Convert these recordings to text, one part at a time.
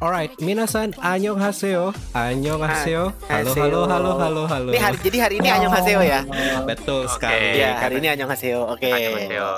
Alright, minasan annyeonghaseyo. Annyeonghaseyo. Halo. Jadi hari ini annyeonghaseyo ya. Betul sekali. Ya, hari ini annyeonghaseyo. Oke. Annyeonghaseyo.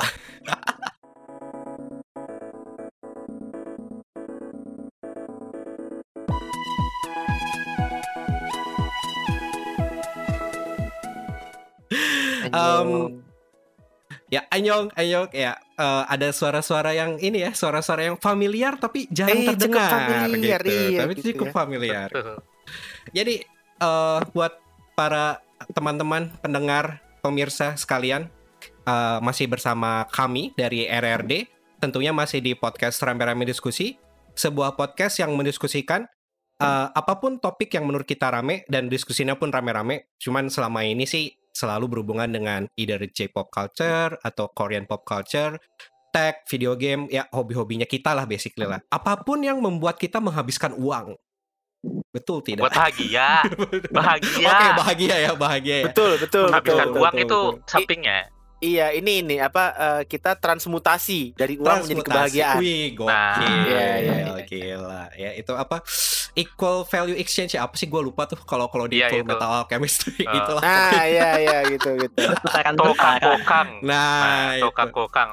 Ya, annyeong ya. Ada suara-suara yang ini ya, suara-suara yang familiar tapi jarang terdengar familiar, gitu. iya, Tapi gitu cukup ya. familiar. Betul. Jadi buat para teman-teman pendengar, pemirsa sekalian, masih bersama kami dari RRD. Tentunya masih di podcast Rame-Rame Diskusi, sebuah podcast yang mendiskusikan apapun topik yang menurut kita rame dan diskusinya pun rame-rame. Cuman selama ini sih selalu berhubungan dengan either J-pop culture atau Korean pop culture, tech, video game, ya hobi-hobinya kita lah basically lah. Apapun yang membuat kita menghabiskan uang. Betul tidak? Buat bahagia. Oke, bahagia ya. Betul. Menghabiskan uang betul, itu betul. sampingnya. Iya, ini kita transmutasi dari uang menjadi kebahagiaan. Wih, gokil. Iya. Gila. Ya, itu apa? Equal value exchange ya? Apa sih, gue lupa tuh kalau di Iya, Full itu. Metal Alchemist itulah. Nah, iya gitu. Tokang-kokang. Nah, itu. Tokang-kokang.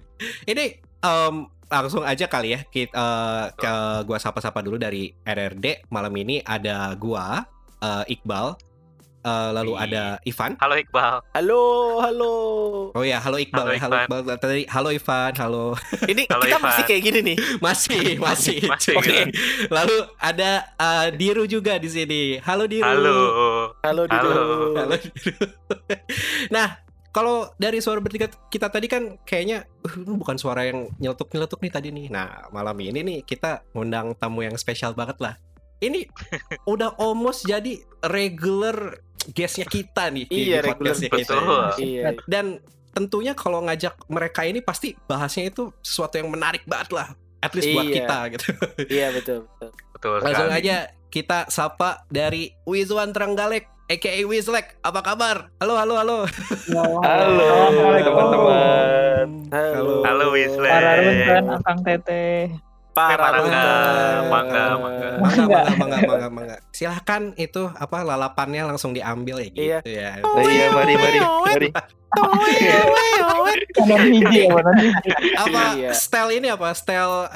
Ini langsung aja kali ya ke gua sapa-sapa dulu dari RRD. Malam ini ada gua Iqbal, lalu ada Ivan. Halo Iqbal. Halo. Oh ya, halo Iqbal. Halo, Halo Iqbal. Tadi halo Ivan, halo. Ini Halo, kita Ivan. masih kayak gini nih. Masih. Masih, Oke. gitu. Lalu ada Diru juga di sini. Halo Diru. Halo Dido. Halo, Diru. Nah, kalau dari suara bertiga kita tadi kan kayaknya ini bukan suara yang nyeletuk-nyeletuk nih tadi nih. Nah, malam ini nih kita ngundang tamu yang spesial banget lah. Ini udah almost jadi regular guestnya kita nih di Iya, regular. podcastnya kita. Betul. Iya. Dan tentunya kalau ngajak mereka ini pasti bahasnya itu sesuatu yang menarik banget lah. At least buat Iya. kita gitu. Iya, betul. Betul Langsung sekali. aja kita sapa dari Wizwan Trenggalek aka Wizlek. Apa kabar? Halo. Halo teman-teman. Halo Wisle. Para Runten, Akang Teteh. Mangga. Mangga. Silahkan itu apa lalapannya langsung diambil ya gitu ya. Iya, mari. Ada biji ya, mana biji. Apa Iya. style ini apa? Style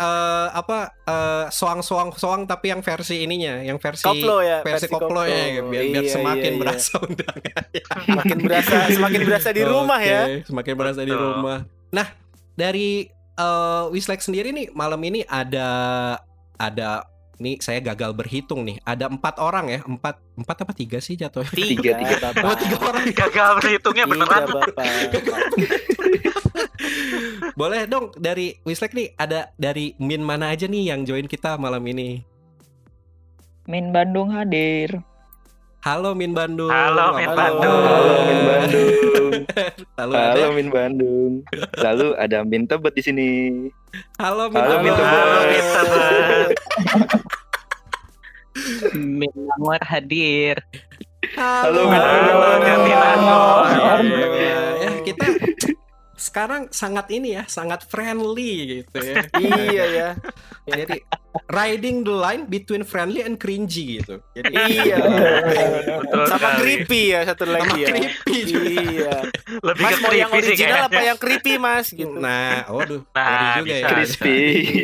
soang tapi yang versi ininya, yang versi Koplo ya, versi versi koplo ya, koplo. biar Iya, semakin iya. berasa undangan. Semakin berasa di rumah Oke, ya. semakin berasa di Betul. rumah. Nah, dari Wislek sendiri nih malam ini ada nih saya gagal berhitung nih. Ada 4 orang ya. 4 apa 3 sih jatuhnya? Tiga Bapak. Oh, 3 orang. Gagal berhitungnya Tiga beneran. Bapak. Boleh dong dari Wislek nih ada dari Min mana aja nih yang join kita malam ini? Min Bandung hadir. Halo Min Bandung. Halo, Min Bandung. Halo Min Bandung. Lalu ada Halo Min Bandung. Lalu ada Min Tebet di sini. Halo Min Halo, Min Bandung. Halo Tebet. Min Anwar hadir. Halo, Min Halo Jatinangor. Ya, kita sekarang sangat ini ya, sangat friendly gitu ya. Iya ya. Jadi riding the line between friendly and cringy gitu. Jadi Iya. Betul Sama sekali. creepy ya satu sama lagi ya. creepy juga. Iya. Lebih Mas ke mau yang creepy sih original apa kayaknya. yang creepy Mas gitu. Nah, waduh, Nah, ngeri juga bisa. ya. Crispy.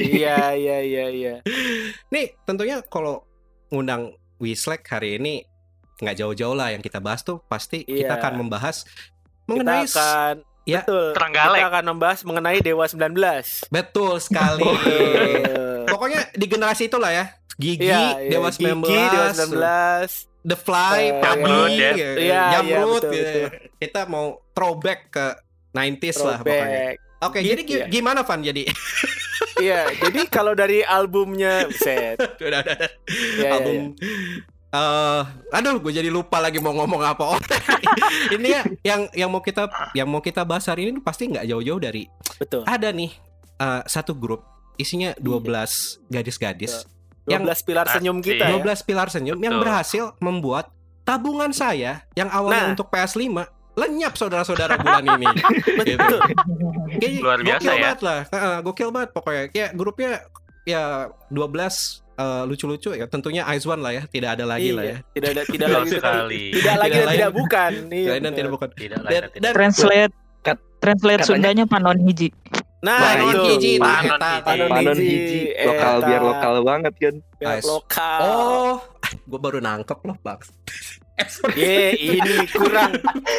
Iya. Nih, tentunya kalau ngundang Wislek hari ini nggak jauh-jauh lah yang kita bahas tuh pasti kita Iya. akan membahas Kita mengenai akan ya. betul. Trenggalek. Kita akan membahas mengenai Dewa 19. Betul sekali. Pokoknya di generasi itulah ya. Gigi, Iya, Dewa Gigi, 19, Dewa 19. The Fly, Jamrut, Pabi, ya. Iya, Jamrut, betul, gitu. betul. Kita mau throwback ke 90s lah pokoknya. Throwback. Oke, Gitu jadi ya. gimana Van jadi? Iya, jadi kalau dari albumnya set. udah. Iya, Album aduh, gue jadi lupa lagi mau ngomong apa. Ini ya yang mau kita bahas hari ini pasti nggak jauh-jauh dari Betul. ada nih satu grup isinya 12 gadis-gadis 12 pilar senyum kita ya. 12 pilar senyum yang Betul. berhasil membuat tabungan saya yang awalnya Nah. untuk PS5 lenyap saudara-saudara bulan ini. Gitu. Kayak Luar biasa gokil ya. banget lah. Gokil banget pokoknya. Kayak grupnya ya 12 lucu-lucu ya. Tentunya Aizwan lah ya, tidak ada lagi lah ya. Tidak ada tidak Betul lagi sekali. tidak lagi dan lain. tidak bukan. Iya, Dan tidak bukan. Tidak lain Dan- dan tidak. dan- Translate katanya- Sundanya Panon Hiji. Nah, Panon itu. hiji, nah, Panon eta. hiji. Panon hiji lokal eta. biar lokal banget kan. Biar Nice. lokal. Oh, gue baru nangkep loh, Bang. Ini kurang.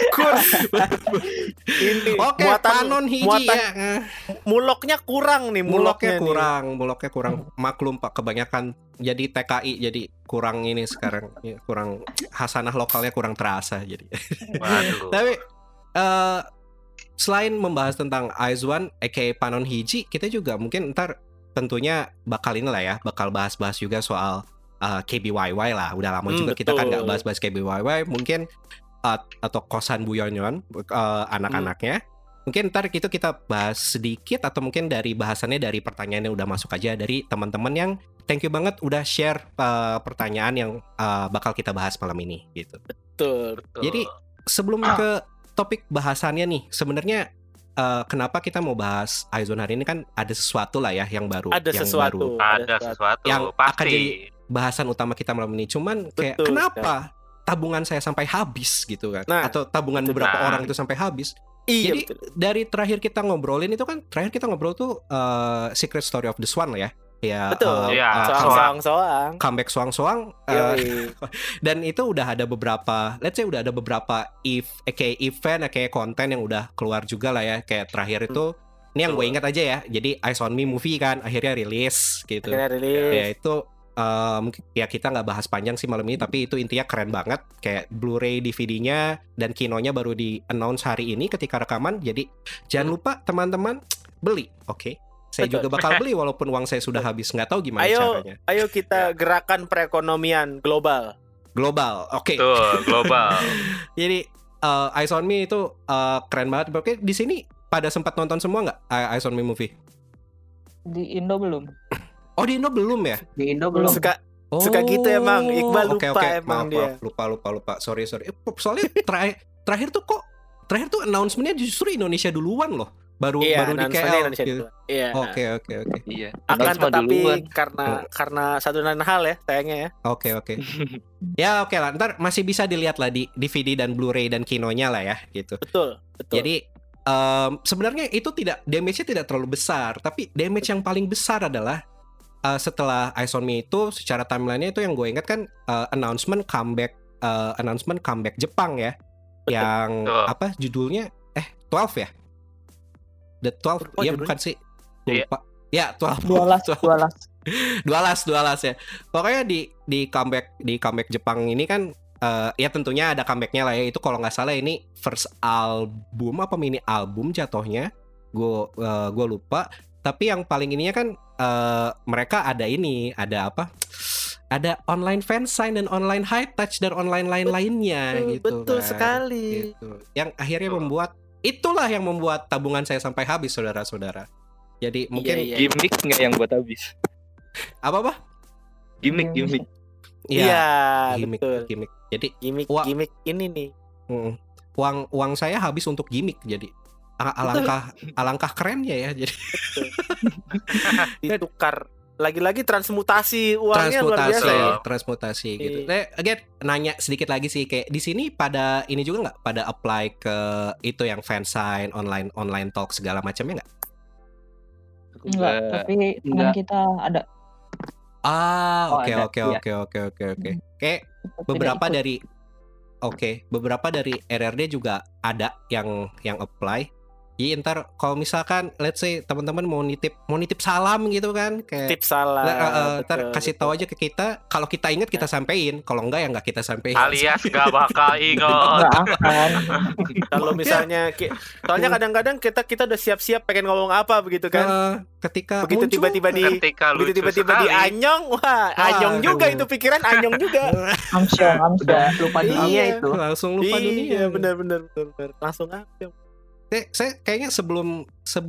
Ini Oke, Panon hiji muatan ya. muloknya kurang nih, Muloknya muloknya nih. kurang. Maklum Pak, kebanyakan jadi TKI jadi kurang ini sekarang. Ya, kurang hasanah lokalnya kurang terasa jadi. Waduh. Tapi selain membahas tentang Aizwan aka Panon Hiji, kita juga mungkin ntar tentunya bakal inilah ya, bakal bahas-bahas juga soal KBYY lah. Udah lama juga kita kan betul. nggak bahas-bahas KBYY. Mungkin atau kosan Bu Yonyon anak-anaknya. Mungkin ntar kita bahas sedikit atau mungkin dari bahasannya dari pertanyaannya udah masuk aja dari teman-teman yang thank you banget udah share pertanyaan yang bakal kita bahas malam ini gitu. Betul. Betul. Jadi sebelum ke topik bahasannya nih, sebenarnya kenapa kita mau bahas Aizwan hari ini kan ada sesuatu lah ya yang baru. Ada yang sesuatu. baru. ada sesuatu Yang akan pasti. jadi bahasan utama kita malam ini. Cuman kayak Betul kenapa tabungan saya sampai habis gitu kan? Nah, Atau tabungan itu beberapa benar. orang itu sampai habis. Iya, Jadi betul. dari terakhir kita ngobrolin itu kan terakhir kita ngobrol tuh Secret Story of the Swan lah ya. Ya, Betul. Iya, Soang-soang. comeback soang-soang Yoi. dan itu udah ada beberapa, let's say udah ada beberapa event kayak konten yang udah keluar juga lah ya. Kayak terakhir itu ini yang gue ingat aja ya. Jadi Eyes on Me movie kan akhirnya rilis gitu. Akhirnya rilis. Ya itu mungkin ya kita nggak bahas panjang sih malam ini, tapi itu intinya keren banget. Kayak Blu-ray DVD-nya dan kinonya baru di announce hari ini ketika rekaman. Jadi jangan lupa teman-teman beli, oke? Saya Betul. juga bakal beli walaupun uang saya sudah habis. Nggak tahu gimana caranya. Ayo kita gerakan perekonomian global. Global, oke. Tuh, global. Jadi Eyes on Me itu keren banget. Oke, di sini pada sempat nonton semua nggak Eyes on Me movie? Di Indo belum. Oh di Indo belum ya? Di Indo belum. Suka gitu emang. Iqbal Oke, lupa oke. emang Maaf, dia. lupa. Sorry. Soalnya terakhir tuh announcement-nya justru Indonesia duluan loh. Baru di announce-nya KL. Indonesia gitu. dulu. Iya. Oke. Iya. Akan Announcement tetapi duluan. karena satu dan hal ya sayangnya ya. Oke. Ya oke lah. Ntar masih bisa dilihat lah di DVD dan Blu-ray dan kinonya lah ya gitu. Betul. Jadi sebenarnya itu damage-nya tidak terlalu besar, tapi damage yang paling besar adalah setelah Eyes on Me itu secara timeline-nya itu yang gue ingat kan announcement comeback Jepang ya. Betul. Yang Betul. apa judulnya 12 ya? The 12 Oh, ya judulnya? bukan sih. Iya. Lupa. Ya, 12. 12. 12. Pokoknya di comeback Jepang ini kan ya tentunya ada comebacknya lah ya. Itu kalau nggak salah ini first album apa mini album jatuhnya. Gue lupa. Tapi yang paling ininya kan mereka ada apa? Ada online fansign dan online high touch dan online lain-lainnya gitu. Betul kan. sekali. Gitu. Yang akhirnya Betul. itulah yang membuat tabungan saya sampai habis, saudara-saudara. Jadi mungkin Iya. Gimmick nggak yang buat habis? apa? Gimmick. Iya, gimmick, betul. gimmick. Jadi Gimmick ini nih. uang saya habis untuk gimmick. Jadi alangkah kerennya ya. Jadi Ditukar. Lagi-lagi transmutasi uangnya luar biasa ya. transmutasi gitu. Iya. Again, nanya sedikit lagi sih kayak di sini pada ini juga nggak pada apply ke itu yang fansign online talk segala macamnya nggak? Enggak, tapi teman Enggak. kita ada. Oh, Oke. ada, Kayak beberapa dari RRD juga ada yang apply. Jadi ntar kalau misalkan let's say teman-teman mau nitip salam gitu kan kayak Tips salah. ntar kasih tahu aja ke kita, kalau kita ingat kita sampein, kalau enggak ya enggak kita sampein. Alias gak bakal ingat. Enggak akan. Kalau misalnya soalnya kadang-kadang kita udah siap-siap pengen ngomong apa begitu kan. Ketika Begitu muncul, tiba-tiba di Ketika lucu begitu tiba-tiba di sekali. anyong, wah, anyong juga Aduh. itu pikiran anyong juga. Amsyong. Udah lupa dunia Iya. itu. langsung lupa dunia. Iya, benar. Langsung apa? Saya kayaknya sebelum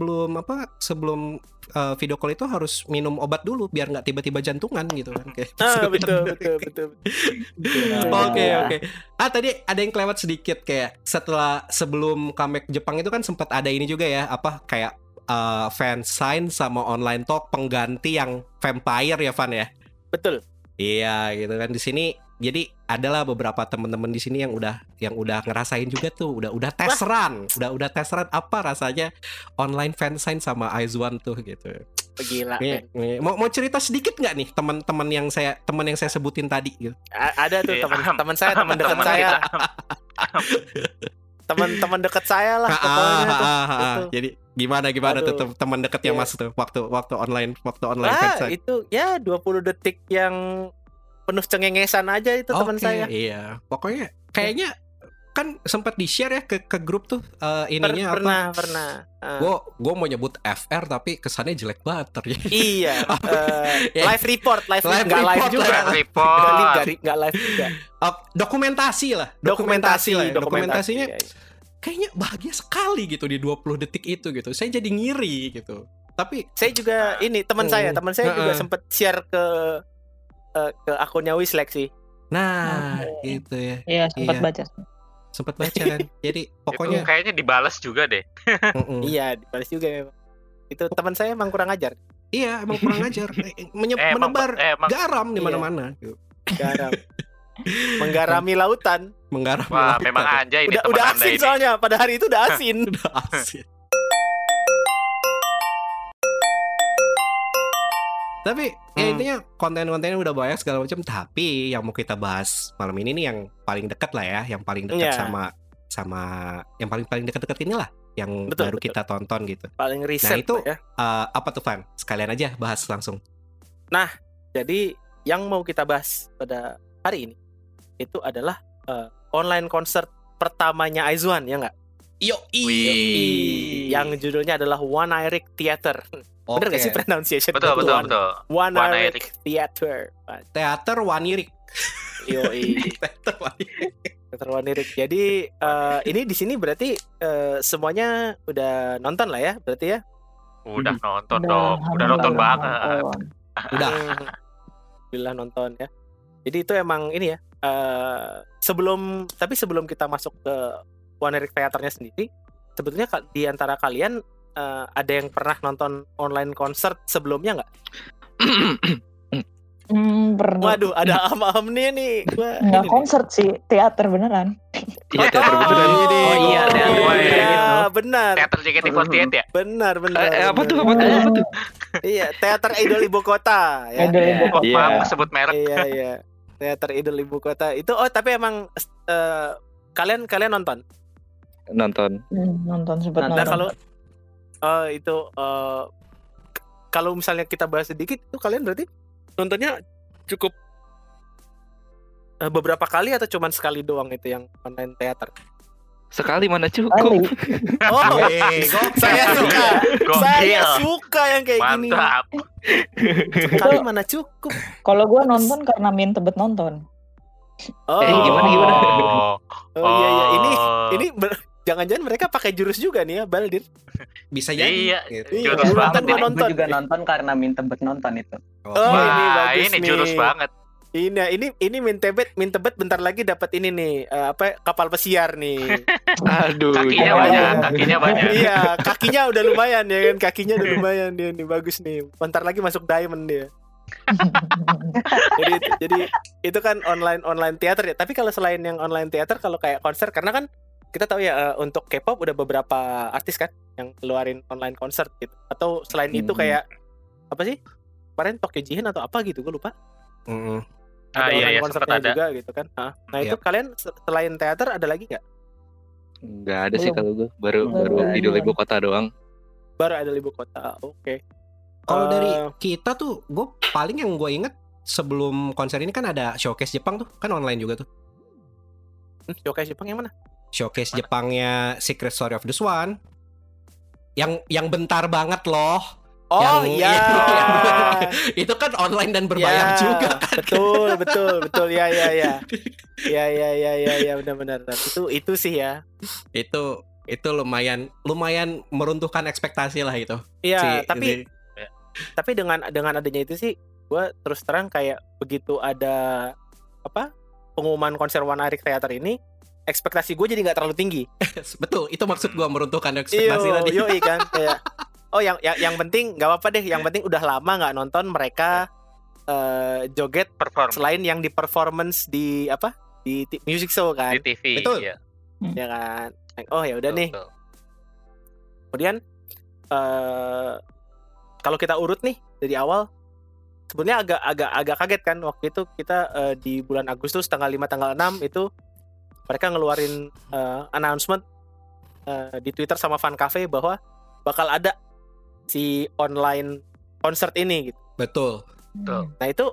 video call itu harus minum obat dulu biar nggak tiba-tiba jantungan gitu kan. Kayak Betul. Oke. Tadi ada yang kelewat sedikit kayak sebelum comeback Jepang itu kan sempat ada ini juga ya, apa kayak fansign sama online talk pengganti yang vampire ya Van ya. Betul. Iya gitu kan di sini. Jadi adalah beberapa teman-teman di sini yang udah ngerasain juga tuh, udah tes run, udah tes run apa rasanya online fansign sama Aizwan tuh gitu. Gila. Nih, Men. mau cerita sedikit nggak nih teman yang saya sebutin tadi gitu. Ada tuh Iya. teman saya, teman dekat Teman saya. kita. Teman dekat saya lah pokoknya tuh. Itu. Jadi gimana tuh Aduh. teman dekatnya Iya. Mas tuh waktu online fansign. Itu ya 20 detik yang penuh cengengesan aja itu teman Oke, saya. Iya. Pokoknya kayaknya kan sempat di-share ya ke grup tuh ininya apa? Pernah. Gue mau nyebut FR tapi kesannya jelek banget ternyata. Iya. Ya. Live report Live nggak live report, juga. Live report. Nggak live juga. Dokumentasi lah. Dokumentasi. Dokumentasinya Iya. kayaknya bahagia sekali gitu di 20 detik itu gitu. Saya jadi ngiri gitu. Tapi Saya juga ini teman saya juga sempat share ke akunnya Wislex sih. nah, gitu ya. Iya, sempat Iya. baca. Sempat baca kan. Jadi Itu pokoknya kayaknya dibalas juga deh. Iya, dibalas juga memang. Itu teman saya emang kurang ajar. iya emang kurang ajar. Emang- Menebar emang- garam di Iya. mana-mana. Gitu. Garam. Menggarami lautan. Menggaram Wah, lautan. memang anjay ini Udah teman Anda asin ini. soalnya pada hari itu udah asin. Udah asin. Tapi ya intinya konten-kontennya udah banyak segala macam. Tapi yang mau kita bahas malam ini nih yang paling dekat lah ya, yang paling dekat Iya. sama yang paling dekat-dekat inilah yang Betul, baru betul. kita tonton gitu. Paling riset itu- ya. Apa tuh Van? Sekalian aja bahas langsung. Jadi yang mau kita bahas pada hari ini itu adalah online concert pertamanya Aizwan ya nggak? Yo, Yang judulnya adalah One Eric Theater. Bener gak sih pronunciation? Betul. One One Eric Theater. Teater Wanirik. Yoi. Teater Wanirik. Theater One Eric. Jadi ini di sini berarti semuanya udah nonton lah ya, berarti ya? Udah nonton dong. Udah nonton banget. Udah. Alhamdulillah nonton ya. Jadi itu emang ini ya. Sebelum kita masuk ke One Eric Theaternya sendiri, sebetulnya di antara kalian ada yang pernah nonton online concert sebelumnya nggak? Pernah. Waduh, ada am-am nih. Gua Nggak ini nih. konser sih, teater beneran. Iya, teater beneran. Oh iya, teater Oh, beneran iya, gitu. benar. Teater JKT48 ya? Benar. Apa tuh? benar. Iya, teater idol ibu kota ya. Idol ibu Oh, kota. Iya. maaf sebut merek. Iya. Teater idol ibu kota. Itu tapi emang kalian nonton. Nonton. Nonton sempat Nah, nonton. kalau misalnya kita bahas sedikit itu kalian berarti nontonnya cukup beberapa kali atau cuman sekali doang itu yang online teater? Sekali mana cukup? Kali. Oh, saya suka. Saya Gokil. suka yang kayak gini. Mantap. Sekali mana cukup? Kalau gue nonton karena min tebet nonton. Oh, Gimana? Oh iya. Ini jangan-jangan mereka pakai jurus juga nih ya, Baldir. Bisa jadi. Iya, gitu. Iya, jurus gua banget nonton, ini. nonton. Gue juga nonton karena min tebet nonton itu. Oh, Wah, ini Wah, bagus ini nih. jurus banget. Ini min tebet bentar lagi dapat ini nih kapal pesiar nih. Aduh. Kakinya jangan. banyak. Iya, kakinya udah lumayan ya kan, kakinya udah lumayan dia nih, bagus nih. Bentar lagi masuk diamond dia. jadi itu kan online teater ya. Tapi kalau selain yang online teater, kalau kayak konser, karena kan kita tahu ya untuk K-pop udah beberapa artis kan yang keluarin online konser gitu. Atau selain itu kayak apa sih? Kemarin Tokyo Jihen atau apa gitu, gue lupa. Ada online konsernya sempat ada. juga gitu kan. Nah itu kalian selain teater ada lagi nggak? Nggak ada sih Belum. kalau gue. Baru Belum. idol ibu kota doang. Baru ada ibu kota. Oke. Kalau dari kita tuh, gue paling yang gue inget sebelum konser ini kan ada showcase Jepang tuh, kan online juga tuh. Showcase Jepang yang mana? Showcase Jepangnya Secret Story of the Swan. Yang bentar banget loh. Oh Yang- iya. Itu kan online dan berbayar Ya, juga kan. Betul. Ya. Ya, benar. Itu sih ya. Itu lumayan meruntuhkan ekspektasi lah itu. Iya, Si- tapi dengan adanya itu sih, gue terus terang kayak begitu ada pengumuman konser One Eric Theater ini, ekspektasi gue jadi nggak terlalu tinggi. betul, itu maksud gua meruntuhkan ekspektasi tadi. Yoi kan kayak yang penting nggak apa-apa deh, yang penting udah lama nggak nonton mereka joget Perform selain yang di performance di apa? Di music show kan. di TV. Betul. Iya. Ya kan. Oh ya udah nih. Betul. Kemudian kalau kita urut nih dari awal, sebenarnya agak kaget kan waktu itu kita di bulan Agustus tanggal 5 tanggal 6 itu mereka ngeluarin announcement di Twitter sama Fan Cafe bahwa bakal ada si online concert ini gitu. Betul. Betul. Nah itu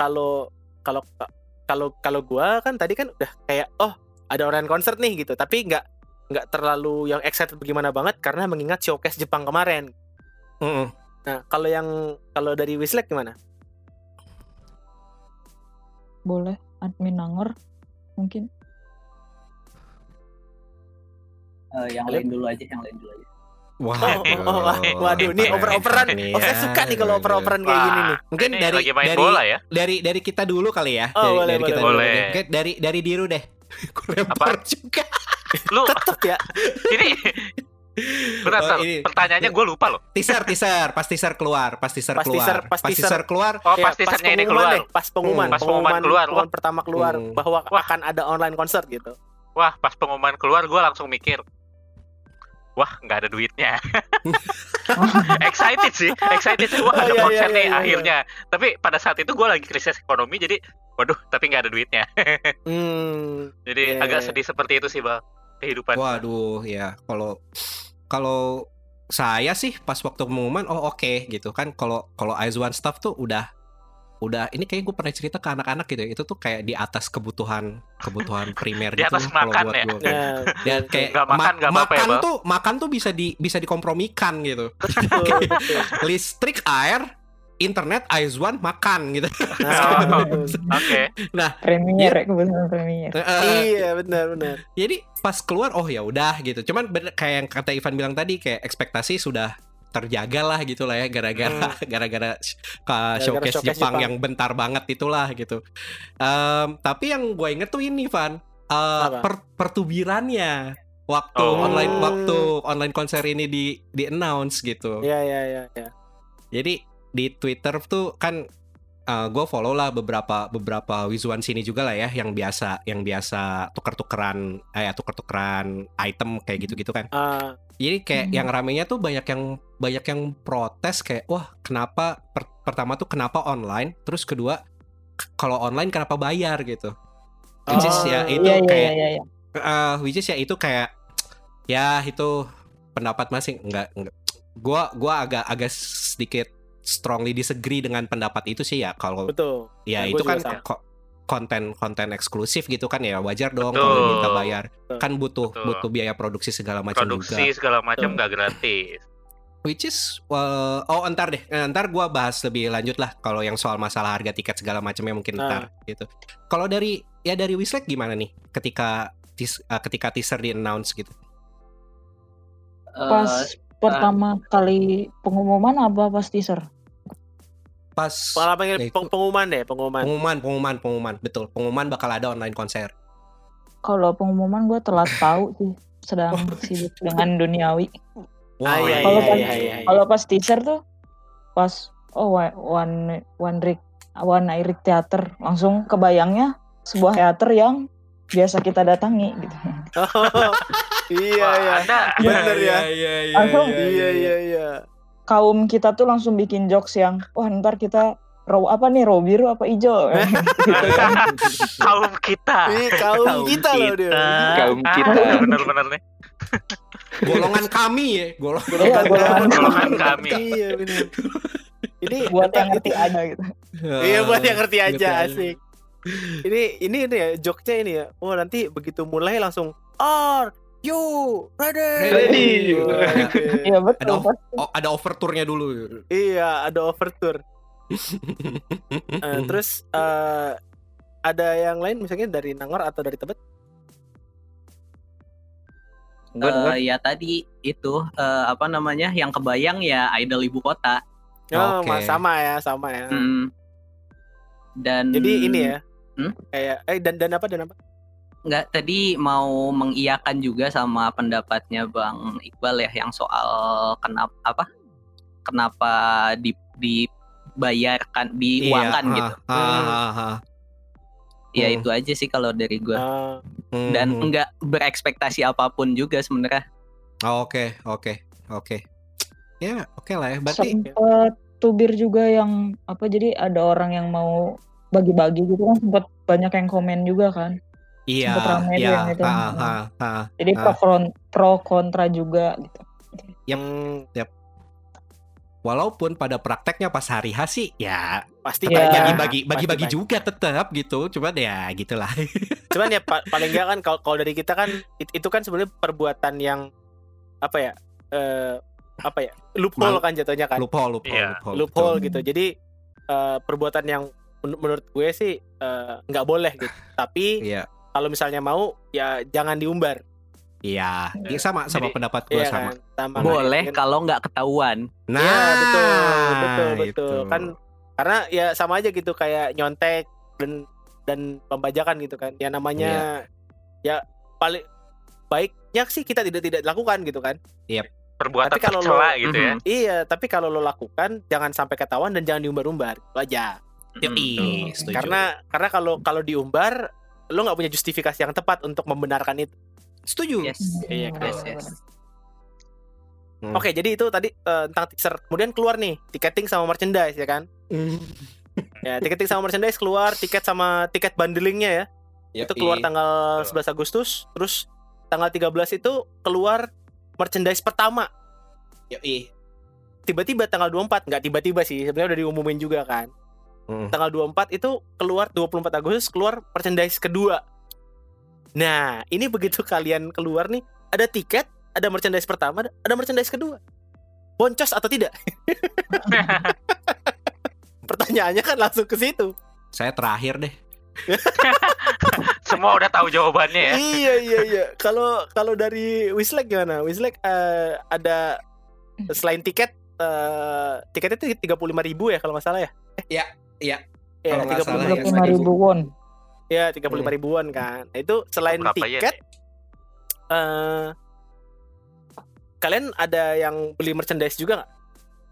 kalau gua kan tadi kan udah kayak ada online concert nih gitu, tapi nggak terlalu yang excited bagaimana banget karena mengingat showcase Jepang kemarin. Mm-mm. Nah kalau dari Wishlek gimana? Boleh admin Nangor mungkin. Yang lain dulu aja. Wah, Waduh, ini oper-operan. Ini Saya ya. suka nih kalau oper-operan kayak gini nih. Mungkin Ini dari lagi main bola ya. dari kita dulu kali ya. Oh, boleh, dari kita boleh. dulu Boleh. deh. Mungkin dari Diru deh. Gue lempar juga. Lu Tetep ya. ini bentar, ini- pertanyaannya gue lupa loh. Teaser, pas teaser keluar. Pas teaser keluar. Oh, Ya, pas teasernya ini keluar. Pas pengumuman, Pas pengumuman keluar. pengumuman pertama keluar bahwa Wah. akan ada online concert gitu. Wah, pas pengumuman keluar gue langsung mikir, wah nggak ada duitnya. excited sih. Wah ada Iya, konser iya, nih iya, iya. akhirnya. Tapi pada saat itu gue lagi krisis ekonomi, jadi waduh, tapi nggak ada duitnya. Jadi Iya, agak iya. sedih seperti itu sih bang, kehidupan. Waduh, ya kalau saya sih pas waktu pengumuman oke gitu kan. Kalau IZ*ONE Stuff tuh udah ini kayak gue pernah cerita ke anak-anak gitu ya. Itu tuh kayak di atas kebutuhan primer Di gitu atas kalau makan buat ya. gua. Ya, Dan kayak Nggak makan, nggak apa-apa ya, Bang? makan tuh bisa dikompromikan gitu. betul. Listrik, air, internet, IZ*ONE, makan gitu. Nah, Oke. Premier ya, kebetulan premier. iya benar. Jadi pas keluar ya udah gitu. Cuman kayak yang kata Ivan bilang tadi, kayak ekspektasi sudah terjaga lah gitu lah ya, gara-gara showcase Jepang yang bentar banget itulah gitu. Tapi yang gue inget tuh ini Van, pertubirannya waktu online konser ini di announce gitu. Iya. Jadi di Twitter tuh kan gue follow lah beberapa wizuan sini juga lah ya, yang biasa tuker-tukeran item kayak gitu kan. Jadi kayak yang ramenya tuh banyak yang protes kayak wah kenapa pertama tuh kenapa online, terus kedua kalau online kenapa bayar gitu. Which is ya itu kayak which is ya itu kayak ya itu pendapat masing enggak. Gua agak sedikit strongly disagree dengan pendapat itu sih ya. Kalau Betul. ya Nah, itu gua kan juga sama. konten eksklusif gitu kan ya, wajar dong Betul. kalau minta bayar. Betul. Kan butuh biaya produksi segala macam juga. Produksi segala macam nggak gratis. Which is ntar gua bahas lebih lanjut lah kalau yang soal masalah harga tiket segala macamnya mungkin ntar gitu. Kalau dari Wishlek gimana nih ketika teaser di announce gitu? Pas pertama kali pengumuman apa pas teaser? Pas pengumuman betul, pengumuman bakal ada online konser. Kalau pengumuman gue telat tahu sih, sedang sibuk dengan duniawi. Wow, iya. Kalau pas teaser tuh pas One Irix Theater, langsung kebayangnya sebuah teater yang biasa kita datangi gitu. Iya. Bener ya. Langsung Iya. kaum kita tuh langsung bikin jokes yang wah ntar kita row biru apa hijau. Kaum kita. Kaum kita loh dia. Kaum kita. Bener-bener nih. Golongan kami ya, Golongan kami. Iya benar. Ini buat yang ngerti aja gitu. Iya buat yang ngerti aja, Ngerti asik. Ini ya jokesnya ini ya. Oh nanti begitu mulai langsung Are you ready? Iya betul. Ada overture-nya dulu. Iya ada overture. Terus ada yang lain misalnya dari Nangor atau dari Tebet? Ya tadi itu yang kebayang ya idol ibu kota. Oh, Oke. sama ya. Dan Jadi ini ya. Hmm? Kayak dan apa? Enggak, tadi mau mengiyakan juga sama pendapatnya Bang Iqbal ya yang soal kenapa dibayarkan, diuangkan gitu. Ya itu aja sih kalau dari gue. Dan enggak berekspektasi apapun juga sebenarnya. Oke. Ya, oke lah ya. Berarti Sempet tubir juga yang jadi ada orang yang mau bagi-bagi gitu kan, sempet banyak yang komen juga kan. iya, Sempet ramai tuh yang itu. Jadi pro kontra juga gitu. Yap. Walaupun pada prakteknya pas hari H sih ya Pasti Iya. bagi-bagi juga tetap gitu. Cuman ya gitulah. Cuman ya paling enggak kan kalau dari kita kan itu kan sebenarnya perbuatan yang loophole kan jatuhnya kan. Loophole gitu. Jadi perbuatan yang menurut gue sih nggak boleh gitu. Tapi kalau misalnya mau ya jangan diumbar. Iya, sama pendapat gue Iya sama. kan? Boleh kalau nggak ketahuan. Nah, ya, betul. itu. Kan karena ya sama aja gitu kayak nyontek dan pembajakan gitu kan. Ya namanya ya paling baiknya sih kita tidak lakukan gitu kan. Iya. Perbuatan Tapi kalau tercela gitu ya. Iya, tapi kalau lo lakukan jangan sampai ketahuan dan jangan diumbar-umbar. Itu aja. Setuju. Karena kalau diumbar lo nggak punya justifikasi yang tepat untuk membenarkan itu. Setuju. Yes. Iya, Yes. Oke, jadi itu tadi tentang teaser. Kemudian keluar nih tiketing sama merchandise ya kan? Ya, tiketing sama merchandise keluar, tiket bundlingnya ya. Itu keluar tanggal 11 Agustus, terus tanggal 13 itu keluar merchandise pertama. Tiba-tiba tanggal 24, nggak tiba-tiba sih, sebenarnya udah diumumin juga kan. Tanggal 24 itu keluar 24 Agustus keluar merchandise kedua. Nah, ini begitu kalian keluar nih, ada tiket, ada merchandise pertama, ada merchandise kedua. Boncos atau tidak? Pertanyaannya kan langsung ke situ. Saya terakhir deh. Semua udah tahu jawabannya ya. Iya. Kalau dari Wisleg gimana? Wisleg ada selain tiketnya itu 35.000 ya kalau nggak salah ya? Iya. Ya, Kalau nggak salah ya. 35.000 won. Ya 35 ribuan kan. Nah, itu selain Berapa tiket kalian ada yang beli merchandise juga nggak?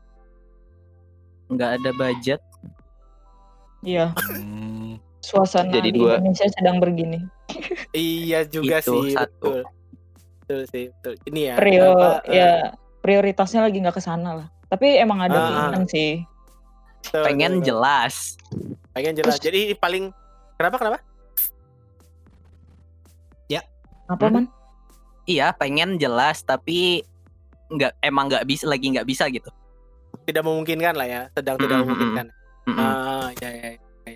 Nggak ada budget. Iya. Suasana Jadi di dua. Indonesia sedang begini. Iya juga Itu sih, satu. betul. Ini ya. Prioritasnya lagi nggak ke sana lah. Tapi emang ada keinginan sih. Pengen jelas. Pengen jelas. Jadi paling kenapa? Apa man? Iya, pengen jelas tapi nggak bisa gitu. Tidak memungkinkan lah ya, sedang tidak memungkinkan. Ya.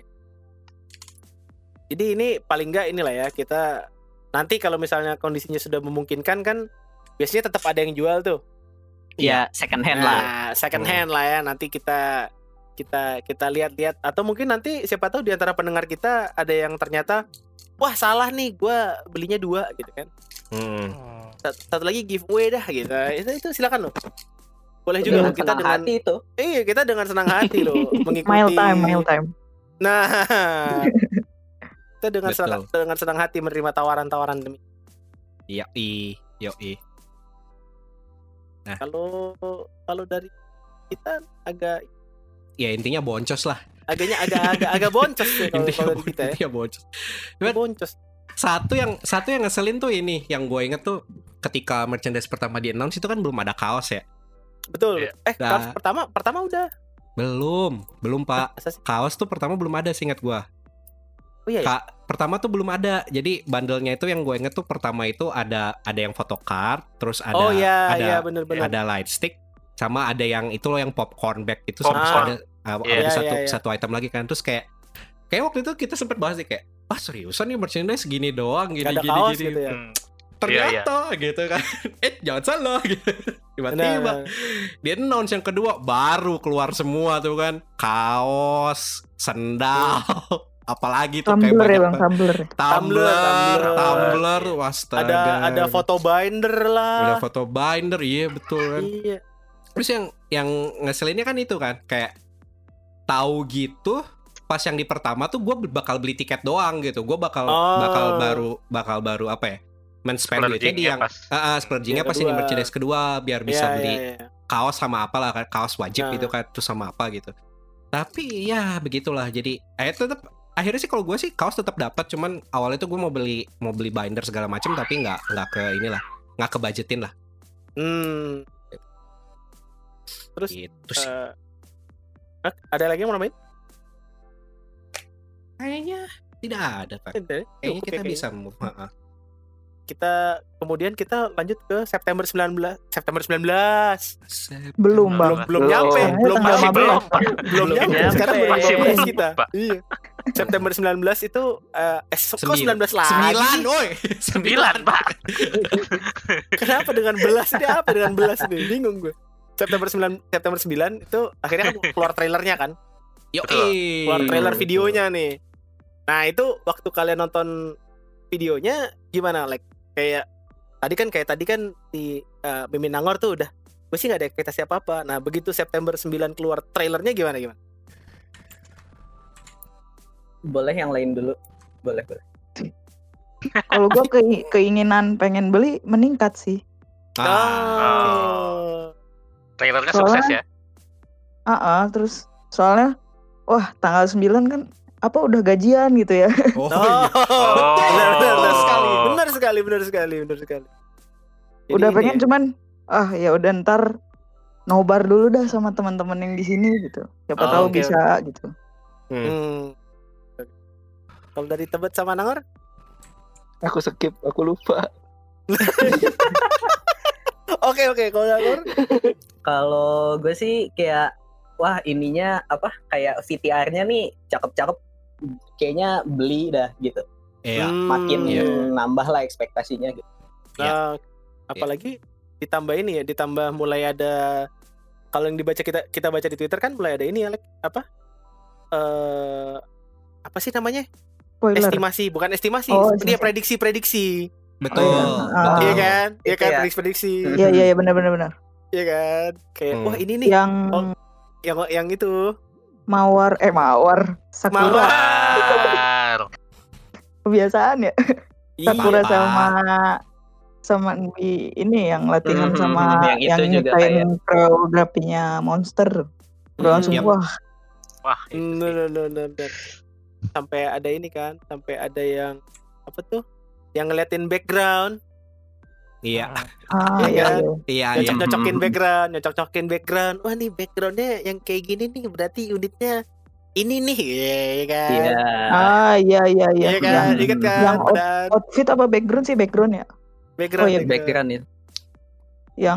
Jadi ini paling nggak inilah ya, kita nanti kalau misalnya kondisinya sudah memungkinkan kan biasanya tetap ada yang jual tuh. Ya second hand lah. Nah, second hand lah ya. Nanti kita lihat-lihat atau mungkin nanti siapa tahu di antara pendengar kita ada yang ternyata wah salah nih, gue belinya 2 gitu kan. Satu lagi giveaway dah gitu. Itu silakan loh. Boleh juga loh, kita dengan hati itu. Iya, kita dengan senang hati loh mengikuti. Mail time. Nah, kita dengan senang hati menerima tawaran-tawaran demi. Yoi. Nah, kalau dari kita agak ya intinya boncos lah. agak boncos ya kalau dari kita ya. Intinya boncos. Boncos. Satu yang ngeselin tuh ini, yang gue inget tuh ketika merchandise pertama di announce itu kan belum ada kaos ya. Betul. Kaos pertama udah. Belum Pak. Kaos tuh pertama belum ada, seingat gue. Oh iya. Pertama tuh belum ada. Jadi bundle-nya itu yang gue inget tuh pertama itu ada yang photocard, terus ada bener. ada light stick, sama ada yang itu loh yang popcorn bag itu, sama ada satu item lagi kan. Terus kayak waktu itu kita sempat bahas sih kayak, seriusan nih merchandise segini doang gini. Gitu ya. Ternyata gitu kan. Jangan salah gitu. Tiba-tiba di announce yang kedua baru keluar semua tuh kan, kaos, sendal, apalagi tuh Tumbler kayak ya bang, tumbler, wastaga. Ada foto binder lah. Ada foto binder, iya betul kan. Iya. Terus yang ngeselinnya kan itu kan, kayak tahu gitu pas yang di pertama tuh gue bakal beli tiket doang gitu. Gue bakal baru apa ya? Men-spend duitnya di yang splurgingnya pas ini merchandise kedua biar bisa beli kaos sama apalah kan, kaos wajib gitu kan, terus sama apa gitu. Tapi ya begitulah. Jadi tetap akhirnya sih kalau gue sih kaos tetap dapat, cuman awalnya tuh gue mau beli binder segala macam tapi nggak ke inilah, nggak ke budgetin lah. Terus Gitu sih. ada lagi yang mau nambahin? Kayaknya tidak ada Pak. Kayaknya Cukup kita ya, bisa move. Kemudian kita lanjut ke September 19. Belum, Bang. Belum nyampe, belum Tanggal nyampe. 15. Belum nyampe. Sekarang baru Masih 15 kita. Pak. Iya. September 19 itu kok 19 lagi? 9, woi. 9, Pak. Kenapa dengan belas ini? Apa dengan belas ini? Bingung gue. September 9 itu akhirnya kan keluar trailernya kan? Keluar trailer videonya nih. Nah, itu waktu kalian nonton videonya gimana, like kayak tadi kan di Mimin Nangor tuh udah gue sih gak ada ekspektasi apa-apa. Nah, begitu September 9 keluar trailernya gimana? Boleh yang lain dulu. Boleh. Kalau gue keinginan pengen beli meningkat sih. Trailernya Soalnya- sukses ya. Terus soalnya wah tanggal 9 kan udah gajian gitu ya. Oh, iya. Benar sekali. Jadi Udah ini pengen ya. cuman ya udah ntar nobar dulu dah sama teman-teman yang di sini gitu. Siapa tahu oke, bisa gitu. Kalau dari Tebet sama Nangor? Aku skip, aku lupa. Oke, kalau Nangor? Kalau gue sih kayak wah ininya kayak VTR-nya nih cakep-cakep, kayaknya beli dah gitu. Iya. Makin Iya. nambah lah ekspektasinya gitu. Nah, apalagi ditambah ini ya, ditambah mulai ada, kalau yang dibaca kita baca di Twitter kan mulai ada ini ya, apa sih namanya? Spoiler. Bukan estimasi, Oh, dia estimasi. prediksi. Betul. iya. Iya kan? Iya Itu kan, ya. prediksi. Iya benar. Iya kan? Kayak wah ini nih Yang yang itu. mawar Sakura. Mawar. Kebiasaan ya. Iya. Sakura sama ini yang latihan sama yang itu yang juga nyiptain koreografinya Monster. Udah langsung Yap. wah Wah, itu sih. Bener. Sampai ada ini kan, sampai ada yang apa tuh? Yang ngeliatin background, Iya. Iya kan? Iya. nyocok-nyocokin background. Wah, nih backgroundnya yang kayak gini nih, berarti unitnya ini nih, ya kan? Iya. Iya iya kan? Yang- Ingat kan? yang Dan outfit apa background sih background ya background. Oh, iya, Background itu. yang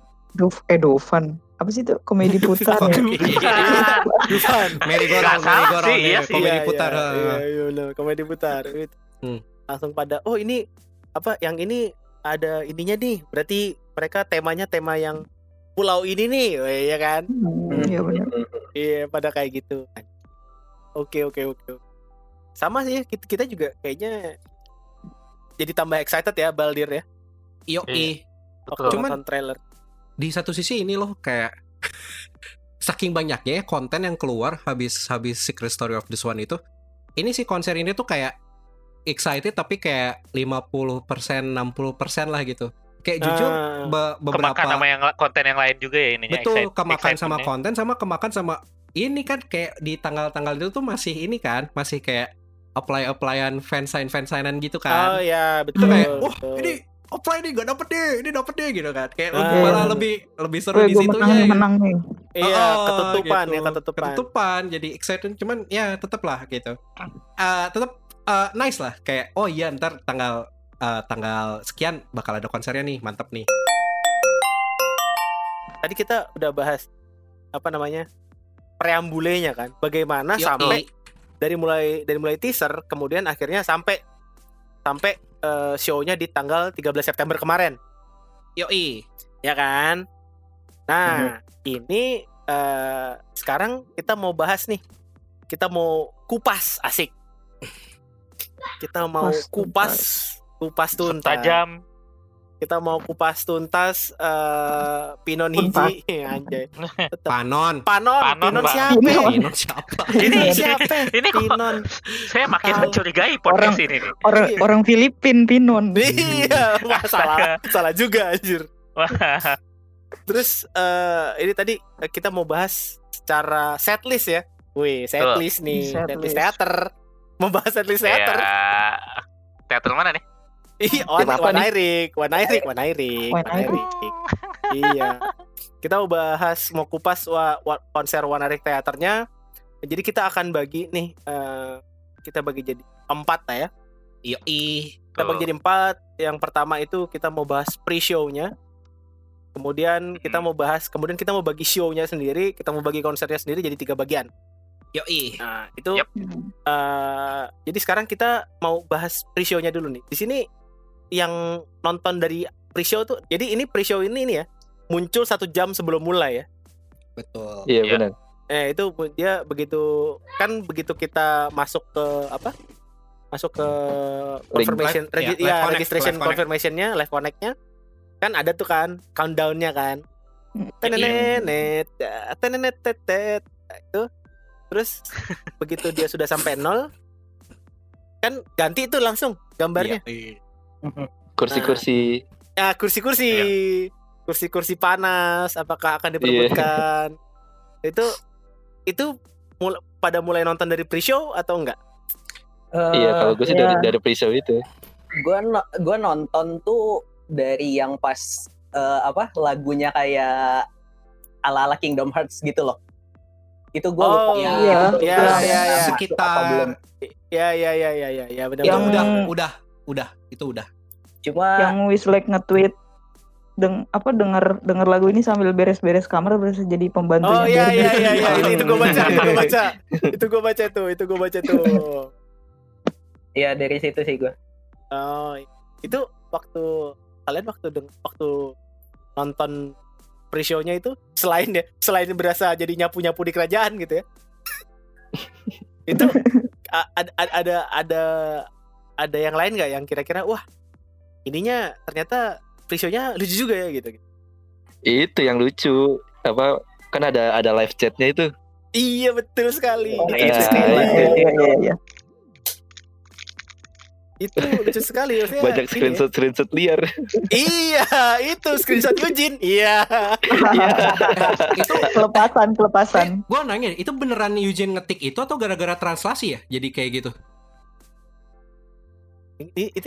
Dufan apa sih itu komedi putar ya Dufan. Merry-go-round, Nggak salah sih, iya sih. komedi putar. Iya, bener, komedi putar. Langsung pada, oh ini apa? Yang ini ada ininya nih. Berarti mereka temanya tema yang pulau ini nih, ya kan? Iya benar Iya, pada kayak gitu. Oke. Sama sih, kita juga kayaknya jadi tambah excited ya, Baldir ya. Yoi. Waktu Betul. Cuman- nonton trailer. Di satu sisi ini loh kayak saking banyaknya ya konten yang keluar habis Secret Story of the Swan itu. Ini sih konser ini tuh kayak excited tapi kayak 50% 60% lah gitu. Kayak jujur beberapa Kemakan sama yang konten yang lain juga ya ininya. betul kemakan sama excitementnya. konten sama kemakan sama ini kan kayak di tanggal-tanggal itu tuh masih ini kan, masih kayak applyan fansign-fansignan gitu Oh kan. ya, Itu betul. kayak wah betul. ini apply nih, gak dapet deh, ini dapet deh gitu kan. Kayak Ah. malah lebih seru di gue situnya. menang nih Iya, Oh, ketutupan gitu. ya, ketutupan. Ketutupan, jadi excited. Cuman ya tetep lah gitu. Tetep nice lah. Kayak oh iya ntar tanggal sekian bakal ada konsernya nih, mantep nih. Tadi kita udah bahas apa namanya? Preambulenya kan. Bagaimana Yoi. sampai dari mulai teaser kemudian akhirnya sampai show-nya di tanggal 13 September kemarin. Yoi. Ya kan? Nah, ini sekarang kita mau bahas nih. Kita mau kupas, asik. Kita mau kupas tuntas. Tajam. Kita mau kupas tuntas Pinon Hiji, anjay. Panon. Pinon Bang. siapa? Pinon siapa? Pinon siapa? Ini kok Pinon. saya makin Tahu. mencurigai podcast ini nih. orang Filipin Pinon Iya, wah, salah juga anjir. Wah, Terus ini tadi kita mau bahas secara setlist ya. Wih, setlist nih, setlist teater. Membahas setlist teater. Teater mana nih? Ih, One Irik. Iya. Kita mau kupas konser One Irik teaternya. Jadi kita akan bagi nih, kita bagi jadi 4 lah ya. Kita bagi jadi 4. Yang pertama itu kita mau bahas pre-show-nya. Kemudian kita mau bagi show-nya sendiri, kita mau bagi konsernya sendiri jadi 3 bagian. Nah, itu jadi sekarang kita mau bahas pre-show-nya dulu nih. Di sini yang nonton dari pre-show tuh, jadi ini pre-show ini ya muncul 1 jam sebelum mulai ya. Betul. Iya benar. Itu dia begitu kita masuk ke confirmation, registration confirmation-nya, live connect-nya kan ada tuh kan countdown-nya kan. Tenenet. Itu terus begitu dia sudah sampai 0 kan ganti itu langsung gambarnya. Kursi-kursi. Ya, kursi-kursi. Kursi-kursi panas apakah akan diperebutkan? Itu pada mulai nonton dari pre-show atau enggak? Iya, kalau gue sih dari pre-show itu. Gue nonton tuh dari yang pas lagunya kayak ala-ala Kingdom Hearts gitu loh. Itu gue iya. Sekitar benar. Yang udah Cuma yang Wishlek nge-tweet denger lagu ini sambil beres-beres kamar berasa jadi pembantunya. Oh iya. Itu gue baca tuh. Iya, dari situ sih gue. Oh, itu waktu nonton pre-show-nya itu selain berasa jadi nyapu-nyapu di kerajaan gitu ya. Itu ada yang lain nggak yang kira-kira wah ininya ternyata pre-show-nya lucu juga ya gitu. Itu yang lucu kan ada live chat-nya itu. Iya betul sekali. Iya. Itu lucu sekali maksudnya. Banyak screenshot liar. Iya, itu screenshot Eugene. Iya. Itu kelepasan. Gua nanya, itu beneran Eugene ngetik itu atau gara-gara translasi ya? Jadi kayak gitu. Itu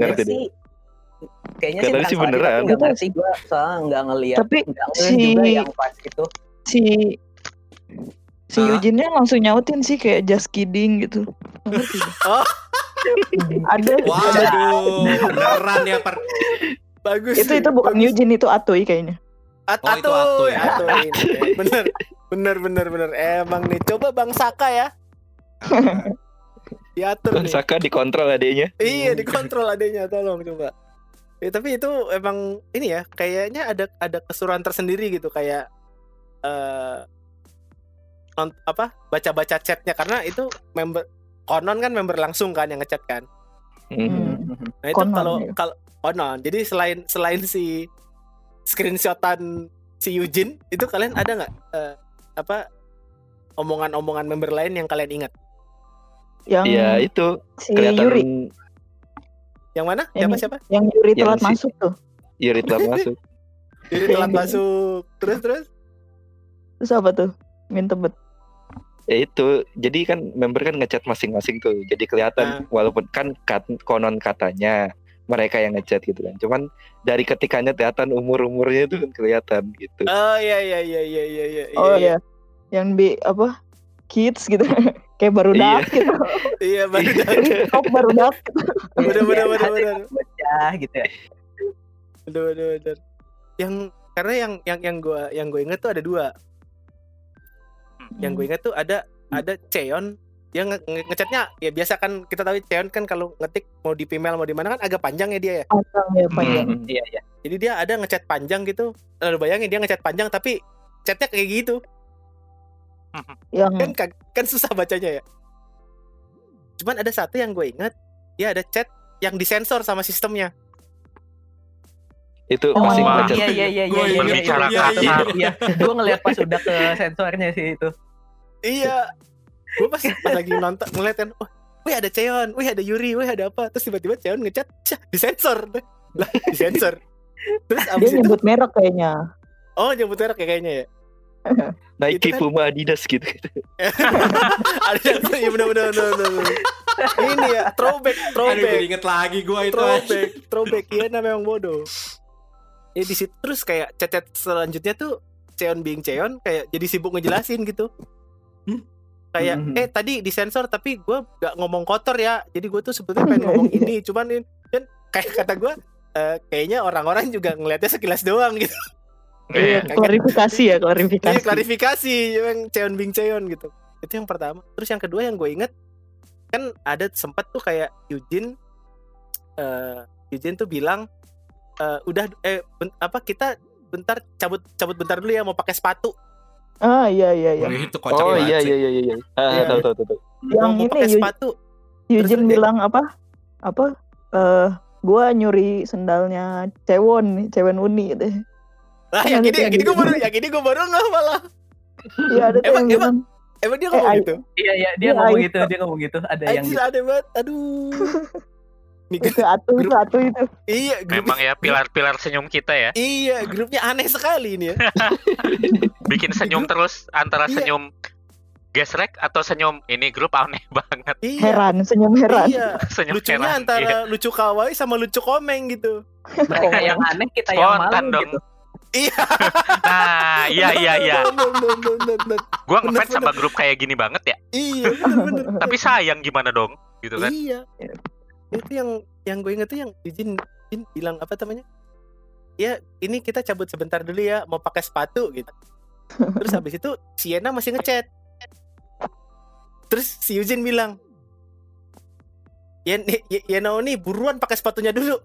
kayaknya sih beneran. Enggak sih gue soalnya nggak ngeliat. Tapi juga yang pas itu. Si Eugene-nya langsung nyautin sih kayak just kidding gitu. Oh. Ada. Waduh, beneran ya bagus. Itu bukan bagus. Eugene, itu Atoy kayaknya. Atoy. Bener. Emang nih, coba Bang Saka ya. Diatur nih. Saka dikontrol adanya. Iya, dikontrol adanya, tolong coba. Ya, tapi itu emang ini ya, kayaknya ada keseruan tersendiri gitu kayak baca-baca chatnya karena itu konon kan member langsung kan yang ngechat kan. Nah itu kalau konon. Jadi selain si screenshotan si Eugene itu kalian ada nggak omongan-omongan member lain yang kalian ingat? Iya itu si kelihatan. Yuri. Yang mana? Siapa? Yang Yuri telat masuk tuh. Yuri telat masuk. Yuri telat masuk. Terus apa tuh? Mintebet. Ya itu, jadi kan member kan ngechat masing-masing tuh, jadi kelihatan walaupun kan konon katanya mereka yang ngechat gitu kan, cuman dari ketikannya kelihatan umurnya itu kan kelihatan gitu. Oh iya. Oh iya, yang kids gitu, kayak baru dak gitu. Iya baru dak. Bener. Bocah gitu ya. Bener. Karena yang gue inget tuh ada 2. Yang gue ingat tuh ada Cheon yang ngechatnya ya biasa kan, kita tahu Cheon kan kalau ngetik mau di email mau di mana kan agak panjang ya dia ya. Panjang. Iya. Jadi dia ada ngechat panjang gitu. Lalu bayangin dia ngechat panjang tapi chatnya kayak gitu. Yang Kan susah bacanya ya. Cuman ada satu yang gue ingat, dia ada chat yang disensor sama sistemnya. Itu masih ngechat. Iya. Gue ngeliat pas udah ke sensornya sih itu. Iya. Gue pas lagi nonton ngeliat kan, wih ada Cheon, wih ada Yuri, wih ada apa. Terus tiba-tiba Cheon ngechat, disensor. Lah, disensor. Terus dia nyebut merek kayaknya. Oh, nyebut merek kayaknya ya. Nike, Itu kan- Puma, Adidas gitu. Ada ya benar. Ini ya Aduh, throwback. inget lagi gue itu. Throwback ya memang bodoh. Ya di situ terus kayak chat selanjutnya tuh Cheon being Cheon kayak jadi sibuk ngejelasin gitu. Kayak tadi disensor tapi gue gak ngomong kotor ya. Jadi gue tuh sebetulnya pengen ngomong ini, cuman kan kayak kata gue kayaknya orang-orang juga ngelihatnya sekilas doang gitu. Iya, klarifikasi. Iya klarifikasi yang Cheon being Cheon gitu. Itu yang pertama. Terus yang kedua yang gue inget kan ada sempat tuh kayak Eugene tuh bilang kita bentar cabut bentar dulu ya mau pakai sepatu. Iya. Itu kocak Oh banget iya. sih. Tahu. Yang mau ini pakai sepatu. Eugene Terus- bilang apa? Gua nyuri sendalnya Cewon Uni deh. Lah yang ini gue baru nggak malah. Iya ada tuh yang bilang. Emang dia ngomong gitu? Iya, dia Iya, ngomong iya. gitu, ada yang Anjir gitu. ada banget. Aduh. Nih, Itu satu itu. iya Memang ya pilar-pilar senyum kita ya. Iya grupnya aneh sekali ini ya. Bikin senyum terus antara Iya. senyum gesrek atau senyum ini grup aneh banget. Iya. Senyum heran. Iya. Senyum Lucunya heran. antara Iya. lucu kawaii sama lucu komeng gitu. Mereka yang aneh, kita yang Spontan malu dong. gitu. Iya. Nah, iya. Bener. Gua ngefans Bener. sama grup kayak gini banget ya. Iya, bener. Tapi sayang gimana dong? Gitu kan. Iya. Itu yang gue inget tuh yang Jin bilang apa namanya? Ya, ini kita cabut sebentar dulu ya, mau pakai sepatu gitu. Terus habis itu Sienna masih ngechat. Terus si Eugene bilang, "Ya Naoni buruan pakai sepatunya dulu."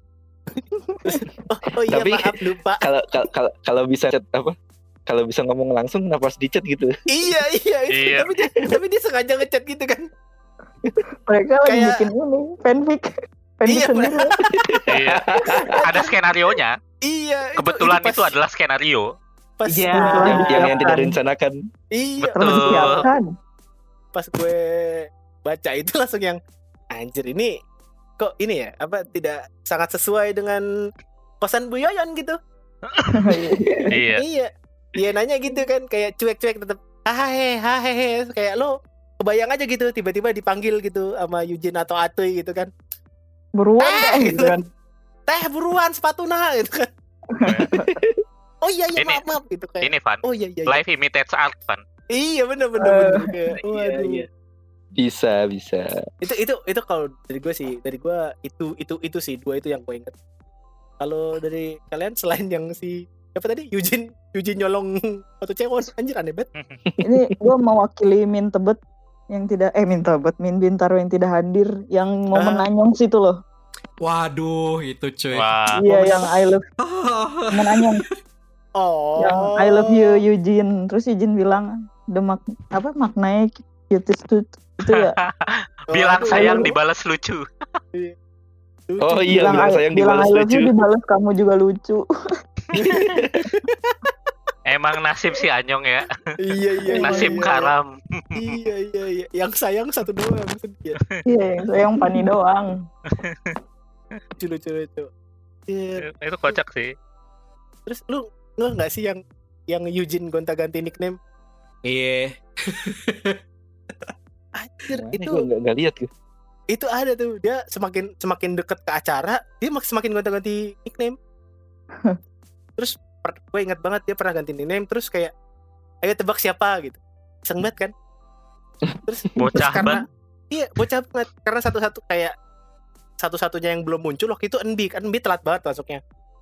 oh iya Tapi- maaf lupa. Kalau bisa chat apa? Kalau bisa ngomong langsung kenapa harus dicat gitu? Iya. Iya. Tapi dia sengaja ngechat gitu kan. Mereka lagi Kayak- bikin ini fanfic Iya, sendiri. Iya. Ada skenarionya. Iya. Kebetulan pas- itu adalah skenario. pas Iya. yang tidak direncanakan. Iya. Betul. Terus disiapkan. Pas gue baca itu langsung yang anjir ini kok ini ya apa tidak sangat sesuai dengan kosan Bu Yoyon gitu. Iya. Iya. Dia nanya gitu kan kayak cuek-cuek tetap hahehe kayak lo kebayang aja gitu tiba-tiba dipanggil gitu sama Eugene atau Atoy gitu kan. Buruan dong, gitu kan. Teh buruan sepatu nah gitu kan. Oh iya Ini- maaf gitu kayak. Ini Van. Oh iya. Life imitates art, Van. Iya bener kayak, waduh. Iya. Bisa. Itu kalau dari gue sih itu sih dua itu yang gue inget. Kalau dari kalian selain yang si apa tadi Eugene nyolong foto cewek anjir aneh banget. Ini gue mewakili Min Tebet yang tidak Min Bintaro yang tidak hadir yang momen Anyong situ loh. Waduh, itu cuy. Wah. Iya yang I love momen Anyong. Oh. Yang I love you Eugene. Terus Eugene bilang maknanya cuties itu ya. Bilang Aduh. sayang dibalas lucu. Oh iya, bilang sayang bilang dibalas I love you lucu. dibalas kamu juga lucu. Emang nasib si Anyong ya. Iya. Nasib karam. Iya. Yang sayang satu doang sedih. Iya, yang Pani doang. Lucu. Iya. Itu kocak sih. Terus lu nggak sih yang Eugene gonta-ganti nickname? Iya. Anjir, itu Gue nggak lihat gue. itu ada tuh dia semakin deket ke acara dia semakin gonta-ganti nickname. Terus gue ingat banget dia pernah ganti nickname terus kayak ayo tebak siapa gitu iseng banget kan. Terus Bocah karena banget. iya bocah banget karena satu-satunya yang belum muncul waktu itu Enbi telat banget masuknya.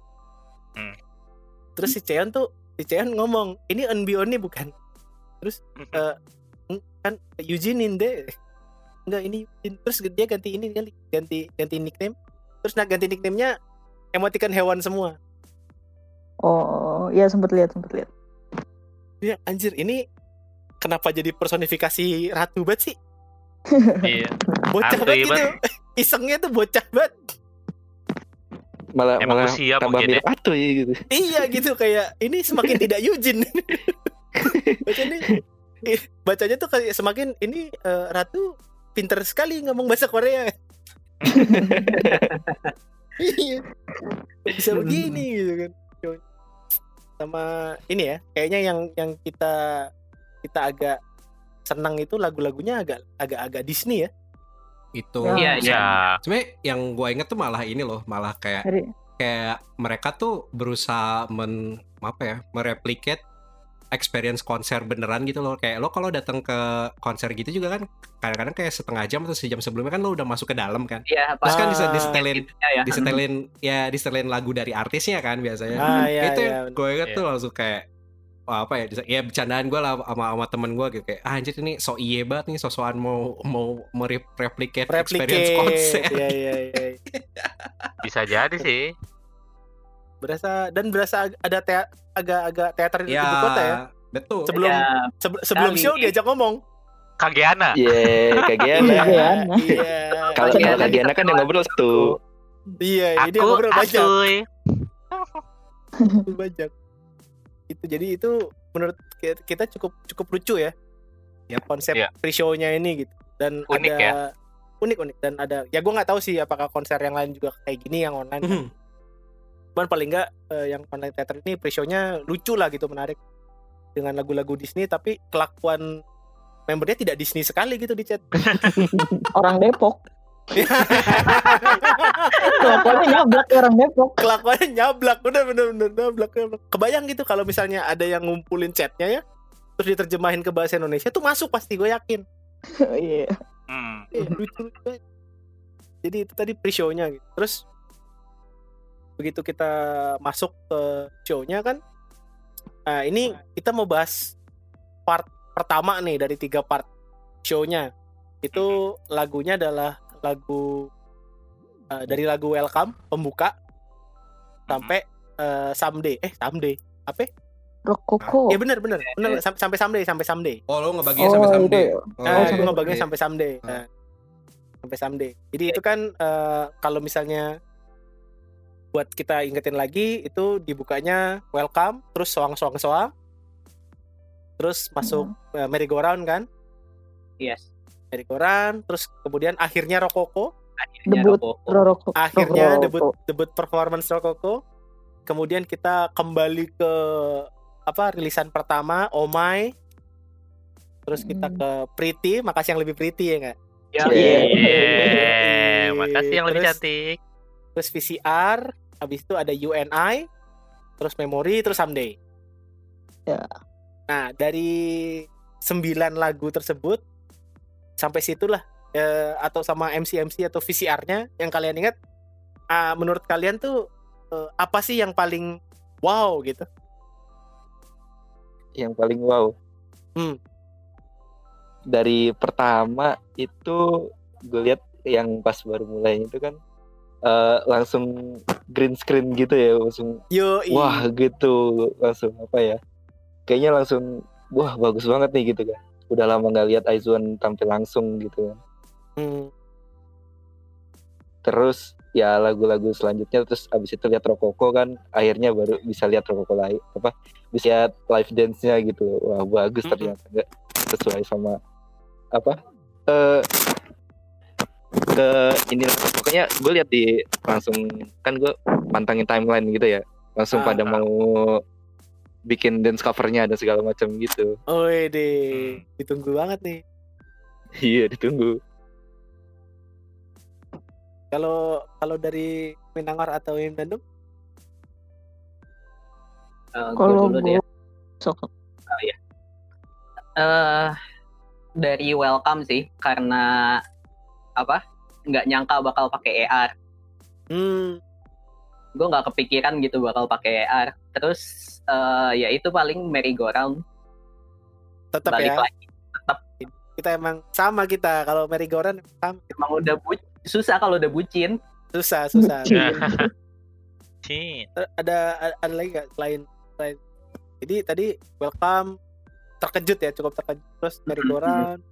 Terus si Cheon ngomong ini Enbi Oni bukan. Terus kan Eugene deh. Enggak ini terus dia ganti ini kali ganti nickname. Terus ganti nickname-nya emoticon hewan semua. Oh, iya sempat lihat. Ya anjir ini kenapa jadi personifikasi ratu banget sih? Iya. Bocah Ratu banget gitu. banget. Isengnya tuh bocah banget. Malah Emang usia tambah mungkin mirip Atoy gitu. Iya gitu kayak ini semakin tidak Eugene. Bacanya tuh kayak semakin ini ratu pinter sekali ngomong bahasa Korea. Iya. Bisa begini gitu kan. Sama ini ya, kayaknya yang kita agak senang itu lagu-lagunya agak Disney ya. Itu Ya. Iya. sebenarnya yang gue inget tuh malah ini loh, malah kayak mereka tuh berusaha mereplicate experience konser beneran gitu loh. Kayak lo kalau datang ke konser gitu juga kan kadang-kadang kayak setengah jam atau sejam sebelumnya kan lo udah masuk ke dalam kan. Iya, Terus kan disetelin lagu dari artisnya kan biasanya. Iya, Itu iya, yang gue inget tuh langsung kayak apa ya bercandaan gue lah sama temen gue gitu kayak anjir ini so iye banget nih sosokan mau replicate experience konser. Iya. Bisa jadi sih. Berasa ada agak teater di Ya, ibu kota ya. betul. Sebelum show diajak ngomong. Kagiana. Iya, Kagiana. Iya. Kalau Kagiana kan yang ngobrol tuh. Iya, dia Aku ngobrol banyak. asuy. Banyak. Itu jadi itu menurut kita cukup lucu ya. Yap. Konsep Iya. pre-show-nya ini gitu. Dan Unik ada ya. unik dan ada ya gue nggak tahu sih apakah konser yang lain juga kayak gini yang online kan. Cuman paling nggak yang online theater ini pre-show-nya lucu lah gitu, menarik dengan lagu-lagu Disney tapi kelakuan membernya tidak Disney sekali gitu di chat. Orang Depok. Kelakuannya nyablak orang Depok. Kelakuannya nyablak, bener nyablak. Kebayang gitu kalau misalnya ada yang ngumpulin chatnya ya, terus diterjemahin ke bahasa Indonesia tuh masuk pasti, gue yakin. Iya. Lucu. Jadi itu tadi pre-show-nya gitu. Terus begitu kita masuk ke show-nya kan, ini kita mau bahas part pertama nih dari 3 part show-nya. Itu lagunya adalah lagu dari lagu Welcome pembuka sampai Someday apa? Rokoko. Ya benar sampai Someday. Oh, lo ngebaginya sampai someday. Gue ngebaginya sampai Someday. Sampai Someday. Jadi itu kan kalau misalnya buat kita ingetin lagi, itu dibukanya Welcome, terus soang, terus masuk merry-go-round kan? Yes. Merry-go-round, terus kemudian akhirnya Rokoko. Debut Rokoko. Akhirnya debut performance Rokoko. Kemudian kita kembali ke rilisan pertama Oh My. Terus kita ke Pretty, makasih yang lebih pretty ya nggak? Makasih yang lebih cantik. Terus VCR, habis itu ada UNI, terus Memory, terus Someday. Ya. Nah, dari 9 lagu tersebut sampai situlah atau sama MC atau VCR-nya yang kalian ingat, menurut kalian tuh apa sih yang paling wow gitu? Yang paling wow. Dari pertama itu gue lihat yang pas baru mulai itu kan langsung green screen gitu ya, langsung wah gitu, langsung apa ya, kayaknya langsung wah bagus banget nih gitu kan. Udah lama nggak lihat Aizuan tampil langsung gitu kan. Terus ya lagu-lagu selanjutnya, terus abis itu lihat Rokoko kan, akhirnya baru bisa lihat Rokoko lain bisa lihat live dance-nya gitu. Wah bagus ternyata, nggak sesuai sama ke ini. Pokoknya gue lihat langsung kan gue pantangin timeline gitu ya, langsung pada mau bikin dance covernya dan segala macam gitu. Oh deh, ditunggu banget nih. Iya ditunggu. Kalau dari Minangor atau Bandung? Kalau gue dari Welcome sih, karena nggak nyangka bakal pakai AR. Gue nggak kepikiran gitu bakal pakai AR. Terus ya itu paling merry-go-round. Tetap ya. Lagi. Tetap. Kita emang sama kita kalau merry-go-round sama. Emang udah susah kalau udah bucin. Susah. Ada lagi nggak selain jadi tadi Welcome terkejut ya, cukup terkejut. Terus merry-go-round.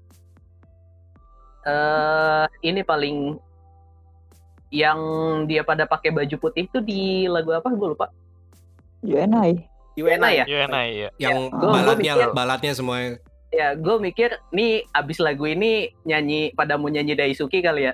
Ini paling yang dia pada pakai baju putih itu di lagu apa gue lupa. UNI ya? UNI ya. Yang balatnya semuanya. Ya, gue mikir nih abis lagu ini pada mau nyanyi Daisuke kali ya.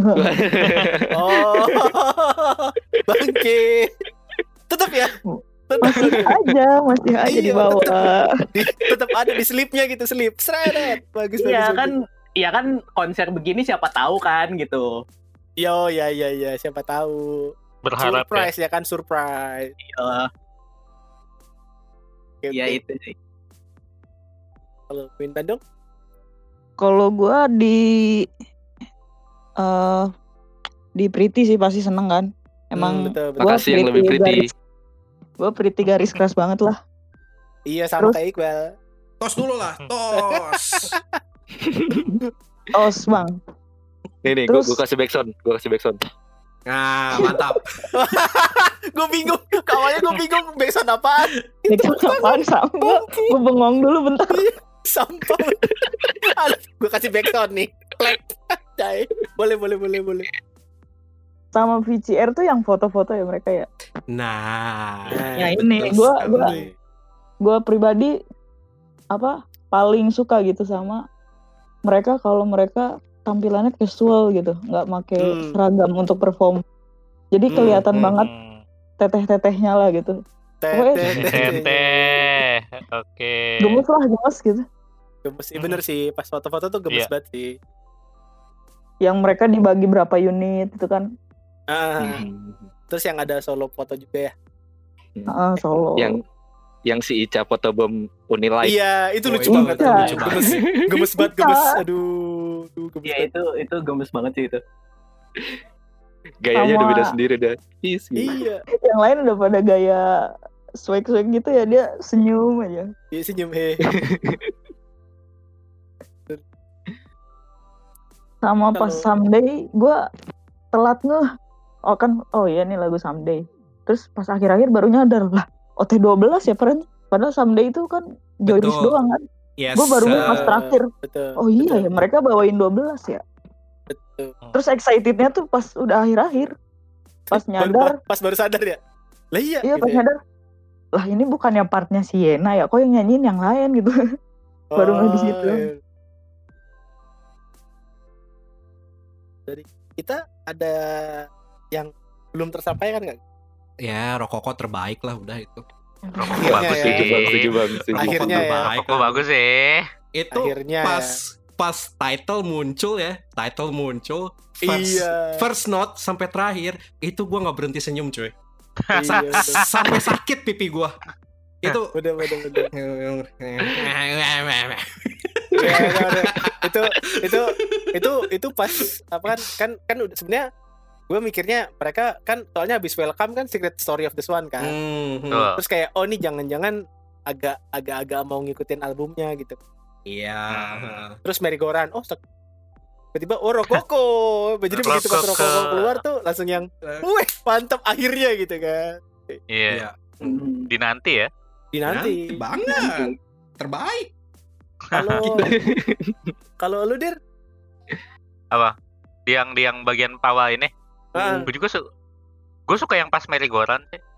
Oh, bangke. Tetap ya. masih aja di bawah. Tetap ada di slipnya gitu, slip. Seret. Bagus. Iya kan konser begini siapa tahu kan gitu. Yo, ya, siapa tahu. Berharap surprise ya kan, surprise. Iya itu sih. Kalau Wintan dong? Kalau gue di Pretty sih pasti seneng kan. Emang betul. gua Makasih yang lebih pretty. Gue Pretty garis keras banget lah. Iya, sama Terus- kayak Iqbal. Tos dulu lah, tos. Os bang. Nih, Terus- gue kasih backsound. Nah, mantap. Gue bingung. Awalnya gue bingung backsound apaan. Itu apaan sama? Gue bengong dulu bentar. Sampah. Gue kasih backsound nih. Plek. Cai. Boleh. Sama VCR tuh yang foto-foto ya mereka ya. Nah, Ya ini betul gue sekali. pribadi paling suka gitu sama mereka kalau mereka tampilannya casual gitu, nggak pakai seragam untuk perform. Jadi kelihatan banget teteh-tetehnya lah gitu. Teteh. Oke. Gemes gitu. Gemes sih, bener sih. Pas foto-foto tuh gemes Iya. banget sih. Yang mereka dibagi berapa unit itu kan. Terus yang ada solo foto juga ya. Solo. Yang si Ica photobomb Unilight. Iya, itu Oh, lucu itu banget. lucu banget. Gemes banget, gemes. Aduh, gemes Iya banget. itu gemes banget sih itu. Gayanya udah Sama- beda sendiri dah. Iya, Yang lain udah pada gaya swag gitu ya, dia senyum aja. iya senyum he. Sama pas Kalau- Someday gue telat ngeh. Oh iya nih lagu Someday. Terus pas akhir-akhir baru nyadar lah. OT12 ya padahal Someday itu kan Joris Betul. doang kan. Yes. Gue baru ngeh pas terakhir. Betul. Oh iya betul, ya mereka bawain 12 ya. betul. Terus excitednya tuh pas udah akhir-akhir. Pas nyadar. Pas baru sadar ya. Lah iya. Iya gitu pas ya. nyadar. Lah ini bukannya partnya Sienna ya. Kok yang nyanyiin yang lain gitu. baru ngeh di situ. iya. Dari kita ada yang belum tersampaikan nggak? Ya, Rokoko terbaik lah udah itu. Akhirnya Bagus ya. sih. Setuju bang. Akhirnya ya. terbaik Kok lah. bagus sih. Itu Akhirnya pas title muncul first, Iya. first note sampai terakhir itu gua nggak berhenti senyum cuy. Iya, betul. Sampai sakit pipi gua. Itu Bener. Iya, Iya, itu pas apa kan udah sebenarnya gue mikirnya mereka kan soalnya habis welcome kan Secret Story of the Swan kan. Tuh. Terus kayak oh nih jangan-jangan agak mau ngikutin albumnya gitu. Iya. Terus Merry Go Round tiba-tiba Rokoko. Jadi begitu pas Rokoko. Rokoko keluar tuh langsung yang wih mantap akhirnya gitu kan. Iya. Dinanti ya. Nanti banget. Terbaik. kalau lu Dir Apa? Di yang bagian bawah ini. Gue juga gue suka yang pas Merry Go Round sih.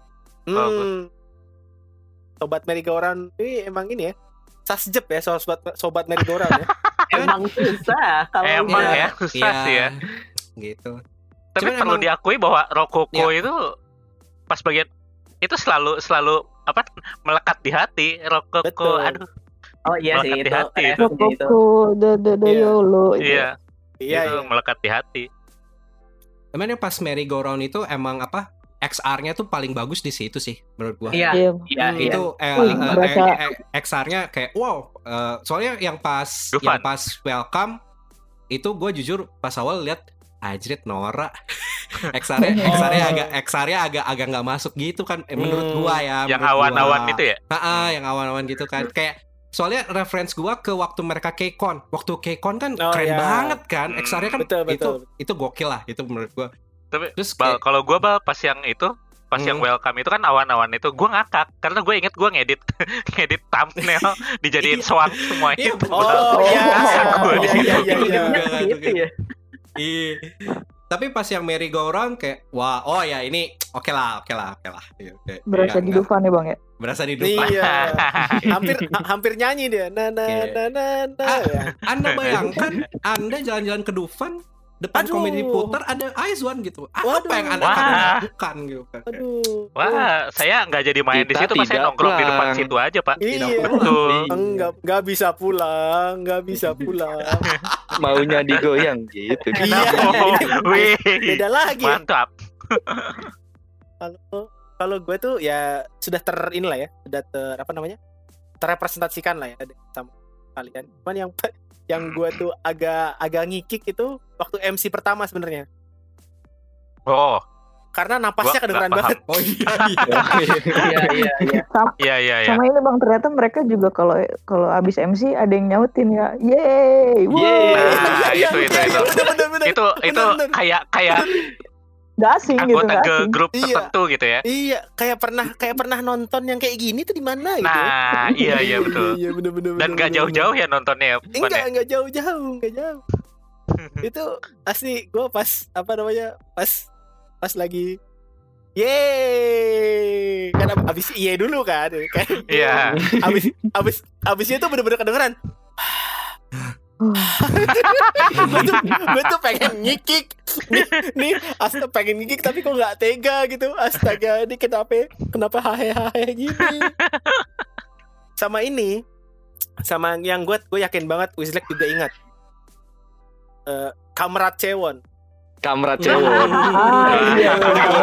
Sobat Merry Go Round ini emang ini ya sasjep ya sobat Merry Go Round ya. Emang susah kalau Emang nggak- ya susah sih ya. Gitu. Tapi Cuman perlu emang- diakui bahwa Rokoko Iya. itu pas bagian itu selalu melekat di hati. Rokoko, Betul. aduh. Oh iya sih Melekat di itu. hati itu. efeknya itu. Koko Iya. Yolo itu. Iya, Iya, itu iya. melekat di hati. Cuman yang pas Merry Go Round itu emang XR-nya tuh paling bagus di situ sih menurut gua. Iya, Iya. iya, iya. Itu Mereka- XR-nya kayak wow. Soalnya yang pas Dufan. welcome itu gue jujur pas awal lihat Ajrit Nora. XR-nya agak nggak masuk gitu kan menurut gua ya. Yang menurut gua. awan-awan itu ya. Yang awan-awan gitu kan. Kayak soalnya reference gua ke waktu mereka K-Con. Waktu K-Con kan Oh, keren iya. banget kan. XR-nya kan Betul. itu gokil lah itu menurut gua. Tapi Terus Bal, kayak kalau gue pas yang itu, pas yang welcome itu kan awan-awan itu gue ngakak karena gue inget gue ngedit ngedit thumbnail dijadiin swag semua Iya, itu. Oh iya. Gua di situ. Iya. Gitu ya. Iya. Tapi pas yang Merry Go Round kayak wah, oh ya ini oke lah. Iya, kayak, Berasa di nggak- Dufan ya bang ya. Berasa di Dufan. Iya. Hampir nyanyi dia. Na. Iya. Ya. Anda bayangkan Anda jalan-jalan ke Dufan depan Aduh. komedi puter ada Aizwan gitu. Waduh. Apa yang Anda Wah. bukan gitu kan. Aduh. Wah, saya nggak jadi main di Kita situ, Pak. Saya tidak nongkrong di depan pulang. situ aja, Pak. Iya. Betul. Enggak bisa pulang, nggak bisa pulang. Maunya digoyang gitu. Iya. Oh, wih. Beda lagi. Mantap. Kalau gue tuh ya sudah inilah ya, sudah terrepresentasikan lah ya sama kalian. Cuman yang gue tuh agak ngikik itu waktu MC pertama sebenarnya. Oh, Karena napasnya Gua kedengeran nggak banget. Oh iya. Iya. iya iya iya. Sama ini Bang, ternyata mereka juga kalau abis MC ada yang nyautin ya. Yeay. Wow. Nah, Iya, itu. bener. Itu Bener. kayak Gak asing gitu, anggota gak asing. grup Iya. tertentu gitu ya. Iya, kayak pernah nonton yang kayak gini tuh di mana gitu. Nah, iya betul. Iya, bener. Dan nggak jauh-jauh ya nontonnya ya. Pan, ya? Enggak jauh-jauh. Itu asli gue pas lagi yeay kan abis iye dulu kan Iya. abisnya tuh bener-bener kedengeran. gue tuh pengen ngikik nih astaga pengen ngikik tapi kok nggak tega gitu. Astaga, ini kenapa hahe gini. Sama yang gue yakin banget Wizlek juga ingat. Kamrat Cewon. Kamrat cewek. Iya.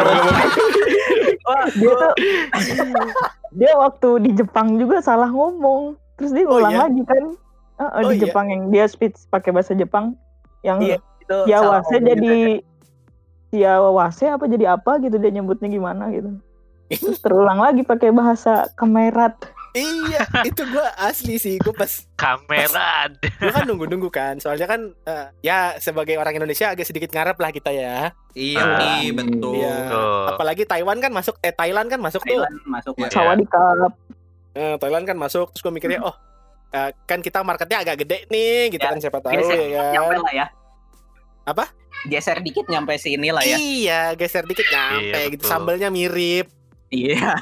Wah, dia waktu di Jepang juga salah ngomong. Terus dia Oh, ngulang iya? lagi kan. Oh, Di iya? Jepang yang dia speech pakai bahasa Jepang yang Iya, itu Yawase salah jadi Yawase apa jadi apa gitu, dia nyebutnya gimana gitu. Terus terulang lagi pakai bahasa Kamerat. Iya, itu gue asli sih. Gue Kamera. gue kan nunggu kan. Soalnya kan ya sebagai orang Indonesia agak sedikit ngarep lah kita ya. Iya, betul. Iya. Betul. Apalagi Thailand kan masuk tuh. Thailand masuk. Iya. Sawadee Cup. Thailand kan masuk. Terus gue mikirnya kan kita marketnya agak gede nih gitu Ya, kan, siapa tahu Geser ya nyampe kan. lah ya. Apa? Geser dikit nyampe sini lah ya. Iya, geser dikit nyampe Iya, gitu. betul. Sambalnya mirip. Iya.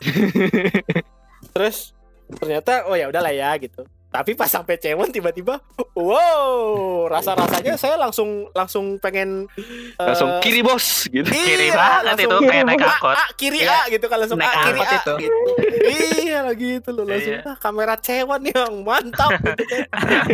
Terus ternyata ya udahlah ya gitu. Tapi pas sampai Cewon tiba-tiba wow, rasa-rasanya saya langsung pengen Langsung kiri bos gitu. Kiri iya, banget langsung itu kiri kayak naik banget. angkot. kiri Iya. gitu kan, langsung Naik kiri angkot itu. gitu. Iya lagi itu loh langsung Iya. kamera Cewon yang mantap gitu kan.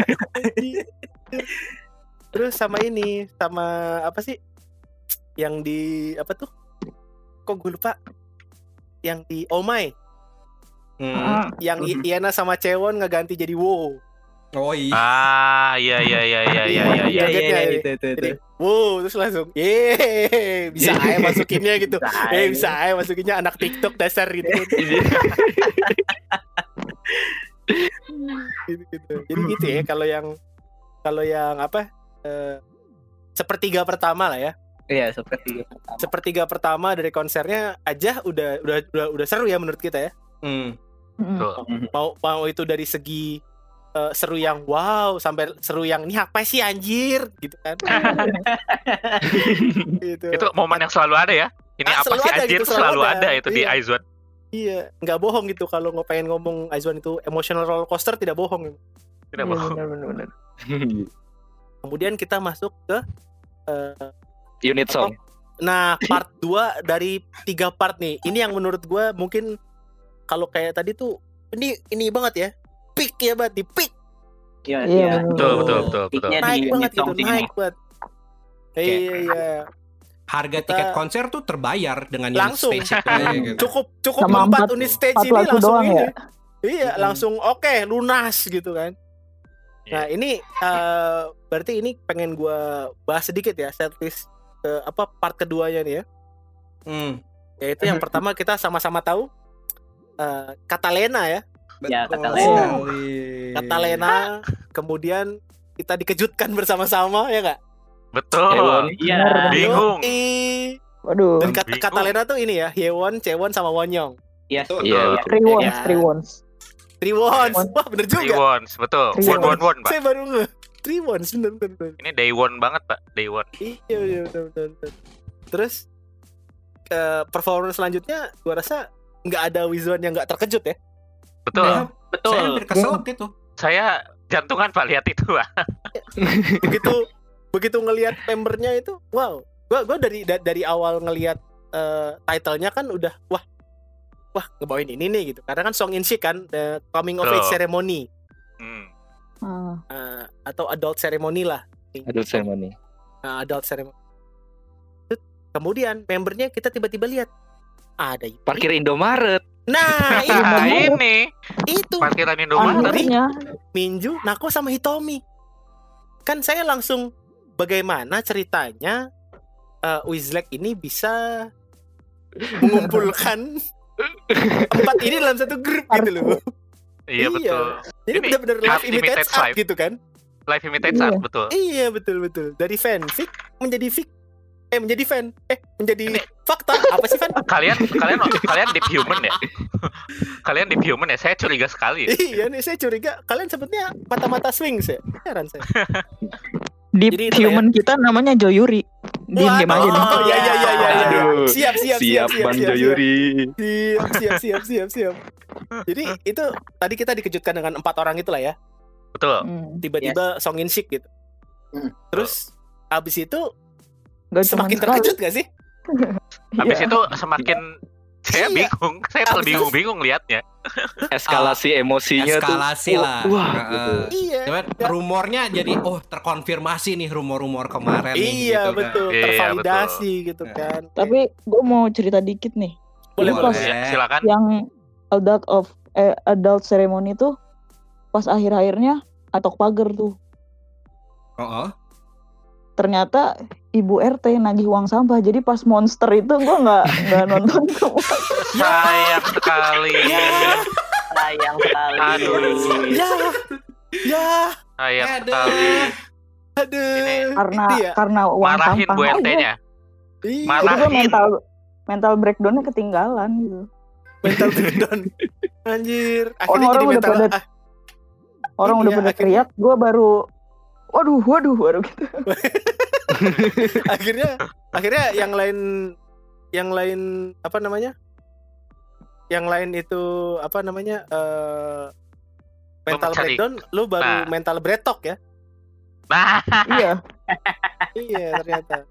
Terus sama apa sih yang di apa tuh, kok gue lupa, yang di Oh My yang Iana sama Cewon ngeganti jadi Wow. Oh iya. Iya. Jogetnya ini. itu. Jadi wow, terus langsung yeay, bisa aja masukinnya gitu. Bisa aja masukinnya anak TikTok dasar gitu. gitu. Jadi gitu ya kalau yang apa sepertiga pertama lah ya. Iya, seperti itu. Sepertiga pertama dari konsernya aja udah seru ya menurut kita ya. Betul. Mau itu dari segi seru yang wow sampai seru yang ini apa sih anjir gitu kan. Gitu. Itu momen yang selalu ada ya. Ini apa selalu sih ada anjir, gitu, selalu selalu ada ada. itu di Iya. Aizwan. Iya, nggak bohong gitu kalau pengen ngomong Aizwan itu emotional roller coaster, tidak bohong. Tidak bohong. Bener. Kemudian kita masuk ke Unit song. nah part 2 dari 3 part nih. Ini yang menurut gue mungkin kalau kayak tadi tuh ini banget ya. Peak ya banget, di peak. Iya, Betul. Peaknya Naik di banget unit song gitu, sini. naik banget. Iya. Harga Kita- tiket konser tuh terbayar dengan unit Langsung. stage itu ya, gitu. Cukup Sama 4 unit stage 4 ini lagu langsung doang ini. ya? Iya, langsung oke, lunas gitu kan. Nah, ini berarti ini pengen gue bahas sedikit ya, setlist part keduanya nih ya. Yaitu yang pertama kita sama-sama tahu Catalina ya. Ya, Betul Catalina. sekali. Catalina, kemudian kita dikejutkan bersama-sama ya nggak? Betul. Iya. Bingung. Yoi. Waduh. Dan Bingung. Catalina tuh ini ya, Hyewon, Cewon sama Wonyong. Iya. Iya. Three ones, Ya. three ones. Three Wons. Wah, bener Three juga. Wons, betul. Three One, Pak. Saya baru Three Wons, bener. Ini Day One banget, Pak. Day One. Iya, bener. Terus performance selanjutnya gua rasa nggak ada Wizwan yang nggak terkejut ya. Betul. Saya Betul. hampir keselak gitu. Saya jantungan Pak lihat itu, Pak. Begitu begitu ngelihat membernya itu, wow. Gua dari awal ngelihat title-nya kan udah wah ngebawain ini nih gitu. Karena kan Song In-sik kan, the coming of age ceremony. Atau adult ceremony lah. Adult ceremony. Adult ceremony. Kemudian membernya kita tiba-tiba lihat ada parkir Indomaret. Nah, ini itu parkiran Indomaret. Minju, Nako sama Hitomi. Kan saya langsung bagaimana ceritanya Wizlek ini bisa mengumpulkan 4 ini dalam satu grup gitu loh. Iya betul. Jadi benar-benar live imitates art gitu kan? Live imitates art betul. Iya betul. Dari fanfic menjadi menjadi fan. Menjadi fakta. Apa sih fan? Kalian deep human ya? Kalian deep human ya? Saya curiga sekali. Iya nih, saya curiga kalian sebetulnya mata-mata swings ya. Heran saya. Deep human kita namanya Joyuri. Diam aja nih. Oh iya. Aduh. Siap Bang Joyuri. Siap. Jadi itu tadi kita dikejutkan dengan 4 orang itulah ya. Betul. Tiba-tiba Song In-sik gitu. Terus abis itu Gak semakin terkejut gak sih? Habis itu semakin saya bingung, saya bingung liatnya. Eskalasi emosinya eskalasi tuh. lah. Wah, gitu. Iya. Cuman rumornya jadi terkonfirmasi nih rumor-rumor kemarin nih, iya gitu betul, kan. tervalidasi gitu kan. Tapi gue mau cerita dikit nih. Boleh. Ya, silakan. Yang adult ceremony tuh pas akhir-akhirnya atok pagar tuh. Ternyata ibu RT nagih uang sampah, jadi pas monster itu gue nggak nonton. Sayang sekali. Sayang sekali. Aduh. Ya. Sayang sekali. Aduh. Karena uang marahin sampah Bu RT-nya. Iya. Marahin. Mental breakdown-nya ketinggalan gitu. Mental breakdown. Anjir. Akhirnya jadi mental. Orang udah pada teriak, gue baru waduh gitu. akhirnya yang lain apa namanya? Yang lain itu apa namanya? Mental breakdown, lu baru mental bretok ya? Nah. Iya ternyata.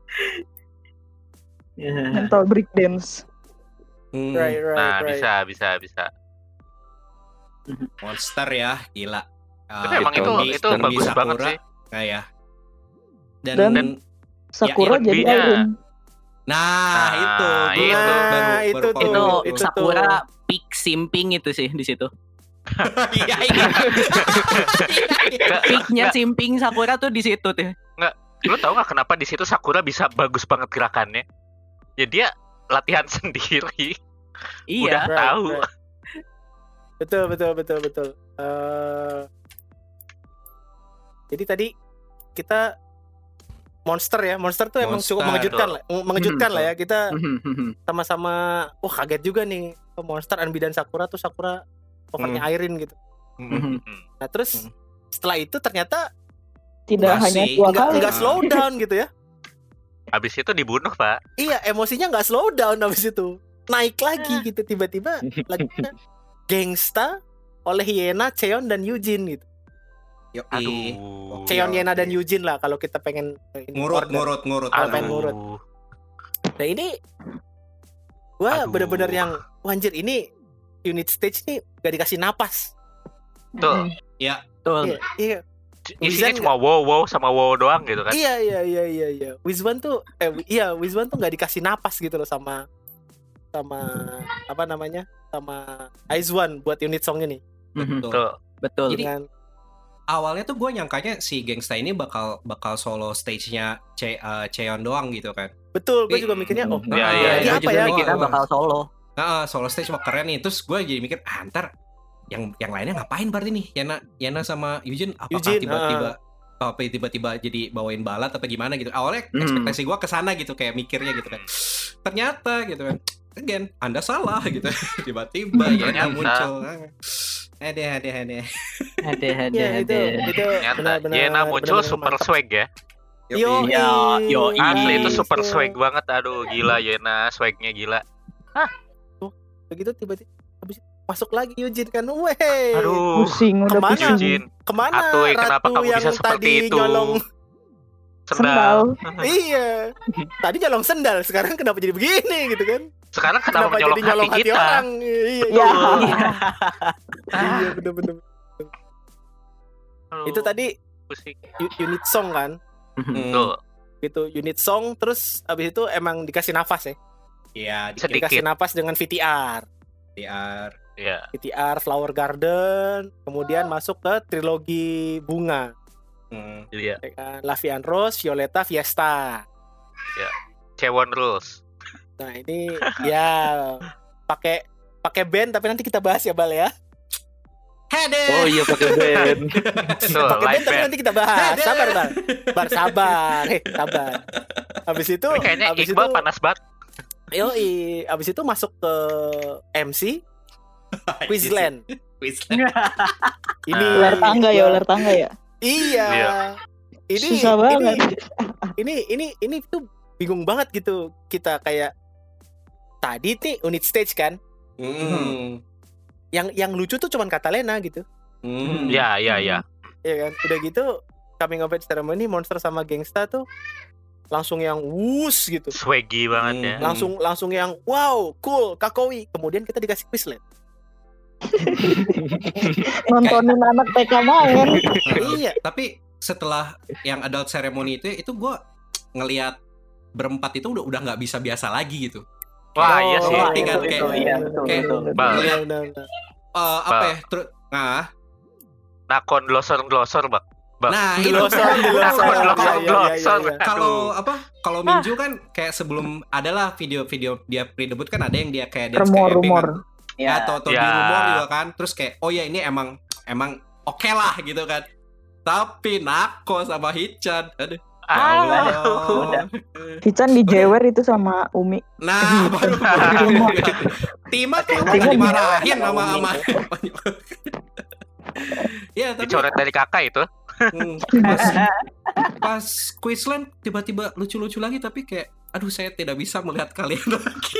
Mental breakdance. Right. Bisa. Monster ya, gila. Tapi emang itu bagus banget sih. Kayak dan Sakura jadi Irene. Itu Sakura peak simping itu sih di situ. Iya. Peaknya simping Sakura tuh di situ tuh. Nggak, lu tau nggak kenapa di situ Sakura bisa bagus banget gerakannya? Ya dia latihan sendiri. Iya. Udah tahu. Betul. Jadi tadi kita monster tuh emang cukup mengejutkan lah ya. Kita sama-sama kaget juga nih, monster Anbi dan Sakura covernya Irene gitu. Nah terus setelah itu ternyata tidak hanya nggak slow down gitu ya. Habis itu dibunuh Pak. Iya, emosinya nggak slow down habis itu, naik lagi gitu tiba-tiba lagi gangsta oleh Hyena, Cheon dan Eugene gitu. Aduh. Cheon, Hyena dan Eugene lah kalau kita pengen ngurut. Nah ini gua bener-bener yang anjir, ini unit stage nih gak dikasih napas. Tuh. Ya. Betul. Iya. Isinya cuma wow sama wow doang gitu kan. Iya. Wizwan tuh gak dikasih napas gitu loh sama apa namanya? Sama Aizwan buat unit song ini. Betul. Jadi awalnya tuh gue nyangkanya si Gangsta ini bakal solo stage-nya Cheon doang gitu kan. Betul, gue juga mikirnya gue juga mikirnya bakal solo. Solo stage wah keren nih. Terus gue jadi mikir ntar yang lainnya ngapain berarti nih? Yana sama Eugene apakah tiba-tiba jadi bawain balad atau gimana gitu. Awalnya ekspektasi gue kesana gitu, kayak mikirnya gitu kan. Ternyata gitu kan, again Anda salah gitu. Tiba-tiba Yana muncul. Ada. Ternyata Yana muncul super swag ya. Yo, asli itu super swag banget. Aduh gila, Yana swagnya gila. Begitu tiba-tiba habis masuk lagi Eugene kan. Weh. Pusing udah Eugene. Kemana Atuy, kenapa Ratu kamu yang bisa seperti tadi itu? nyolong Sendal. Iya. Tadi nyolong sendal, sekarang kenapa jadi begini gitu kan? Sekarang kenapa jadi nyolong hati kita? orang? Iya. Ya. Iya bener-bener. Aduh, Itu tadi pusing. unit song kan? Tuh, Gitu unit song, terus abis itu emang dikasih nafas ya? Iya, sedikit. Dikasih nafas dengan VTR. DDR. Ya. VTR Flower Garden, kemudian masuk ke trilogi bunga. Iya. Ya kan? Lavian Rose, Violeta, Fiesta. Cewon Rules. Nah ini ya pakai band, tapi nanti kita bahas ya Bal ya. Oh iya pakai band. Tuh, Pakai band live tapi band. nanti kita bahas. Sabar Bal. Sabar. Sabar. Habis itu, Tapi kayaknya habis Iqbal itu, panas banget. yoi, habis itu masuk ke MC Quizland. Ini Ular tangga ya, ular tangga ya. Iya. Iya. Ini Susah banget. Ini tuh bingung banget gitu. Kita kayak tadi nih unit stage kan. Yang lucu tuh cuman Catalina gitu. Ya. Iya kan. Udah gitu coming of age ceremony Monster sama Gangsta tuh langsung yang wus gitu. Swaggy banget ya. Langsung yang wow, cool, kakoi. Kemudian kita dikasih Quizlet. Nontonin anak TK main. Iya. Tapi setelah yang adult ceremony itu gue ngelihat berempat itu udah nggak bisa biasa lagi gitu. Wah, iya sih. Ngerti kan? Kayak Betul. Bal. Benar. apa ya? Nakon glosor Bang. Nah, itu Glosor. kalau kalau Minju kan kayak sebelum adalah video-video dia pre-debut kan ada yang dia kayak dance Rumor. Ya. atau di Ya. rumor juga kan, terus kayak oh ya ini emang oke lah gitu kan. Tapi Nako sama Hichan, aduh. Allah. Hichan dijewer itu sama Umi. Nah, baru Tima tuh kan dimarahin sama ya, tapi Dicoret dari kakak itu. pas Quizland tiba-tiba lucu-lucu lagi, tapi kayak aduh saya tidak bisa melihat kalian lagi.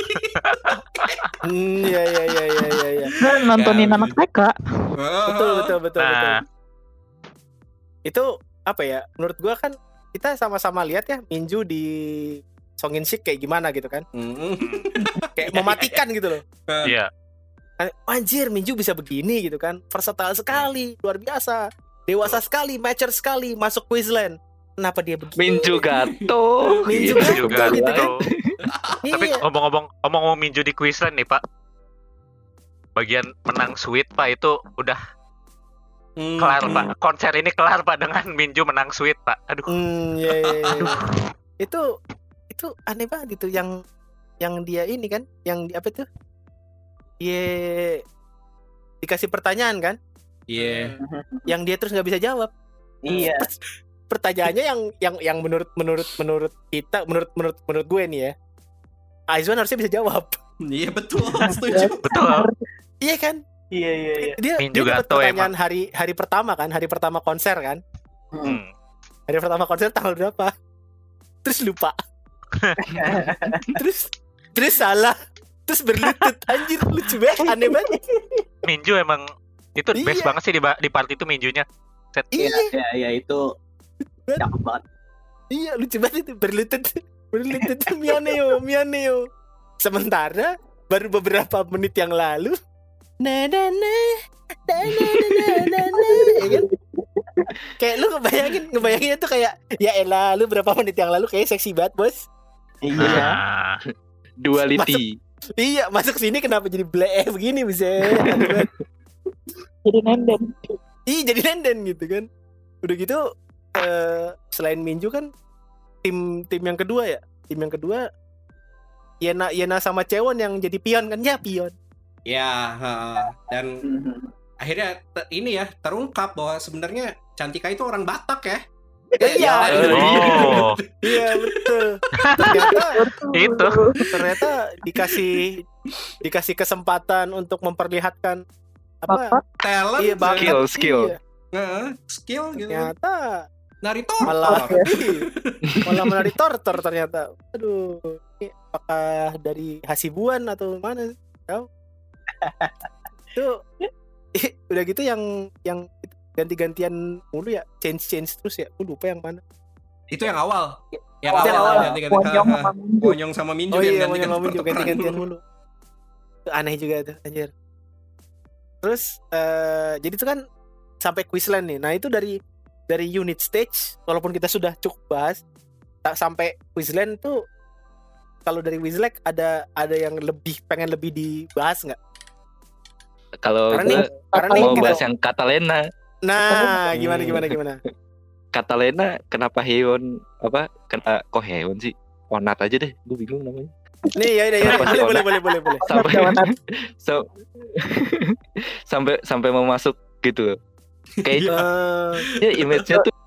Iya. Nontonin Ya, anak TK. Betul. Nah. Itu apa ya? Menurut gua kan kita sama-sama lihat ya Minju di Songin Shik kayak gimana gitu kan. Kayak mematikan gitu loh. Iya. Anjir, Minju bisa begini gitu kan. Versatile sekali, luar biasa. Dewasa sekali, mature sekali, masuk Quizland. Kenapa dia begini? Minju Gato. Minju Itu juga gitu kan. tuh. Tapi Iya. ngomong-ngomong Minju di Quizland nih Pak. Bagian menang sweet Pak itu udah kelar Pak. Konser ini kelar Pak dengan Minju menang sweet Pak. Aduh. Iya. Itu aneh banget itu yang dia ini kan, yang apa tuh? Dia dikasih pertanyaan kan, Iya. yang dia terus nggak bisa jawab. Iya. Pertanyaannya yang menurut kita, menurut gue nih ya, Aizwan harusnya bisa jawab. Iya betul, setuju. Betul. Iya kan? Iya. Dia Minju dapat Gato pertanyaan hari pertama kan, hari pertama konser kan. Hari pertama konser tanggal berapa? Terus lupa. terus salah. Terus berlutut. Anjir, lucu banget, aneh banget. Minju emang itu best Iya. banget sih di part itu Minjunya. Set. Iya itu cakep banget. Iya, lucu banget itu, berlutut Mianeo. Sementara baru beberapa menit yang lalu ya kan? Kayak lu ngebayangin itu kayak ya elah, lu berapa menit yang lalu kayak seksi banget, Bos. Iya. Nah, Duality. Iya, masuk sini kenapa jadi bleh begini bisa. Jadi nenden. Iya, jadi nenden gitu kan. Udah gitu selain Minju kan tim yang kedua ya. Tim yang kedua Yena sama Cewon yang jadi pion kan, ya pion. Ya, dan akhirnya ini ya terungkap bahwa sebenarnya Cantika itu orang Batak ya. Iya. Oh, Iya, betul. Ternyata dikasih kesempatan untuk memperlihatkan apa? Talent, Iya, bakat. Skill. Iya. skill gitu. Ternyata Naruto. malah menari tortor ternyata. Aduh, ini apakah dari Hasibuan atau mana? Tahu? Itu udah gitu yang ganti-gantian mulu ya, change terus ya. Aku lupa yang mana. Itu yang awal. Yang Itu yang awal awal. ganti-ganti. Ponyong sama Minju. Ponyong sama Minju Oh yang iya, ganti-ganti mau juga pertukaran. ganti-gantian mulu. Itu aneh juga tuh, anjir. Terus jadi itu kan sampai Quizland nih. Nah, itu dari unit stage, walaupun kita sudah cukup bahas, tak sampai Quizland tuh kalau dari Wizlek ada yang pengen lebih dibahas nggak? Kalau Karena gue nih mau kita- bahas yang Catalena. Nah, gimana? Catalena kenapa Heon kok Heon sih? Onat aja deh, gue bingung namanya. Nih ya, Kenapa sih boleh. Sampai sampai mau masuk gitu. Kayak ya image-nya tuh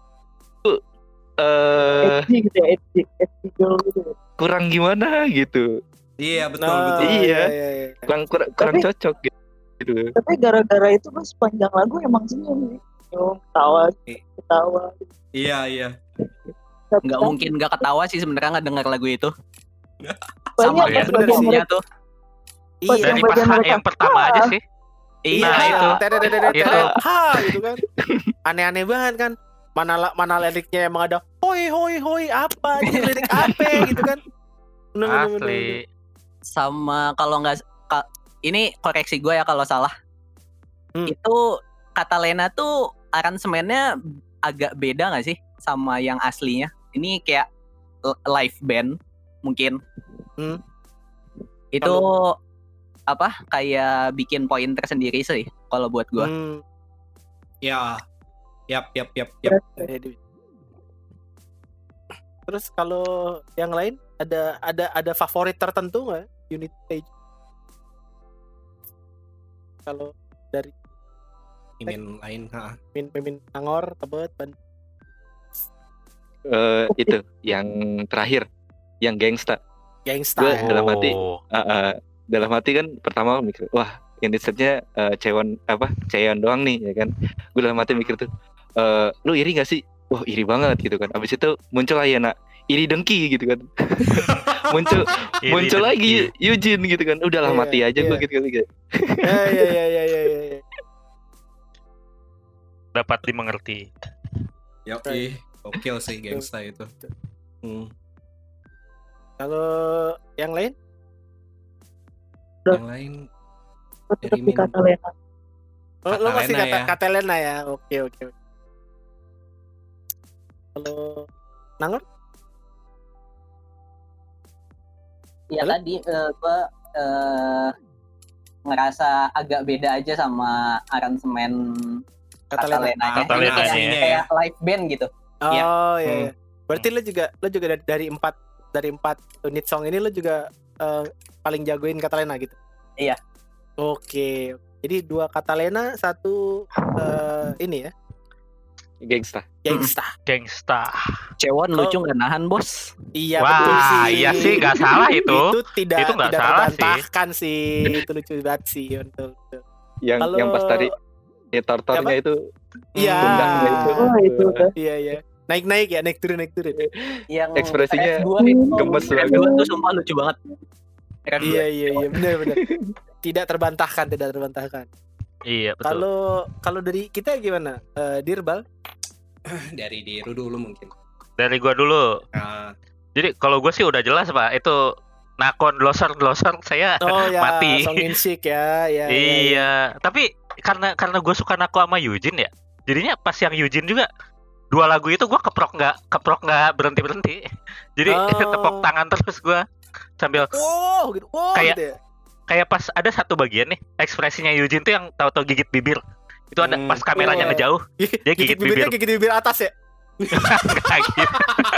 Edgy gitu ya, edgy girl gitu. kurang gimana gitu. Iya, betul Nah, betul. Iya. iya. Kurang Tapi- cocok gitu. Tapi gara-gara itu pas sepanjang lagu emang senyum sih. Senyum, ketawa. Iya. Nggak mungkin nggak ketawa sih sebenarnya nggak dengar lagu itu. Banyak Sama ya. pas Bener bagian sih. bagiannya mereka. tuh. Iya. Dari bagian pas mereka. yang pertama aja sih. Iya Nah, itu. Itu. gitu kan. Aneh-aneh banget kan. Mana liriknya emang ada hoi apa ini lirik apa gitu kan. Bener. Asli. Sama kalau nggak ini koreksi gue ya kalau salah. Hmm. Itu Catalena tuh aransemennya agak beda nggak sih sama yang aslinya? Ini kayak live band mungkin. Hmm. Itu kayak bikin poin tersendiri sih kalau buat gue. Ya. Yap. Terus kalau yang lain ada favorit tertentu nggak unit stage? Kalau dari Mimin lain, Mimin Angor, Tebet, Ban. Itu yang terakhir, yang Gangsta. Gangsta. Gue Ya. dalam hati kan pertama mikir, wah ini setnya Cheon doang nih ya kan. Gue dalam hati mikir tuh, lu iri gak sih? Wah iri banget gitu kan. Abis itu muncul Ayana, iri dengki gitu kan. muncul lagi Eugene gitu kan. Udahlah Iya, mati aja gue iya. gitu. Ya. Dapat dimengerti. Yoi. Gokil sih Gangsta itu. Kalau yang lain? Yang lain Tapi Min. Catalena. Lo masih Catalena ya. Catalena ya. Oke. Kalau Nangor? Ya Boleh? tadi gue ngerasa agak beda aja sama aransemen Catalena. Catalena Kayak, nya ya. kayak live band gitu. Oh Iya. iya. Berarti lo juga dari empat unit song ini lo juga paling jagoin Catalena gitu. Iya. Oke. Jadi 2 Catalena, 1 ini ya, Gangsta. Gangsta. Cewon lucu nggak nahan bos. Iya Wah, betul sih. iya sih, nggak salah itu. Itu tidak Itu nggak salah sih. terbantahkan sih. Itu lucu banget sih, betul. Yang pas tadi ya tortornya itu Iya. pundaknya itu. Oh, itu kan. Iya. Naik ya, naik turun. Yang Ekspresinya F2 itu gemes banget. Kedua tuh sumpah lucu banget. Iya, benar. Tidak terbantahkan. Iya, betul. Kalau dari kita gimana? Dirbal? dari Diru dulu mungkin. Dari gua dulu. Nah, Jadi kalau gue sih udah jelas Pak, itu Nakon glosor saya Oh ya, mati. Song In Sik ya. Iya, tapi karena gue suka Nako sama Eugene ya, jadinya pas yang Eugene juga 2 lagu itu gue keprok nggak berhenti. Jadi Oh. tepok tangan terus gue sambil Gitu. Kayak- Gitu ya. kayak pas ada satu bagian nih ekspresinya Eugene tuh yang tahu-tahu gigit bibir. Itu ada pas kameranya Iya. ngejauh, dia gigit bibir. Gigit bibir atas ya. Kayak gitu.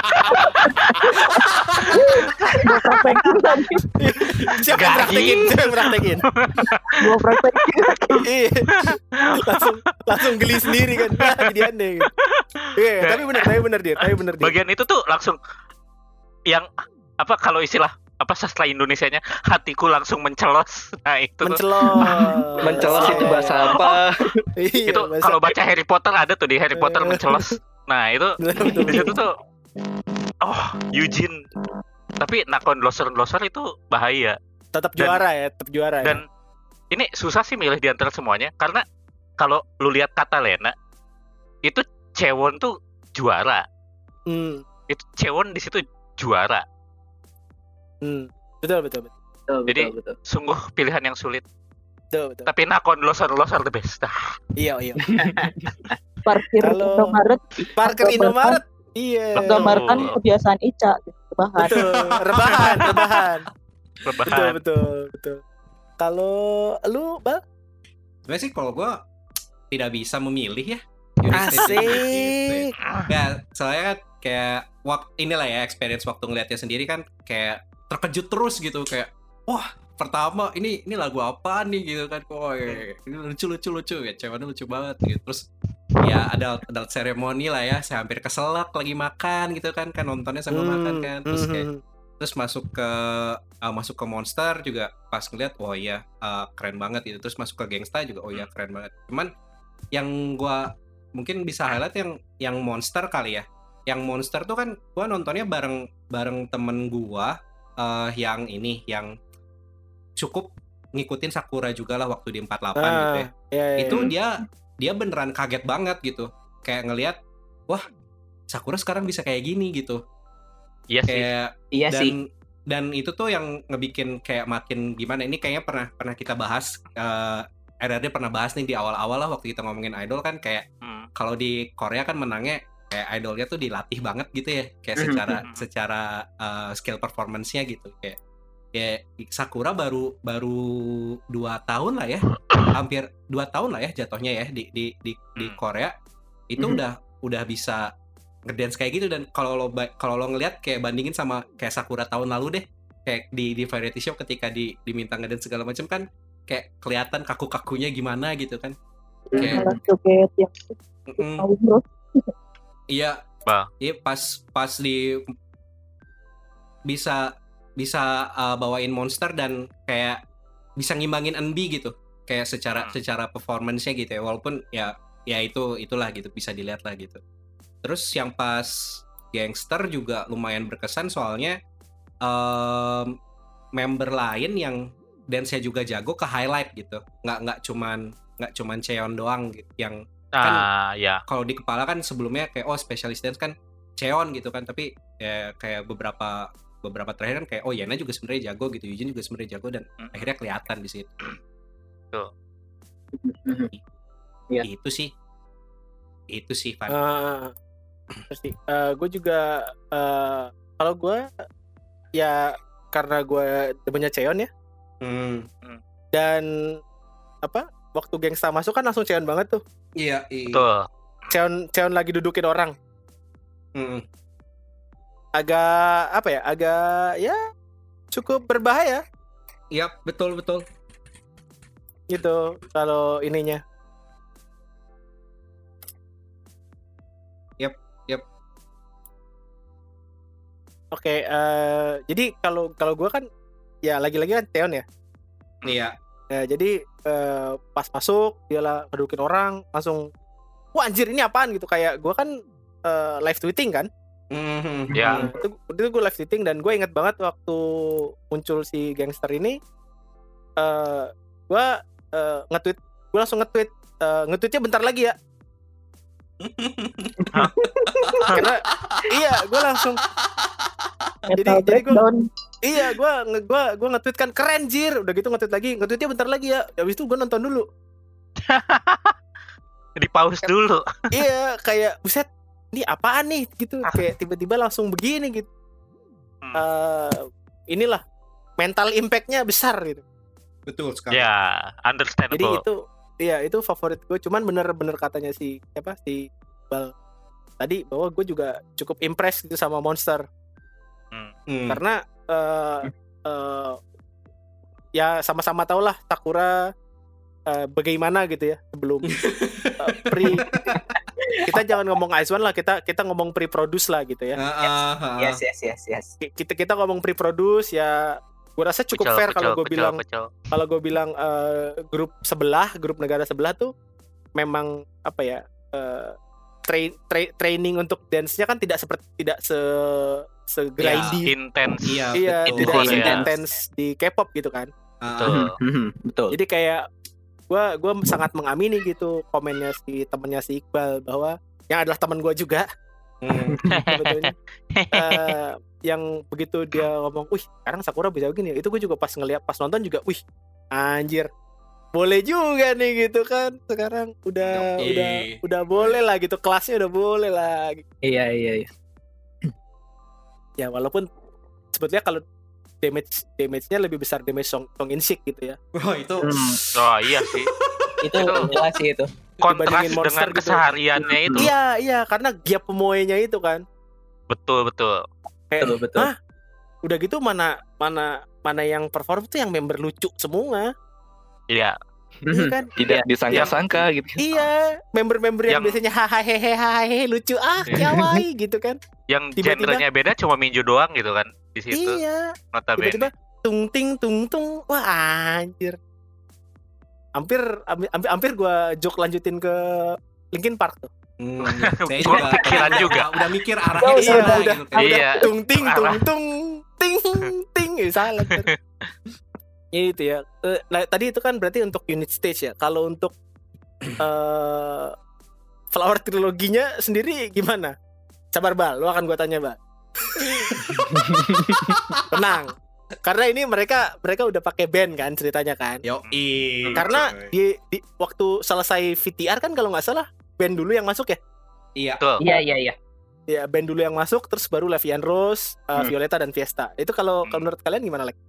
Gue praktekin tadi. Siapa yang praktekin? Gue praktekin. Iya. langsung geli sendiri kan. Jadi aneh gitu. Iya, tapi benar dia. Bagian itu tuh langsung yang kalau istilah sastra Indonesianya hatiku langsung mencelos. Nah itu tuh. Mencelos itu bahasa apa? Iya, Itu kalau baca Harry Potter ada tuh di Harry Potter Eh. mencelos. Nah itu Betul. di situ tuh Eugene. Tapi Nakon glosor itu bahaya. tetap Dan- juara ya. Dan ini susah sih milih di antara semuanya karena kalau lu lihat Catalena itu Cewon tuh juara. itu Cewon di situ juara. Betul, betul, betul. Jadi betul. sungguh pilihan yang sulit. Betul, betul. Tapi Nakon losor the best. Iya. Parkir Kalau- Indomaret, Parkir Indomaret. Iya. Betul. gambarkan kebiasaan Ica gitu, rebahan. Betul. Rebahan. Rebahan. Betul. Kalau lu, Bal? Sebenarnya sih kalau gue tidak bisa memilih ya. University gitu Asik. ya. Nggak, soalnya kan kayak inilah ya experience waktu ngeliatnya sendiri kan kayak terkejut terus gitu, kayak wah pertama ini lagu apa nih gitu kan, wah ini lucu ya, ceweknya lucu banget gitu. Terus ya adult ceremony lah ya, saya hampir keselak lagi makan gitu kan nontonnya sambil makan kan. Terus kayak terus masuk ke Monster juga pas ngeliat, oh iya keren banget gitu. Terus masuk ke Gangsta juga, oh iya keren banget. Cuman yang gua mungkin bisa highlight yang Monster kali ya. Yang Monster tuh kan gua nontonnya bareng temen gua yang cukup ngikutin Sakura juga lah waktu di 48 gitu ya. Iya. Itu dia beneran kaget banget gitu. Kayak ngelihat, wah Sakura sekarang bisa kayak gini gitu. Iya sih. Kayak Iya sih. dan itu tuh yang ngebikin kayak makin gimana. Ini kayaknya pernah kita bahas, RRD pernah bahas nih di awal-awal lah waktu kita ngomongin idol kan, kayak kalau di Korea kan menangnya kayak idolnya tuh dilatih banget gitu ya, kayak secara skill performance-nya gitu. Kayak Sakura baru 2 tahun lah ya, hampir 2 tahun lah ya jatuhnya ya di Korea itu udah bisa ngedance kayak gitu. Dan kalau lo ngelihat kayak bandingin sama kayak Sakura tahun lalu deh, kayak di variety show ketika diminta ngedance segala macam kan kayak kelihatan kaku-kakunya gimana gitu kan. Kayak Joget yang bro. Iya. Iya pas di bisa bawain Monster dan kayak bisa ngimbangin NB gitu. Kayak secara performance-nya gitu ya. Walaupun ya itulah gitu, bisa dilihat lah gitu. Terus yang pas Gangster juga lumayan berkesan soalnya member lain yang dance-nya juga jago ke highlight gitu. Nggak cuman Cheon doang gitu yang kan ya. Kalau di kepala kan sebelumnya kayak specialist dance kan Cheon gitu kan, tapi ya kayak beberapa terakhir kan kayak Yana juga sebenarnya jago gitu, Yujin juga sebenarnya jago, dan akhirnya kelihatan di situ. Tuh. Iya. Itu sih Van. Pasti. Gue juga kalau gue ya karena gue demennya Cheon ya. Dan waktu Gangsta masuk kan langsung Cheon banget tuh. Iya. Betul. Cheon lagi dudukin orang. Agak ya cukup berbahaya. Iya, betul. Gitu kalau ininya. Yap. Oke, jadi kalau gue kan ya lagi-lagi kan Cheon ya. Iya. Ya, jadi pas masuk dia lah ngedudukin orang, langsung wah anjir ini apaan gitu. Kayak gue kan live tweeting kan. Ya. Itu gue live tweeting dan gue inget banget waktu muncul si Gangster ini, gue nge-tweet, gue langsung nge-tweetnya bentar lagi ya. Karena gue langsung jadi gue nge-tweet kan keren jir, udah gitu nge-tweet lagi, nge-tweetnya bentar lagi ya. Habis itu gue nonton dulu. Di pause dulu. Iya, kayak buset, ini apaan nih gitu, kayak tiba-tiba langsung begini gitu. Inilah mental impact-nya besar gitu. Betul sekali. Ya, understandable. Jadi itu favorit gue. Cuman bener-bener katanya si Bal tadi bahwa gue juga cukup impress gitu sama Monster. Karena ya sama-sama tau lah Sakura bagaimana gitu ya sebelum kita jangan ngomong Ice One lah, kita ngomong pre-produce lah gitu ya. Yes. Kita ngomong pre-produce ya, gue rasa cukup fair kalau gue bilang grup negara sebelah tuh memang training untuk dance-nya kan tidak se-grindy, intens. Iya, tidak se-intens di K-pop gitu kan. Betul. Jadi kayak gue sangat mengamini gitu komennya si temennya si Iqbal, bahwa yang adalah teman gue juga, Sebetulnya yang begitu dia ngomong, wih sekarang Sakura bisa begini, itu gue juga pas ngeliat, pas nonton juga, wih anjir boleh juga nih gitu kan, sekarang udah boleh lah gitu, kelasnya udah boleh lah gitu. Iya. Ya walaupun sebetulnya kalau damage-nya lebih besar damage Song In-sik gitu ya. Wah itu Oh iya sih. Itu jelas sih itu. Kontras Dibandingin monster dengan gitu. kesehariannya itu. Iya karena gap pemoenya itu kan. Betul. Kayak, Betul. hah? Udah gitu mana yang perform tuh yang member lucu semua. Iya. Iya kan? Tidak disangka-sangka gitu. Iya, member-member yang biasanya hahaha lucu kawaii gitu kan. Yang Tiba-tiba- genrenya beda cuma Minju doang gitu kan di situ. Iya, Notabene. tiba-tiba tung ting, wah anjir. Hampir gua joke lanjutin ke Linkin Park tuh. Saya Gua juga pikiran juga. udah mikir arahnya Iya, sana udah. gitu. Iya. Tung ting, Arah. ting, salah. Itu ya. Nah, tadi itu kan berarti untuk unit stage ya. Kalau untuk Flower triloginya sendiri gimana? Sabar Bal, lu akan gua tanya Bal. Tenang. Karena ini mereka udah pakai band kan ceritanya kan. Karena di waktu selesai VTR kan kalau nggak salah band dulu yang masuk ya. Iya. Betul. Iya. Ya band dulu yang masuk, terus baru Levian Rose, Violeta dan Fiesta. Itu kalau menurut kalian gimana, Lek?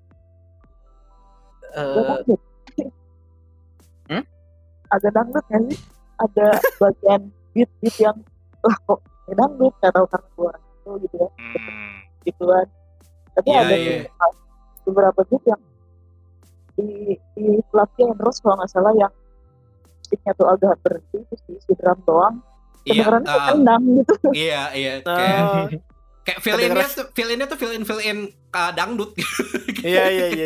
Agak dangdut kan sih, ada bagian beat yang kok ini dangdut, nggak tahu karena gue orang itu gitu ya, gituan. Tapi Iya, ada iya. beberapa beat yang di Flavia Rose kalau nggak salah yang musiknya tuh agak berhenti, terus diisi drum doang. Iya, Kedengerannya kayak kendang gitu. iya. Kayak fill-innya tuh fill in dangdut. Iya.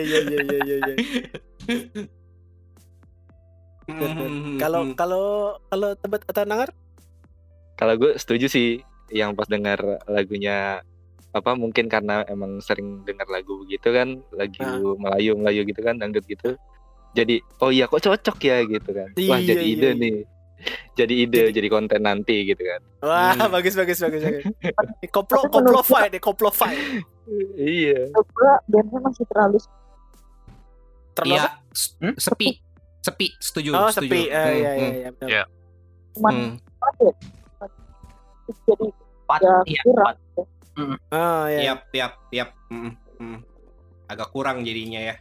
Kalau Tebet atau Nangar? Kalau gue setuju sih yang pas dengar lagunya apa mungkin karena emang sering dengar lagu begitu kan, lagu Melayu gitu kan, dangdut gitu. Jadi oh iya kok cocok ya gitu kan. Wah Iya, jadi iya, ide iya. nih. Jadi ide, jadi konten nanti gitu kan. Wah, bagus. Koplo fight. Iya. Coba bandnya masih terlalu Terlalu Iya, sepi, setuju. sepi. Iya, betul. Iya. cuman padat. Jadi Iya. kurang. Oh, iya. Yap. Agak kurang jadinya ya.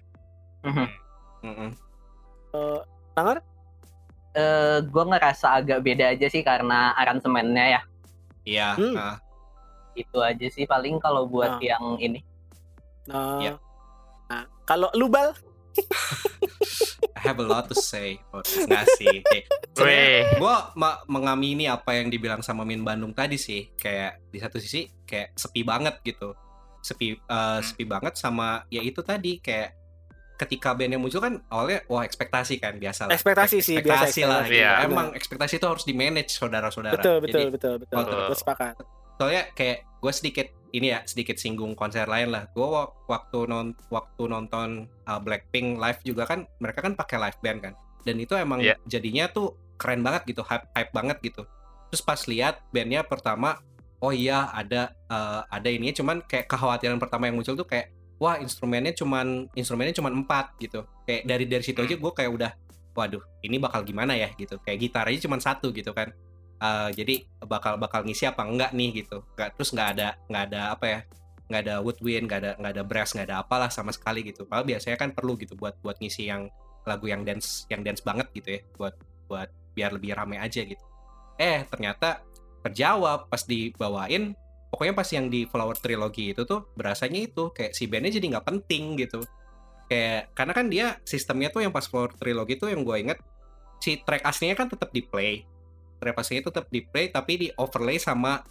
Nangar? Gue ngerasa agak beda aja sih karena aransemennya ya. Iya. Itu aja sih paling kalau buat yang ini. Iya. Nah, kalau lu Bal? I have a lot to say. Nggak sih. Gue mengamini apa yang dibilang sama Min Bandung tadi sih. Kayak di satu sisi kayak sepi banget gitu. Sepi banget sama ya itu tadi kayak ketika bandnya muncul kan awalnya wah ekspektasi kan biasa lah. Ekspektasi lah. ekspektasi. Gitu. Emang ekspektasi itu harus di manage saudara-saudara. Betul. Gue sepakat. Soalnya kayak gue sedikit singgung konser lain lah. Gue waktu nonton Blackpink live juga kan mereka kan pakai live band kan. Dan itu emang jadinya tuh keren banget gitu, hype banget gitu. Terus pas lihat bandnya pertama, oh iya ada ini, cuman kayak kekhawatiran pertama yang muncul tuh kayak wah instrumennya cuman 4 gitu. Kayak dari situ aja gue kayak udah waduh ini bakal gimana ya gitu. Kayak gitar aja cuman 1 gitu kan. Jadi bakal ngisi apa enggak nih gitu. Terus nggak ada apa ya, nggak ada woodwind, nggak ada brass, nggak ada apalah sama sekali gitu. Padahal biasanya kan perlu gitu buat ngisi yang lagu yang dance banget gitu ya, buat biar lebih rame aja gitu. Ternyata terjawab pas dibawain. Pokoknya pas yang di Flower Trilogy itu tuh berasanya itu kayak si bandnya jadi nggak penting gitu. Kayak karena kan dia sistemnya tuh yang pas Flower Trilogy tuh yang gue inget si track aslinya kan tetap di play. Track aslinya tetap di play tapi di overlay sama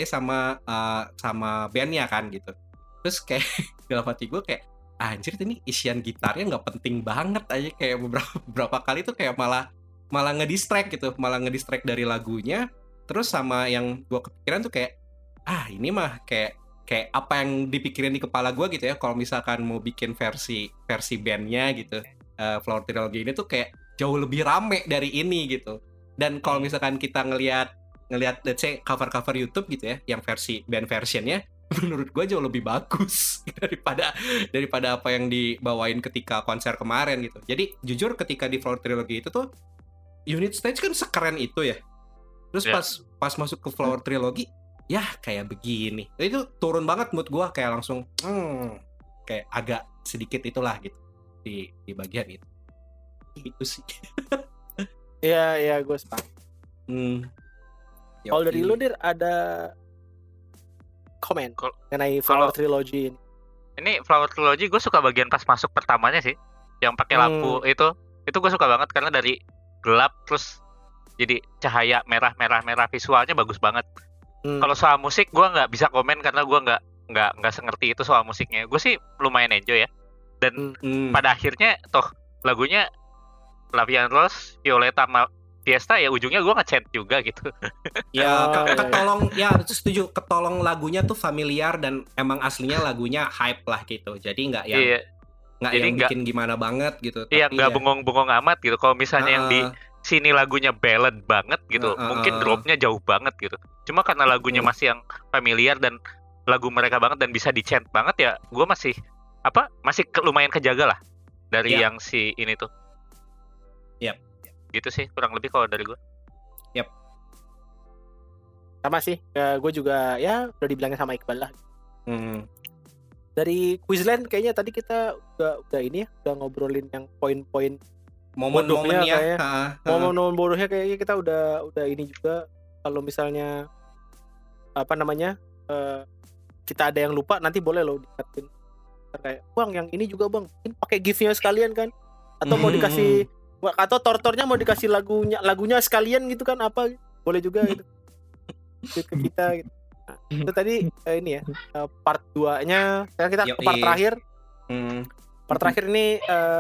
bandnya kan gitu. Terus kayak dalam hati gue kayak anjir ini isian gitarnya nggak penting banget aja, kayak beberapa kali tuh kayak malah ngedistract gitu, malah ngedistract dari lagunya. Terus sama yang gue kepikiran tuh kayak ini mah kayak apa yang dipikirin di kepala gue gitu ya, kalau misalkan mau bikin versi bandnya gitu, Flower Trilogy ini tuh kayak jauh lebih rame dari ini gitu. Dan kalau misalkan kita ngelihat ngelihat let's say cover-cover YouTube gitu ya, yang versi band versionnya menurut gue jauh lebih bagus daripada apa yang dibawain ketika konser kemarin gitu. Jadi jujur ketika di Flower Trilogy itu tuh unit stage kan sekeren itu ya. Terus pas masuk ke Flower Trilogy ya kayak begini. Itu turun banget mood gue, kayak langsung kayak agak sedikit itulah gitu di bagian itu. Itu sih. Iya, gue sepakat. Kalau dari lu, Dir, ada komen mengenai Flower Trilogy ini? Ini Flower Trilogy gue suka bagian pas masuk pertamanya sih, yang pakai lampu itu gue suka banget karena dari gelap terus jadi cahaya merah visualnya bagus banget. Kalau soal musik gue nggak bisa komen karena gue nggak sengerti itu soal musiknya. Gue sih lumayan enjoy ya, dan pada akhirnya toh lagunya Lavian Rose, Violeta, Fiesta ya ujungnya gue ngechant juga gitu. Ya ketolong, ya setuju, ketolong lagunya tuh familiar dan emang aslinya lagunya hype lah gitu. Jadi nggak yang bikin gimana banget gitu. Iya, nggak bengong-bengong amat gitu. Kalau misalnya yang di sini lagunya ballad banget gitu, mungkin dropnya jauh banget gitu. Cuma karena lagunya masih yang familiar dan lagu mereka banget dan bisa di-chant banget ya, gue masih lumayan kejaga lah dari yang si ini tuh. Gitu sih kurang lebih kalau dari gue. Sama sih, gue juga ya udah dibilangin sama Iqbal lah. Dari Quizland kayaknya tadi kita udah ini ya, udah ngobrolin yang poin-poin momen-momennya, momen-momen bodohnya kayaknya kita udah ini juga. Kalau misalnya kita ada yang lupa nanti boleh loh dikatin. Kayak Bang yang ini juga Bang, ini pakai gif-nya sekalian kan? Atau mau dikasih atau tortornya mau dikasih lagunya sekalian gitu kan, apa boleh juga gitu ke kita gitu. Nah, itu tadi ini ya part 2-nya. Sekarang kita ke part terakhir. Part terakhir ini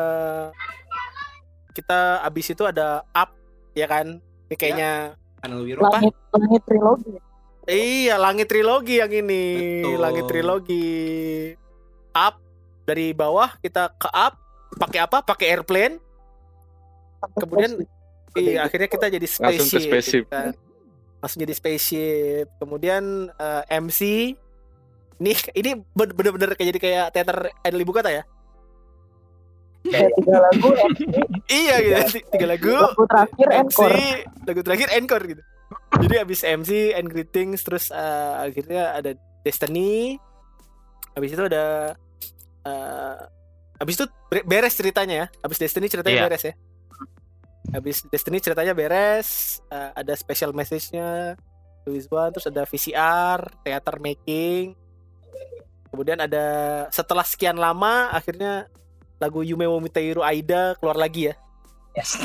kita abis itu ada Up ya kan, ini kayaknya Langit Trilogy. Iya, Langit Trilogy yang ini. Betul. Langit Trilogy. Up dari bawah kita ke up pakai apa? Pakai airplane. Kemudian akhirnya kita jadi spaceship. Langsung jadi spaceship. Kemudian MC ini bener-bener kayak teater Idol Ibu Kota ya. Kayak 3 lagu MC. Iya gitu, 3 lagu. Lagu terakhir encore gitu. Jadi abis MC and greetings, terus akhirnya ada Destiny. Abis itu ada abis itu beres ceritanya ya. Abis Destiny ceritanya beres ya. Habis Destiny ceritanya beres, ada special message-nya Louis One, terus ada VCR, theater making. Kemudian ada setelah sekian lama akhirnya lagu Yume wo Mitairu Aida keluar lagi ya. Yes.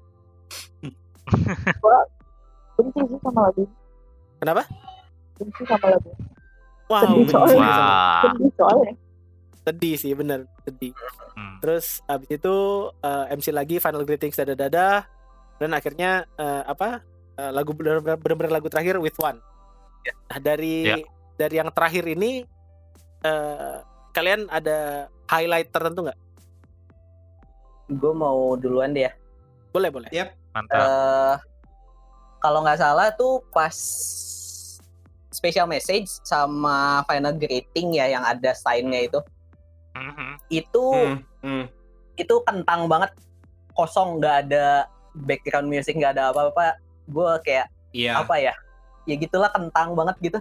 Benci sih sama lagu. Kenapa? Benci sama lagu. Wow, sedih soalnya. Sedih sih, bener sedih. Terus abis itu MC lagi final greetings dadah. Dan akhirnya lagu bener-bener lagu terakhir with one. Nah, dari yang terakhir ini kalian ada highlight tertentu nggak? Gue mau duluan deh ya. Boleh. Yap. Mantap. Kalau nggak salah tuh pas special message sama final greeting ya yang ada sign-nya itu. Itu kentang banget, kosong, nggak ada background music, nggak ada apa-apa. Gue kayak apa ya gitulah, kentang banget gitu.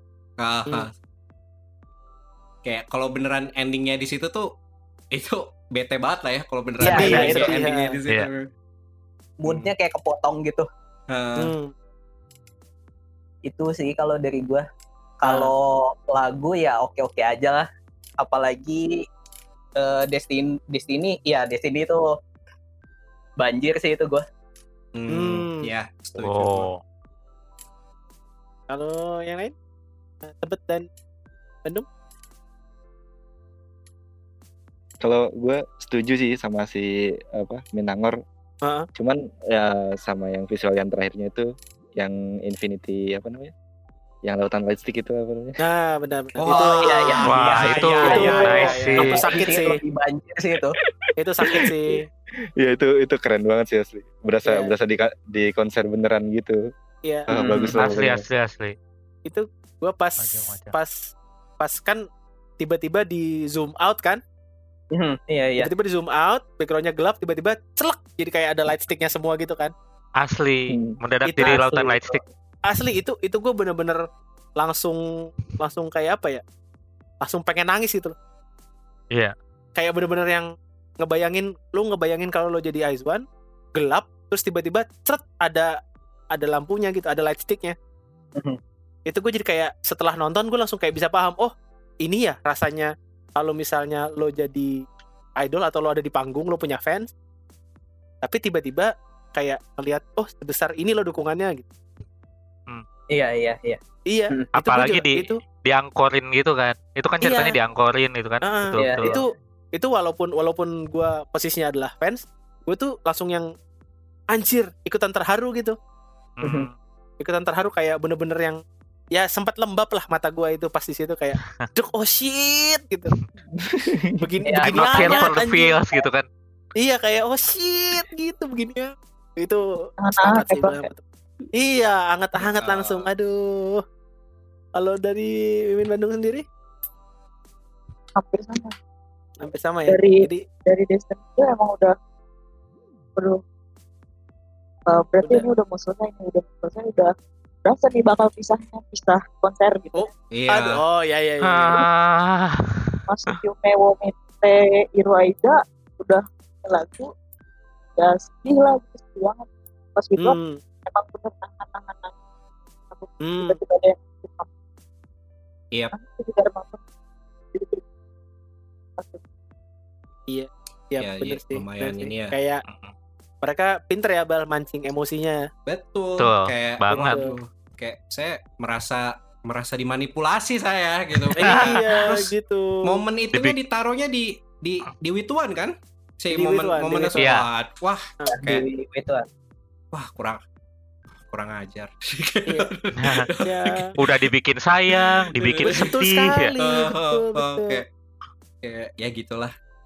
Kayak kalau beneran endingnya di situ tuh itu bete banget lah ya kalau beneran endingnya di situ. Moodnya kayak kepotong gitu. Itu sih kalau dari gue. Kalau lagu ya oke aja lah. Apalagi Destiny itu banjir sih itu gue. Ya, setuju. Kalau yang lain, Tebet dan Bandung? Kalau gue setuju sih sama si Minangor. Cuman ya sama yang visual yang terakhirnya itu yang Infinity yang lautan lightstick itu apa namanya? Nah, benar. Itu nice sih. Itu sakit sih. Banjir sih itu. Itu sakit sih. Ya itu keren banget sih asli. Berasa di konser beneran gitu. Iya. Bagus lah. Asli. Itu gue pas Wajah. pas kan tiba-tiba di zoom out kan, Iya. tiba-tiba di zoom out, backgroundnya gelap, tiba-tiba celek jadi kayak ada light sticknya semua gitu kan. Asli, mendadak Itu jadi asli. lautan lightstick. Asli itu gue bener-bener langsung kayak apa ya, langsung pengen nangis gitu. Iya. Kayak bener-bener yang ngebayangin kalau lo jadi Aizwan gelap, terus tiba-tiba cret ada lampunya gitu, ada light sticknya. Itu gue jadi kayak setelah nonton gue langsung kayak bisa paham, oh ini ya rasanya kalau misalnya lo jadi idol atau lo ada di panggung, lo punya fans, tapi tiba-tiba kayak ngeliat, oh sebesar ini lo dukungannya gitu. Iya. Iya. Apalagi itu diangkorin gitu kan. Itu kan ceritanya Iya. diangkorin gitu kan. Iya. itu walaupun gue posisinya adalah fans, gue tuh langsung yang anjir ikutan terharu gitu. Ikutan terharu kayak bener-bener yang ya sempat lembab lah mata gue itu pas di situ kayak duk, oh shit gitu. Begini I'm not here for the feels gitu kan. Iya kayak oh shit gitu begini ya. Itu Hangat-hangat sepakat sih ya, Bang. bener. Iya, hangat-hangat langsung. Aduh. Kalau dari Mimin Bandung sendiri Hampir sama. hampir sama ya. Dari- Jadi Dari Destiny itu emang udah berarti ini udah mau selesai udah berasa nih bakal pisah konser gitu. Oh. Iya. aduh, oh ya. Masuk Yume Womite Iru Aida udah lagu ya sedih lah gitu, sedih banget pas gitu. Emang bener tangan aku tiba-tiba ada yang suka. Iya. Itu juga emang Iya, Iya, bener sih. lumayan bener sih. ini ya. Kayak mereka pinter ya bal mancing emosinya. Betul. Tuh, Kayak banget. aduh, kayak saya merasa dimanipulasi saya gitu. Iya Terus gitu. momen itunya ditaruhnya di Wituan kan? Si Di momen Wituan, di momennya Wituan. sholat. Wah, kayak Itu wah kurang ajar. Iya. Ya. Udah dibikin sayang, dibikin Betul sedih ya. sekali. Betul. Kayak ya gitulah.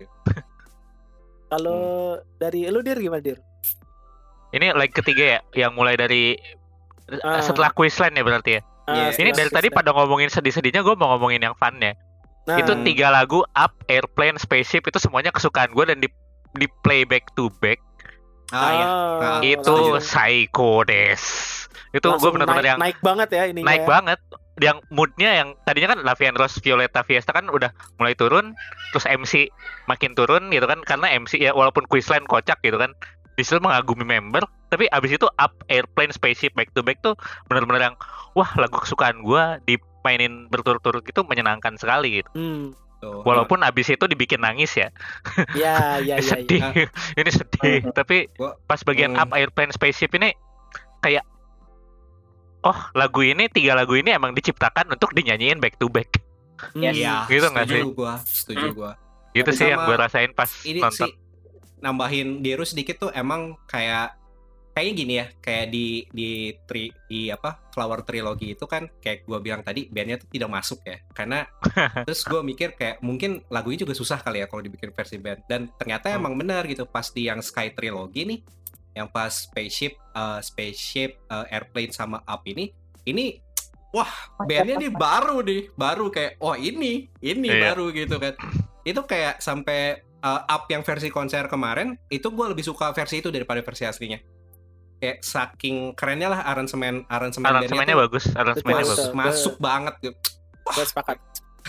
Kalau dari lu Dir gimana Dir? Ini leg ketiga ya, yang mulai dari Ah. setelah Quizland ya berarti ya. Iya. Ini dari tadi pada ngomongin sedih-sedihnya, gue mau ngomongin yang fun-nya. Nah, Itu 3 lagu, Up, Airplane, Spaceship, itu semuanya kesukaan gue dan di play back to back. Iya. Nah, Itu setuju. psycho des. Itu gue langsung bener-bener yang naik banget ya ininya. naik ya. banget. Yang moodnya yang tadinya kan Lavian Rose Violeta Fiesta kan udah mulai turun, terus MC makin turun gitu kan, karena MC ya walaupun Quizland kocak gitu kan, disitu mengagumi member, tapi abis itu Up, Airplane, Spaceship, back to back tuh bener-bener yang wah lagu kesukaan gue dimainin berturut-turut itu menyenangkan sekali gitu. Tuh. Walaupun abis itu dibikin nangis ya. Ya. Sedih. Ini sedih. Tapi Gua- pas bagian Up, Airplane, Spaceship ini kayak oh lagu ini 3 lagu ini emang diciptakan untuk dinyanyiin back to back. Iya, Gitu nggak sih? setuju gua. Gitu Tapi sih yang sama gue rasain pas Ini nonton. sih nambahin Diru sedikit tuh emang kayaknya gini ya, kayak di Flower Trilogy itu kan kayak gua bilang tadi bandnya tuh tidak masuk ya, karena terus gua mikir kayak mungkin lagunya juga susah kali ya kalau dibikin versi band, dan ternyata emang benar gitu pas di yang Sky Trilogy nih, yang pas Spaceship, Airplane sama Up ini wah bandnya nih baru kayak oh ini Iya. baru gitu kan. Itu kayak sampai Up yang versi konser kemarin itu gue lebih suka versi itu daripada versi aslinya. Kayak saking kerennya lah aransemen Aransemennya bandnya tuh bagus, aransemennya Betul. bagus. masuk banget gitu. Gue sepakat.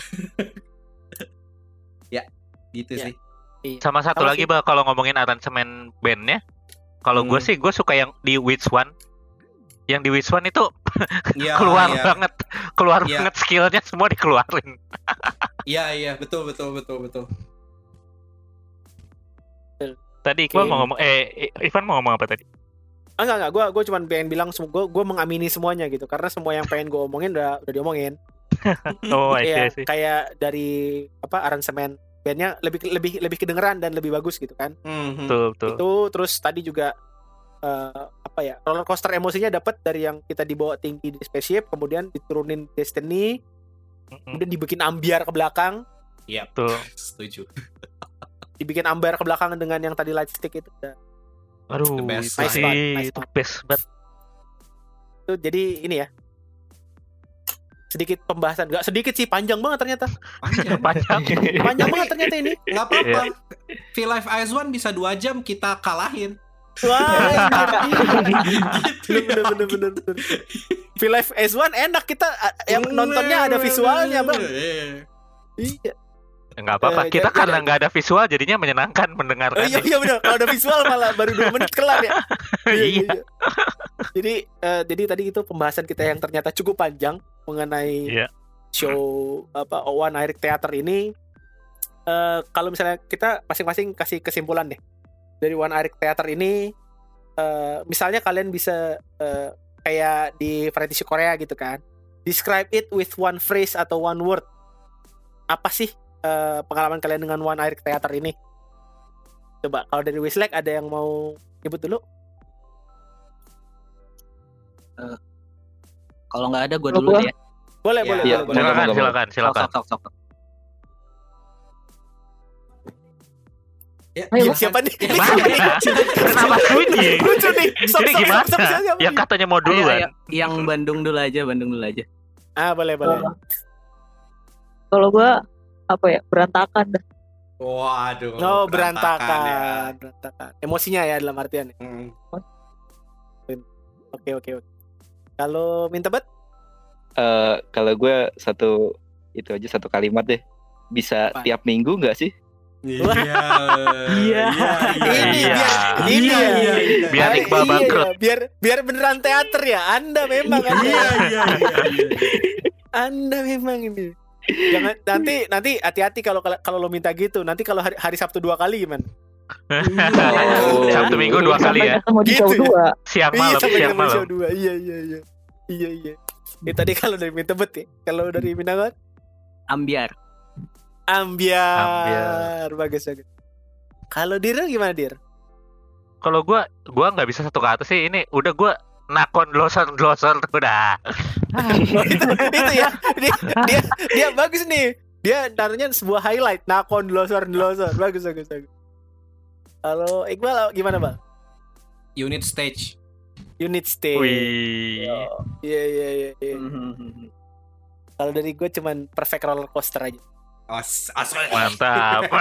Gitu Ya. sih. Sama satu Sama lagi sih. bah kalau ngomongin aransemen bandnya, kalau gue sih gue suka yang di Which One. Yang di Which One itu Iya, keluar iya. banget Iya. banget skillnya semua dikeluarin. Iya, betul. Tadi Iqbal Oke. mau ngomong, Ivan mau ngomong apa tadi? Enggak, gue cuma pengen bilang gue mengamini semuanya gitu, karena semua yang pengen gue omongin udah diomongin. Oh, I Kayak see. kayak dari aransemen bandnya lebih kedengeran dan lebih bagus gitu kan. Betul. Itu terus tadi juga roller coaster emosinya dapat dari yang kita dibawa tinggi di Spaceship, kemudian diturunin Destiny, kemudian dibikin ambiar ke belakang, Iya, Betul. setuju. dibikin ambiar ke belakang dengan yang tadi light stick itu udah Aduh, The best itu lah. sih Nice itu banget. best banget. Itu jadi ini ya. Sedikit pembahasan, nggak sedikit sih, panjang banget ternyata. Panjang. Panjang banget ternyata ini. Nggak apa-apa. V-Live IS1 bisa 2 jam kita kalahin. Wah, bener. V-Live S1 enak, kita yang nontonnya ada visualnya, Bang. Iya. Nggak apa-apa, kita karena nggak ada visual jadinya menyenangkan mendengarkan. Iya benar. Kalau ada visual malah baru 2 menit kelar ya. Iya. Jadi tadi itu pembahasan kita yang ternyata cukup panjang mengenai show One Eric Theater ini. Kalau misalnya kita masing-masing kasih kesimpulan deh dari One Eric Theater ini, misalnya kalian bisa kayak di variety show Korea gitu kan, describe it with one phrase atau one word. Apa sih pengalaman kalian dengan One Eric Theater ini? Coba kalau dari Wishlek ada yang mau nyebut dulu? Kalau nggak ada gue dulu ya. Boleh. Silakan. Sok. Ya, Siapa nih? Kenapa switching? Lucu nih. Ini gimana? Yang katanya mau duluan. Yang Bandung dulu aja. Boleh. Kalau gue berantakan dah. Waduh. Berantakan. Ya. Berantakan. Emosinya ya dalam artian. Oke. Kalau minta bet? Kalau gue satu kalimat deh. Bisa Apa? tiap minggu nggak sih? Iya. Biar Iqbal bangkrut. Biar beneran teater ya. Anda memang Anda memang ini. Jangan nanti hati-hati kalau lo minta gitu. Nanti kalau hari Sabtu 2 kali gimana? Sabtu Minggu 2 kali ya. Gitu ya? Siang malam. Iya. Ini tadi kalau dari minta bet ya. Kalau dari Minangan? Ambiar. Bagus. Kalau Dir gimana Dir? Kalau gua nggak bisa satu kata sih. Ini udah gua nakon glosor udah. itu ya. Dia bagus nih. Dia naruhnya sebuah highlight. Nakon glosor. Bagus. Kalau Iqbal gimana, Bang? Unit stage. Wih. Iya. Kalau dari gue cuman perfect roller coaster aja. Mantap.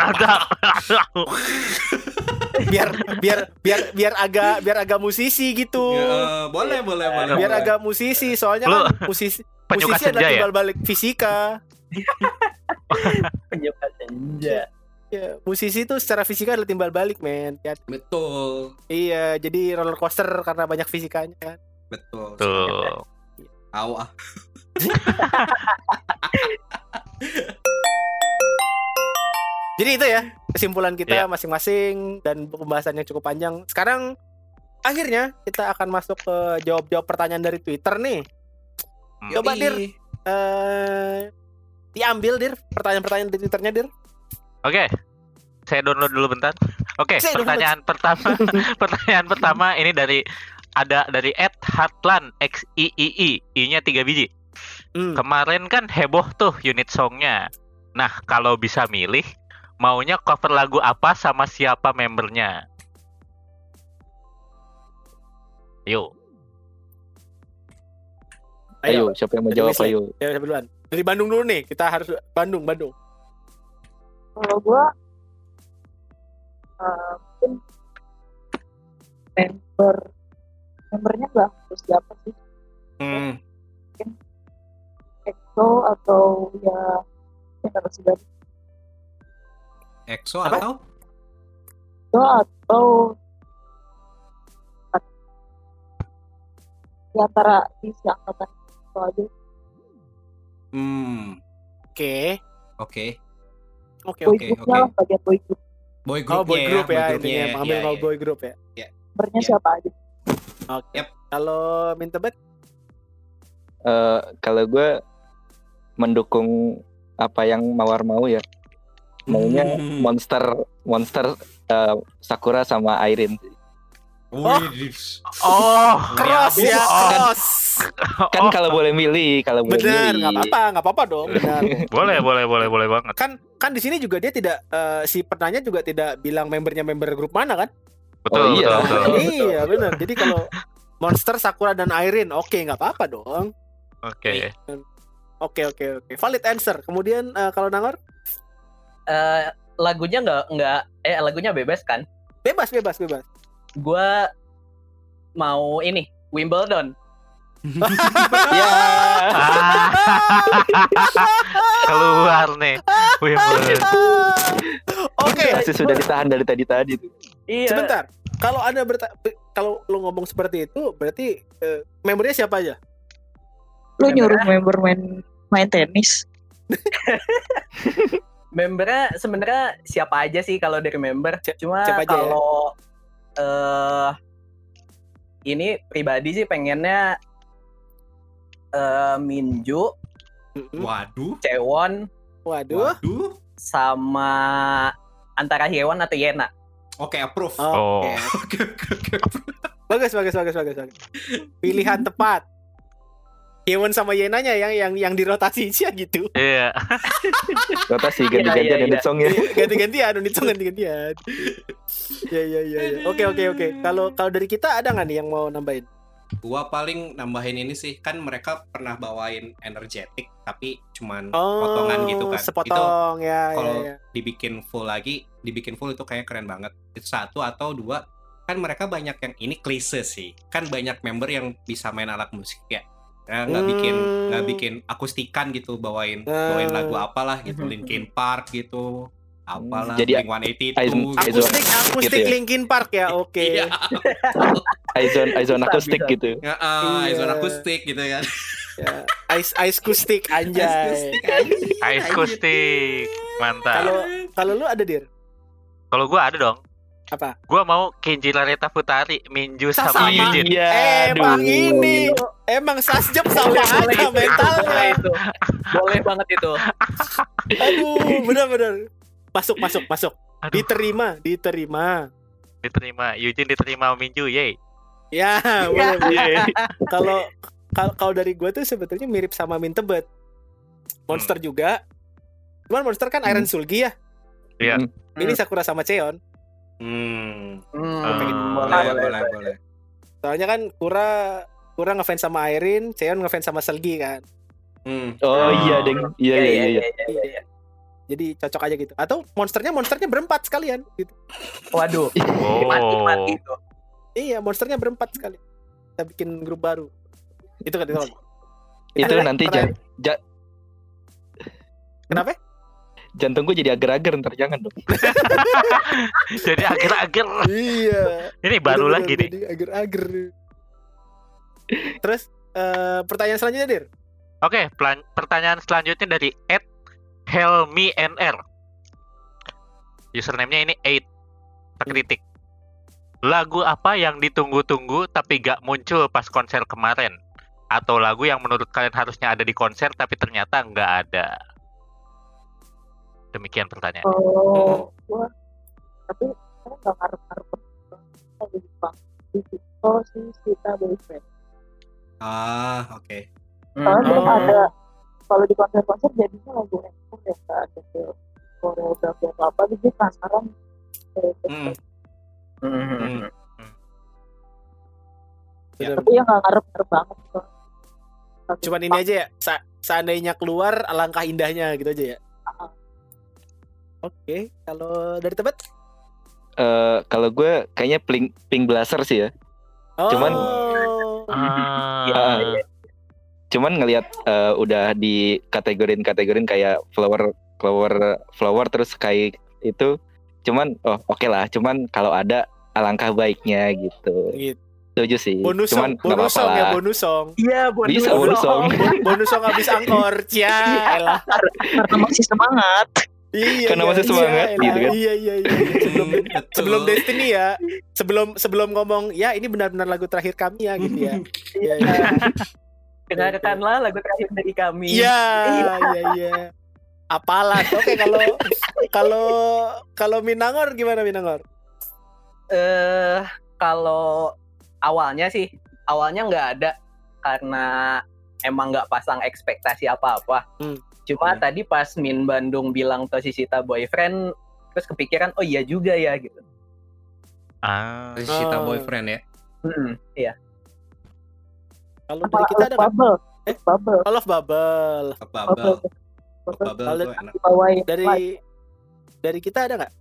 biar agak musisi gitu. Boleh. Biar agak musisi, soalnya kan musisi adalah timbal balik fisika. Penyuka senja. Ya, musisi tuh secara fisika adalah timbal balik, men. Ya, Betul. iya, jadi roller coaster karena banyak fisikanya kan. Betul. Tuh. Awah. Jadi itu ya kesimpulan kita masing-masing dan pembahasannya cukup panjang. Sekarang akhirnya kita akan masuk ke jawab-jawab pertanyaan dari Twitter nih. Coba Dir, diambil Dir pertanyaan-pertanyaan dari Twitternya Dir. Oke. Saya download dulu bentar. Oke, pertanyaan pertama ini dari @Hartlan XIII, I-nya 3 biji. Kemarin kan heboh tuh unit songnya. Nah, kalau bisa milih, maunya cover lagu apa sama siapa membernya? Ayo, siapa yang mau jawab? Ayo. Ya, siapa duluan? Dari Bandung dulu nih. Kita harus Bandung. Kalau gue mungkin membernya nggak harus siapa sih? Mungkin EXO atau ya harus sudah EXO atau di antara isi angkatan itu aja. Oke. Lah, bagian boy group. Boy group ya intinya mengambil boy group ya. Membernya siapa aja? Oke. Kalau minta bet? Kalau gue mendukung apa yang Mawar mau ya. Maunya monster Sakura sama Airin. Keras ya, keras. Kan kalau boleh milih, Benar, nggak apa-apa dong. Benar. Boleh banget. Kan di sini juga dia tidak si penanya juga tidak bilang member grup mana kan? Betul. Iya, benar. Jadi Monster, Sakura dan Irene. Oke, nggak apa-apa dong. Oke. Oke. Valid answer. Kemudian kalau Nangor? Lagunya lagunya bebas kan? Bebas. Gua mau ini Wimbledon. Ya. Keluar nih. Wimbledon. Oke. Masih sudah ditahan dari tadi tuh. Iya. Sebentar. Kalau kalau lu ngomong seperti itu, berarti membernya siapa aja? Lu nyuruh member main tenis. Membernya sebenarnya siapa aja sih kalau dari member. Cuma siapa aja kalau ini pribadi sih pengennya Minju, Waduh. Cewon, Waduh. sama antara Hyewon atau Yena. Oke, approve. Oh. Oke. Bagus. Pilihan tepat. Hyewon sama Yenanya yang dirotasi sih gitu. Iya. Rotasi ganti-gantian Iya. edit songnya. Ganti-gantian. Ya. Oke. Kalau dari kita ada nggak nih yang mau nambahin? Gua paling nambahin ini sih, kan mereka pernah bawain energetic tapi cuman Oh, potongan gitu kan. sepotong ya. Kalau Ya. dibikin full itu kayak keren banget. Itu satu atau dua, kan mereka banyak yang ini klise sih. Kan banyak member yang bisa main alat musik ya. Nggak bikin akustikan gitu, bawain lagu apalah gitu, Linkin Park gitu. Apalah, Jadi Blink-182 gitu. Akustik gitu ya? Linkin Park ya. Oke. Iya. Aizon akustik Bisa. gitu. Iya. Aizon akustik gitu kan. Ya. Ice Kustik anjay. Ice Kustik. Mantap. Kalau lu ada Dir? Kalau gua ada dong. Apa? Gua mau Kenji Lareta Futari, Minju Sama. sama Yujin. Iya. Emang Sasjep sama aja mentalnya. itu. Boleh banget itu. Aduh, benar. Masuk. Aduh. Diterima. Diterima. Yujin diterima sama Minju, yey. Ya, boleh. Kalau dari gue tuh sebetulnya mirip sama Mintebet. Monster juga. Cuman Monster kan Iron Sulgi ya. Iya. Ini Sakura sama Cheon. Boleh. Soalnya kan Kura ngefans sama Irene, Cheon ngefans sama Selgi kan. Oh iya, Deng. Iya. Jadi cocok aja gitu. Atau monsternya berempat sekalian gitu. Waduh. Oh. Mati itu. Iya, monsternya berempat sekalian. Kita bikin grup baru. Itu kan itu. Itu nanti Kenapa? jantung gue jadi ager-ager, ntar jangan dong. Jadi ager-ager. Iya. Ini baru Bener-bener, lagi nih. jadi ager-ager. Terus pertanyaan selanjutnya, Dir. Oke, pertanyaan selanjutnya dari @helmi_nr. Username-nya ini 8. Kritik. Lagu apa yang ditunggu-tunggu tapi gak muncul pas konser kemarin? Atau lagu yang menurut kalian harusnya ada di konser tapi ternyata nggak ada? Demikian pertanyaan. Oh, gua tapi saya nggak harus di Jepang. Di situ sih kita boyfriend. Oke. Soalnya belum ada. Kalau di konser-konser jadinya lagu ekspor ya, nggak ada koreografi atau apa. Jadi penasaran. Tapi ya nggak ngarep banget. Cuman ini aja ya. Seandainya keluar, alangkah indahnya gitu aja ya. Oke, kalau dari Tebet? Kalau gue kayaknya Pink Blaster sih ya. Cuman cuman ngelihat udah di kategorin kayak flower terus kayak itu, cuman oke lah, cuman kalau ada alangkah baiknya gitu. Setuju sih. Bonus cuman bonus song lah. Ya, bonus song. Iya, bonus song. Bonus song habis angkor. Elah. Karena masih semangat. Iya. Karena masih semangat gitu kan. Iya. Sebelum Destiny ya. Sebelum ngomong, ya ini benar-benar lagu terakhir kami ya gitu ya. Iya. Dengarkanlah lagu terakhir dari kami. Iya. Apalah. Oke, kalau Minangor gimana Minangor? Kalau awalnya nggak ada karena emang nggak pasang ekspektasi apa-apa. Cuma tadi pas Min Bandung bilang Toshishita boyfriend, terus kepikiran oh iya juga ya gitu. Toshishita boyfriend ya. Iya. Kalau dari kita ada nggak? Bubble. Bubble. Love Bubble. Bubble tuh enak. Dibawain Dari kita ada nggak?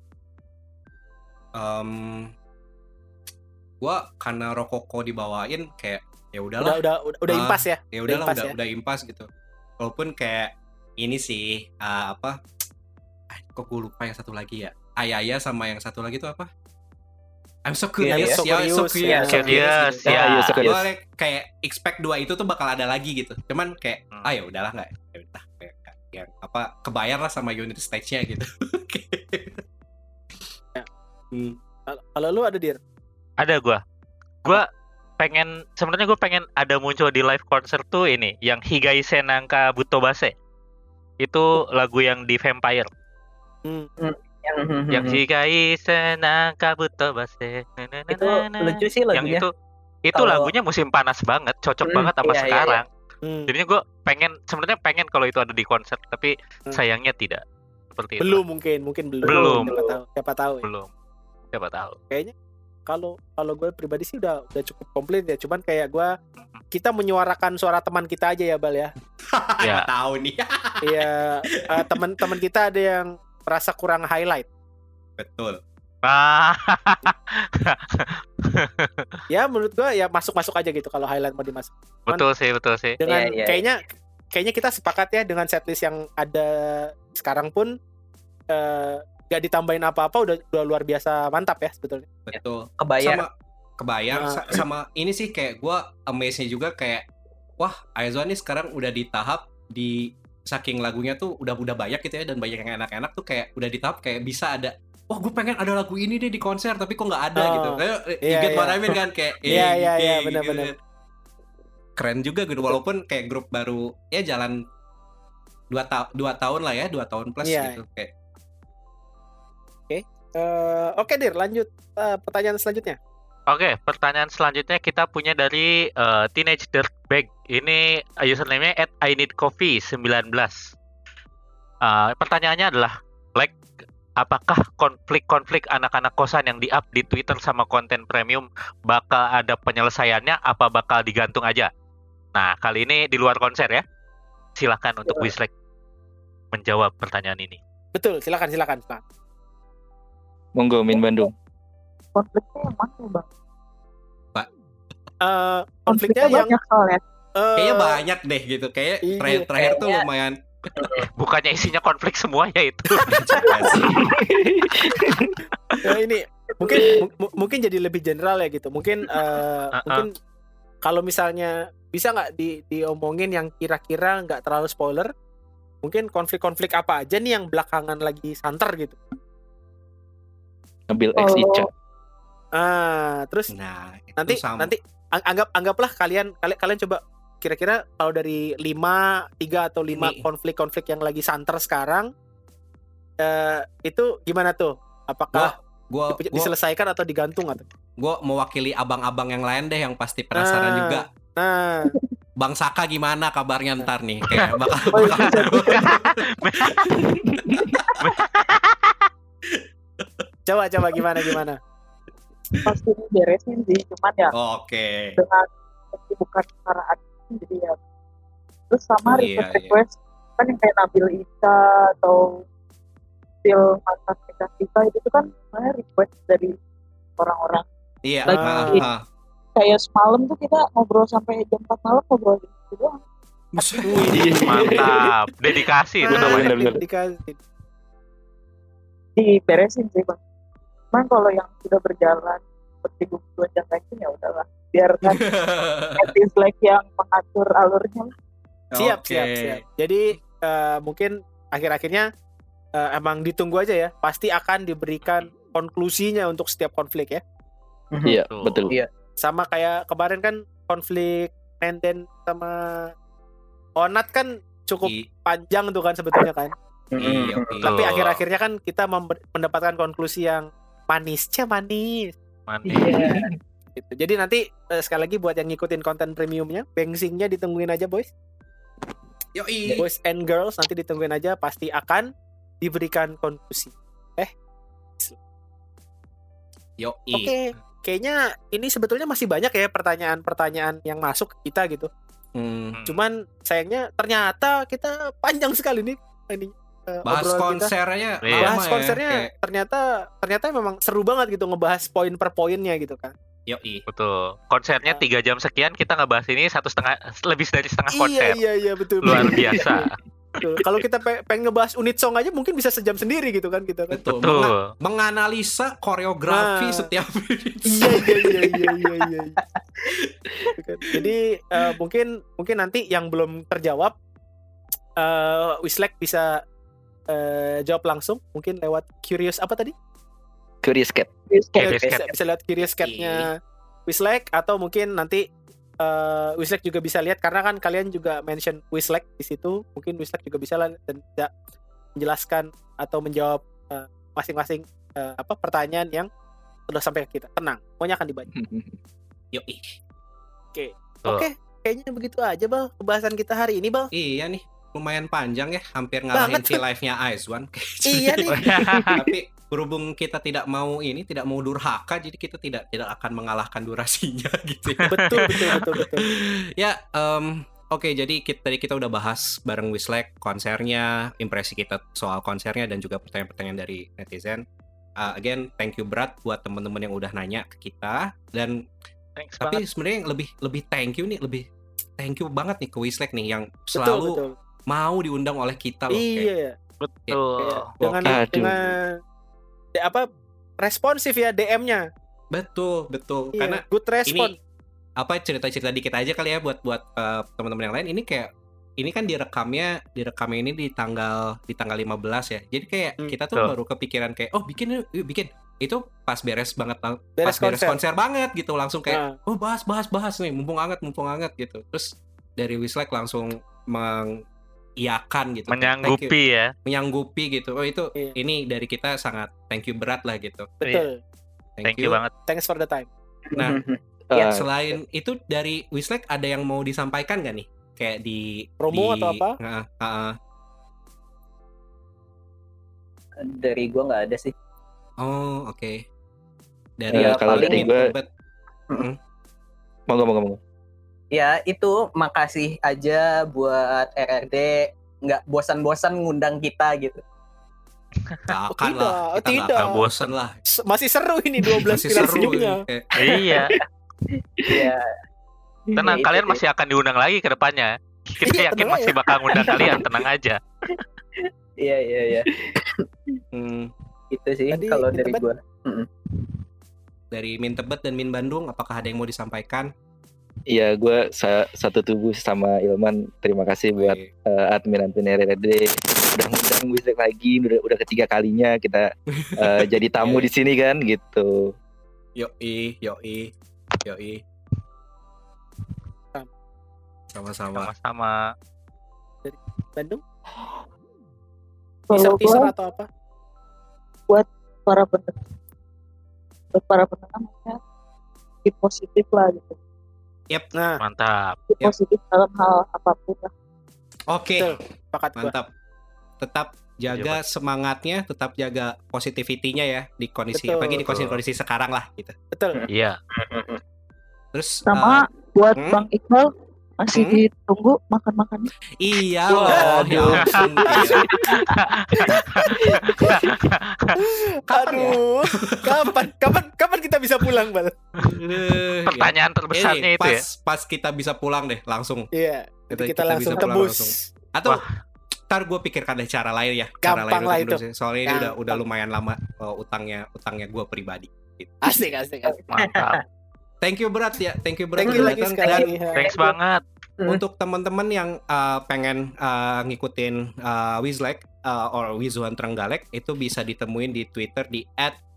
Gua karena Rokoko dibawain kayak ya udahlah. Udah impas ya. Ya udahlah, udah impas gitu. Walaupun kayak ini sih kok gue lupa yang satu lagi ya. Ayaya sama yang satu lagi tuh apa? I'm so curious. Gue kayak expect 2 itu tuh bakal ada lagi gitu. Cuman kayak ya udahlah nggak. Ya udah yang kebayar lah sama unit stage-nya gitu. Kalau lu ada Dir? Ada gue sebenarnya gue pengen ada muncul di live concert tuh ini yang Higaise Nanka Butobase. Itu lagu yang di Vampire. Yang Higaise Nanka Butobase. Itu lucu sih lagunya. Yang itu lagunya musim panas banget, cocok banget sama sekarang. Jadinya gue sebenarnya pengen kalau itu ada di konser, tapi sayangnya tidak seperti belum itu. Mungkin belum. Siapa tahu. Belum. Siapa tahu. Kayaknya kalau gue pribadi sih udah cukup komplit ya. Cuman kayak kita menyuarakan suara teman kita aja ya, Bal ya. Ya tahu nih. Iya, teman-teman kita ada yang merasa kurang highlight. Betul. Ya menurut gue ya masuk aja gitu kalau highlight mau dimasuk. Betul sih. Dengan kayaknya kita sepakat ya dengan setlist yang ada sekarang pun gak ditambahin apa-apa udah luar biasa mantap ya sebetulnya. Betul. Kebayar. Sama ini sih kayak gue amaze-nya juga kayak wah Aizo nih sekarang udah di tahap saking lagunya tuh udah banyak gitu ya dan banyak yang enak-enak tuh kayak udah di tahap kayak bisa ada gue pengen ada lagu ini deh di konser tapi kok nggak ada gitu. You get what I mean kan kayak iya benar-benar. Keren juga gitu walaupun kayak grup baru ya jalan 2 tahun lah ya 2 tahun plus gitu kayak. Oke Dir, lanjut pertanyaan selanjutnya. Oke, pertanyaan selanjutnya kita punya dari Teenage Dirtbag. Ini username-nya @INeedCoffee19. Pertanyaannya adalah apakah konflik anak-anak kosan yang di-up di Twitter sama konten premium bakal ada penyelesaiannya apa bakal digantung aja? Nah, kali ini di luar konser ya. Silakan untuk Wisrek menjawab pertanyaan ini. Betul, silakan. Monggo Min Bandung. Konfliknya yang mana, Bang? Konfliknya yang banyak soalnya. Kayaknya banyak deh gitu. Kayak terakhir tuh lumayan. Bukannya isinya konflik semua ya itu. Ini mungkin jadi lebih general ya gitu. Mungkin kalau misalnya bisa nggak diomongin yang kira-kira nggak terlalu spoiler. Mungkin konflik-konflik apa aja nih yang belakangan lagi santer gitu. Ngambil X Ica. Terus nanti anggaplah kalian coba kira-kira kalau dari 3 atau 5 konflik-konflik yang lagi santer sekarang itu gimana tuh? Apakah diselesaikan atau digantung atau? Gue mewakili abang-abang yang lain deh yang pasti penasaran juga. Bang Saka gimana kabarnya ntar nih? Kayak bakal Coba gimana? Pasti beresin sih, cuman ya Oke. dengan bukan secara admin jadi ya. Terus sama request kan yang kayak Nabil Ika atau Phil mantan Ika itu kan sebenarnya request dari orang-orang. Iya. Kayak semalam tuh kita ngobrol sampai jam 4 malam ngobrol gitu doang. Mantap, dedikasi itu namanya. Dedikasi. Diberesin sih Bang. Cuman kalau yang sudah berjalan seperti buku dan lain ya udahlah, biarkan like yang mengatur alurnya. Siap. Jadi mungkin akhir-akhirnya emang ditunggu aja ya. Pasti akan diberikan konklusinya untuk setiap konflik ya. Iya, betul. Iya. Sama kayak kemarin kan konflik Nenden sama Onat kan cukup panjang tuh kan sebetulnya kan. Tapi akhir-akhirnya kan kita mendapatkan konklusi yang manis. Gitu. Jadi nanti sekali lagi buat yang ngikutin konten premiumnya, bengsingnya ditungguin aja boys. Yoi. Boys and girls nanti ditungguin aja, pasti akan diberikan konklusi. Yoi. Oke, kayaknya ini sebetulnya masih banyak ya pertanyaan-pertanyaan yang masuk ke kita gitu. Cuman sayangnya ternyata kita panjang sekali nih ini bahas konsernya kita. Bahas konsernya ternyata memang seru banget gitu ngebahas poin per poinnya gitu kan. Yoi. Betul. Konsernya 3 jam sekian, kita ngebahas ini lebih dari setengah konser. Iya betul. Luar biasa. Kalau kita pengen ngebahas unit song aja mungkin bisa sejam sendiri gitu kan kita kan. Betul. Menganalisa koreografi setiap Iya. Jadi mungkin nanti yang belum terjawab Wislek bisa jawab langsung mungkin lewat Curious apa tadi? Curious Cat. Bisa lihat Curious Cat-nya Wislek atau mungkin nanti Wislek juga bisa lihat karena kan kalian juga mention Wislek di situ. Mungkin Wislek juga bisa dan tidak menjelaskan atau menjawab masing-masing pertanyaan yang sudah sampai ke kita. Tenang, semuanya akan dibaca. Yoi. Oke, kayaknya begitu aja Bal pembahasan kita hari ini Bal. Iya nih, lumayan panjang ya, hampir ngalahin Live-nya Ice One. Iya nih. Tapi berhubung kita tidak mau durhaka, jadi kita tidak akan mengalahkan durasinya gitu ya. Betul. Ya, oke, jadi tadi kita udah bahas bareng Wislek konsernya, impresi kita soal konsernya dan juga pertanyaan-pertanyaan dari netizen. Again, thank you Brad buat teman-teman yang udah nanya ke kita dan tapi sebenarnya yang lebih thank you banget nih ke Wislek nih yang selalu mau diundang oleh kita loh. Iya. Betul. Dengan responsif ya DM-nya. Betul. Iya, karena good respon. Ini cerita-cerita dikit aja kali ya buat teman-teman yang lain. Ini kan direkamnya ini di tanggal 15 ya. Jadi kayak kita tuh baru kepikiran kayak bikin itu pas beres konser banget gitu, langsung kayak bahas nih mumpung hangat gitu. Terus dari Wislek langsung mengiyakan gitu, menyanggupi gitu. Itu ini dari kita sangat thank you berat lah gitu. Betul. Thank you banget. Thanks for the time. Nah, selain itu dari Wislek ada yang mau disampaikan gak nih? Kayak di promo atau apa? Dari gua nggak ada sih. Oh, oke. Dari kalau dari gue mau. Ya itu makasih aja buat RRD nggak bosan-bosan ngundang kita gitu. Tidak bosan lah. Masih seru ini 12 pilar senyumnya. Iya. Tenang, kalian masih akan diundang lagi ke depannya. Kita yakin masih bakal ngundang kalian, tenang aja. Iya. Itu sih kalau dari gua. Dari Min Tebet dan Min Bandung, apakah ada yang mau disampaikan? Iya, gue satu tubuh sama Ilman. Terima kasih buat admin RRD udah ngundang Wislek lagi, udah ketiga kalinya kita jadi tamu di sini kan gitu. Yoi. Sama-sama. Dari Bandung? Teaser atau apa? Buat para pendengar maksudnya keep positif lah gitu. Yep. Nah, mantap. Keep positif dalam hal apapun lah. Oke. Mantap. Tetap jaga semangatnya, tetap jaga positivity-nya ya di kondisi apalagi di kondisi sekarang lah gitu. Betul. Iya. Terus sama buat Bang Iqbal masih ditunggu makan-makannya. Iya loh. Kapan kita bisa pulang, Bal? Pertanyaan terbesarnya itu ya. Pas kita bisa pulang deh langsung. Iya. Kita langsung tebus. Atau ntar gue pikirkan deh cara lain ya. Gampang lah itu. Soalnya ini udah lumayan lama utangnya gue pribadi. Gitu. Asik. Mantap. Thank you berat ya. Thank you lagi sekali. Thanks banget. Untuk teman-teman yang pengen ngikutin Wislek or Wizuan Trenggalek, itu bisa ditemuin di Twitter di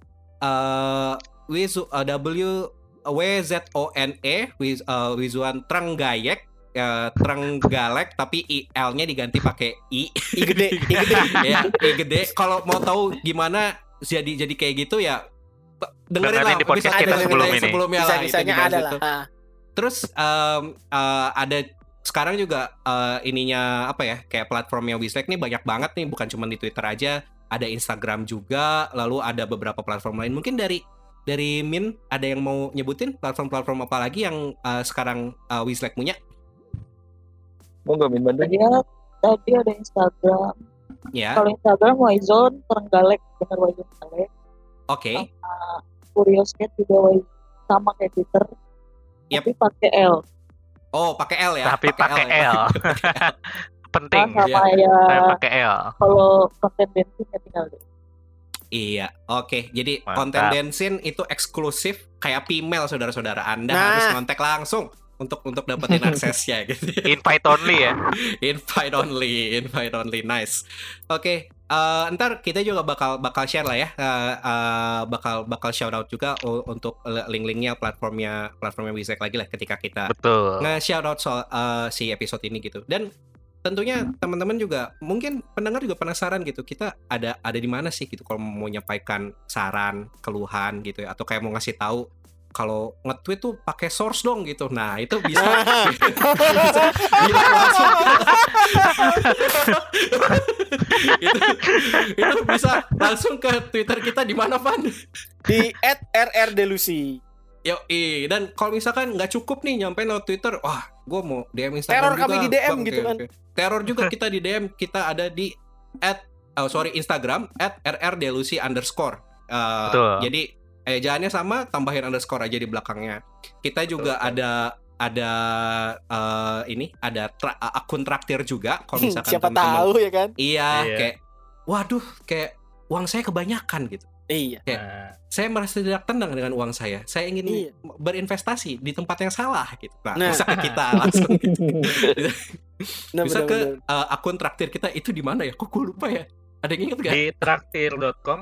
WZONE Wizuan Trenggalek, tapi IL-nya diganti pakai I gede. Ya, I gede. Kalau mau tahu gimana jadi kayak gitu ya dengerin lah di podcast kita sebelumnya lah. Bisa-bisanya ada lah. Terus ada sekarang juga ininya apa ya, kayak platformnya Wislek nih banyak banget nih, bukan cuma di Twitter aja, ada Instagram juga, lalu ada beberapa platform lain. Mungkin dari dari Min ada yang mau nyebutin platform-platform apa lagi yang sekarang Wizlek punya? Monggo Min Bandung. Tadi ada Instagram. Ya. Kalau Instagram Wizone Trenggalek, bener Wizone Trenggalek. Oke. Curious Cat juga sama kayak Twitter. Yep. Tapi pakai L. Oh, pakai L ya. Tapi pakai L. Penting. Sama ya. ya. Pakai L. Kalau konten bensin ya tinggal deh. Iya, oke. Jadi Mantap. konten bensin itu eksklusif kayak email saudara-saudara Anda Nah. harus kontak langsung untuk dapetin aksesnya gitu. Invite only ya. Invite only, nice. Oke, ntar kita juga bakal share lah ya, bakal shout out juga untuk link-linknya platformnya Wizek lagi lah ketika kita Betul. nge-shout out soal si episode ini gitu. Dan tentunya teman-teman juga mungkin pendengar juga penasaran gitu, kita ada di mana sih gitu kalau mau menyampaikan saran, keluhan gitu ya, atau kayak mau ngasih tahu kalau nge-tweet tuh pakai source dong gitu. Nah, itu bisa langsung itu bisa langsung ke Twitter kita di mana, Van? Di @rrdelusi. Yoi, dan kalau misalkan nggak cukup nih nyampe lewat Twitter, wah, gue mau DM Instagram Teror juga, kami di DM Bang, gitu kan. Teror juga kita di DM, kita ada di Instagram @rrdelusi_. Betul. Jadi ejaannya sama, tambahin underscore aja di belakangnya. Kita juga ada akun traktir juga kalau misalkan Siapa teman-teman, tahu ya kan? iya, Iya. kayak waduh, kayak uang saya kebanyakan gitu. Iya. Nah, Saya merasa tidak tenang dengan uang saya. Saya ingin Iya. berinvestasi di tempat yang salah gitu. Nah. Bisa ke kita langsung gitu. Nah, Bisa ke benar-benar. akun traktir kita itu di mana ya? Kok gue lupa ya? Ada yang inget gak? di traktir.com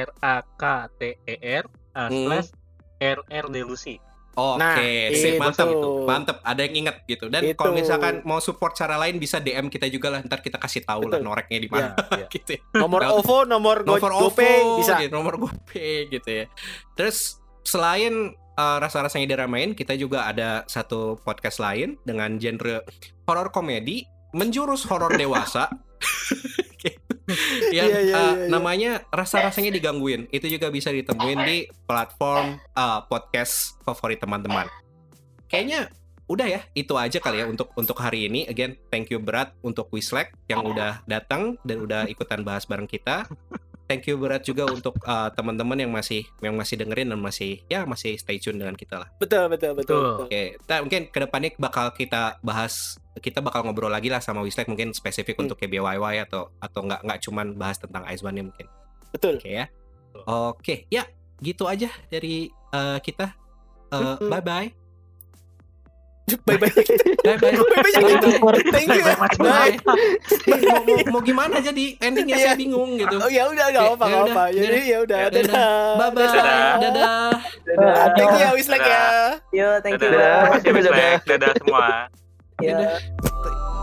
traktir/rrdelusi. Oke, Nah, sip, mantap itu. mantap. Ada yang inget gitu. Dan Itu. kalau misalkan mau support cara lain bisa DM kita juga lah. Ntar kita kasih tahu lah Betul. noreknya di mana. Iya. gitu. Nomor Lewat- OVO, nomor Nomor GoPay OVO, bisa. gitu, nomor GoPay gitu ya. Terus selain rasa-rasanya diramain, kita juga ada satu podcast lain dengan genre horor komedi menjurus horor dewasa. Yang Iya. namanya rasa-rasanya digangguin. Itu juga bisa ditemuin di platform podcast favorit teman-teman. Kayaknya udah ya, itu aja kali ya untuk hari ini. Again, thank you berat untuk Wizlek yang udah datang dan udah ikutan bahas bareng kita. Thank you berat juga untuk teman-teman yang masih dengerin dan masih stay tune dengan kita lah. Betul. Oke, mungkin kedepannya bakal kita bahas, kita bakal ngobrol lagi lah sama Wizlek mungkin spesifik untuk KBYY atau nggak cuman bahas tentang Ice One mungkin. Betul. Oke ya. Oke, ya gitu aja dari kita. Bye bye. Bye-bye. Bye-bye. Thank you. Bye. Mau gimana jadi endingnya saya bingung gitu. Oh ya udah enggak apa-apa, enggak apa. Jadi ya udah. Dadah. Bye bye. Dadah. Thank you ya Wizlek ya. Yo, thank you. Dadah. Terima kasih, Wizlek. Dadah semua. Yo. Dadah.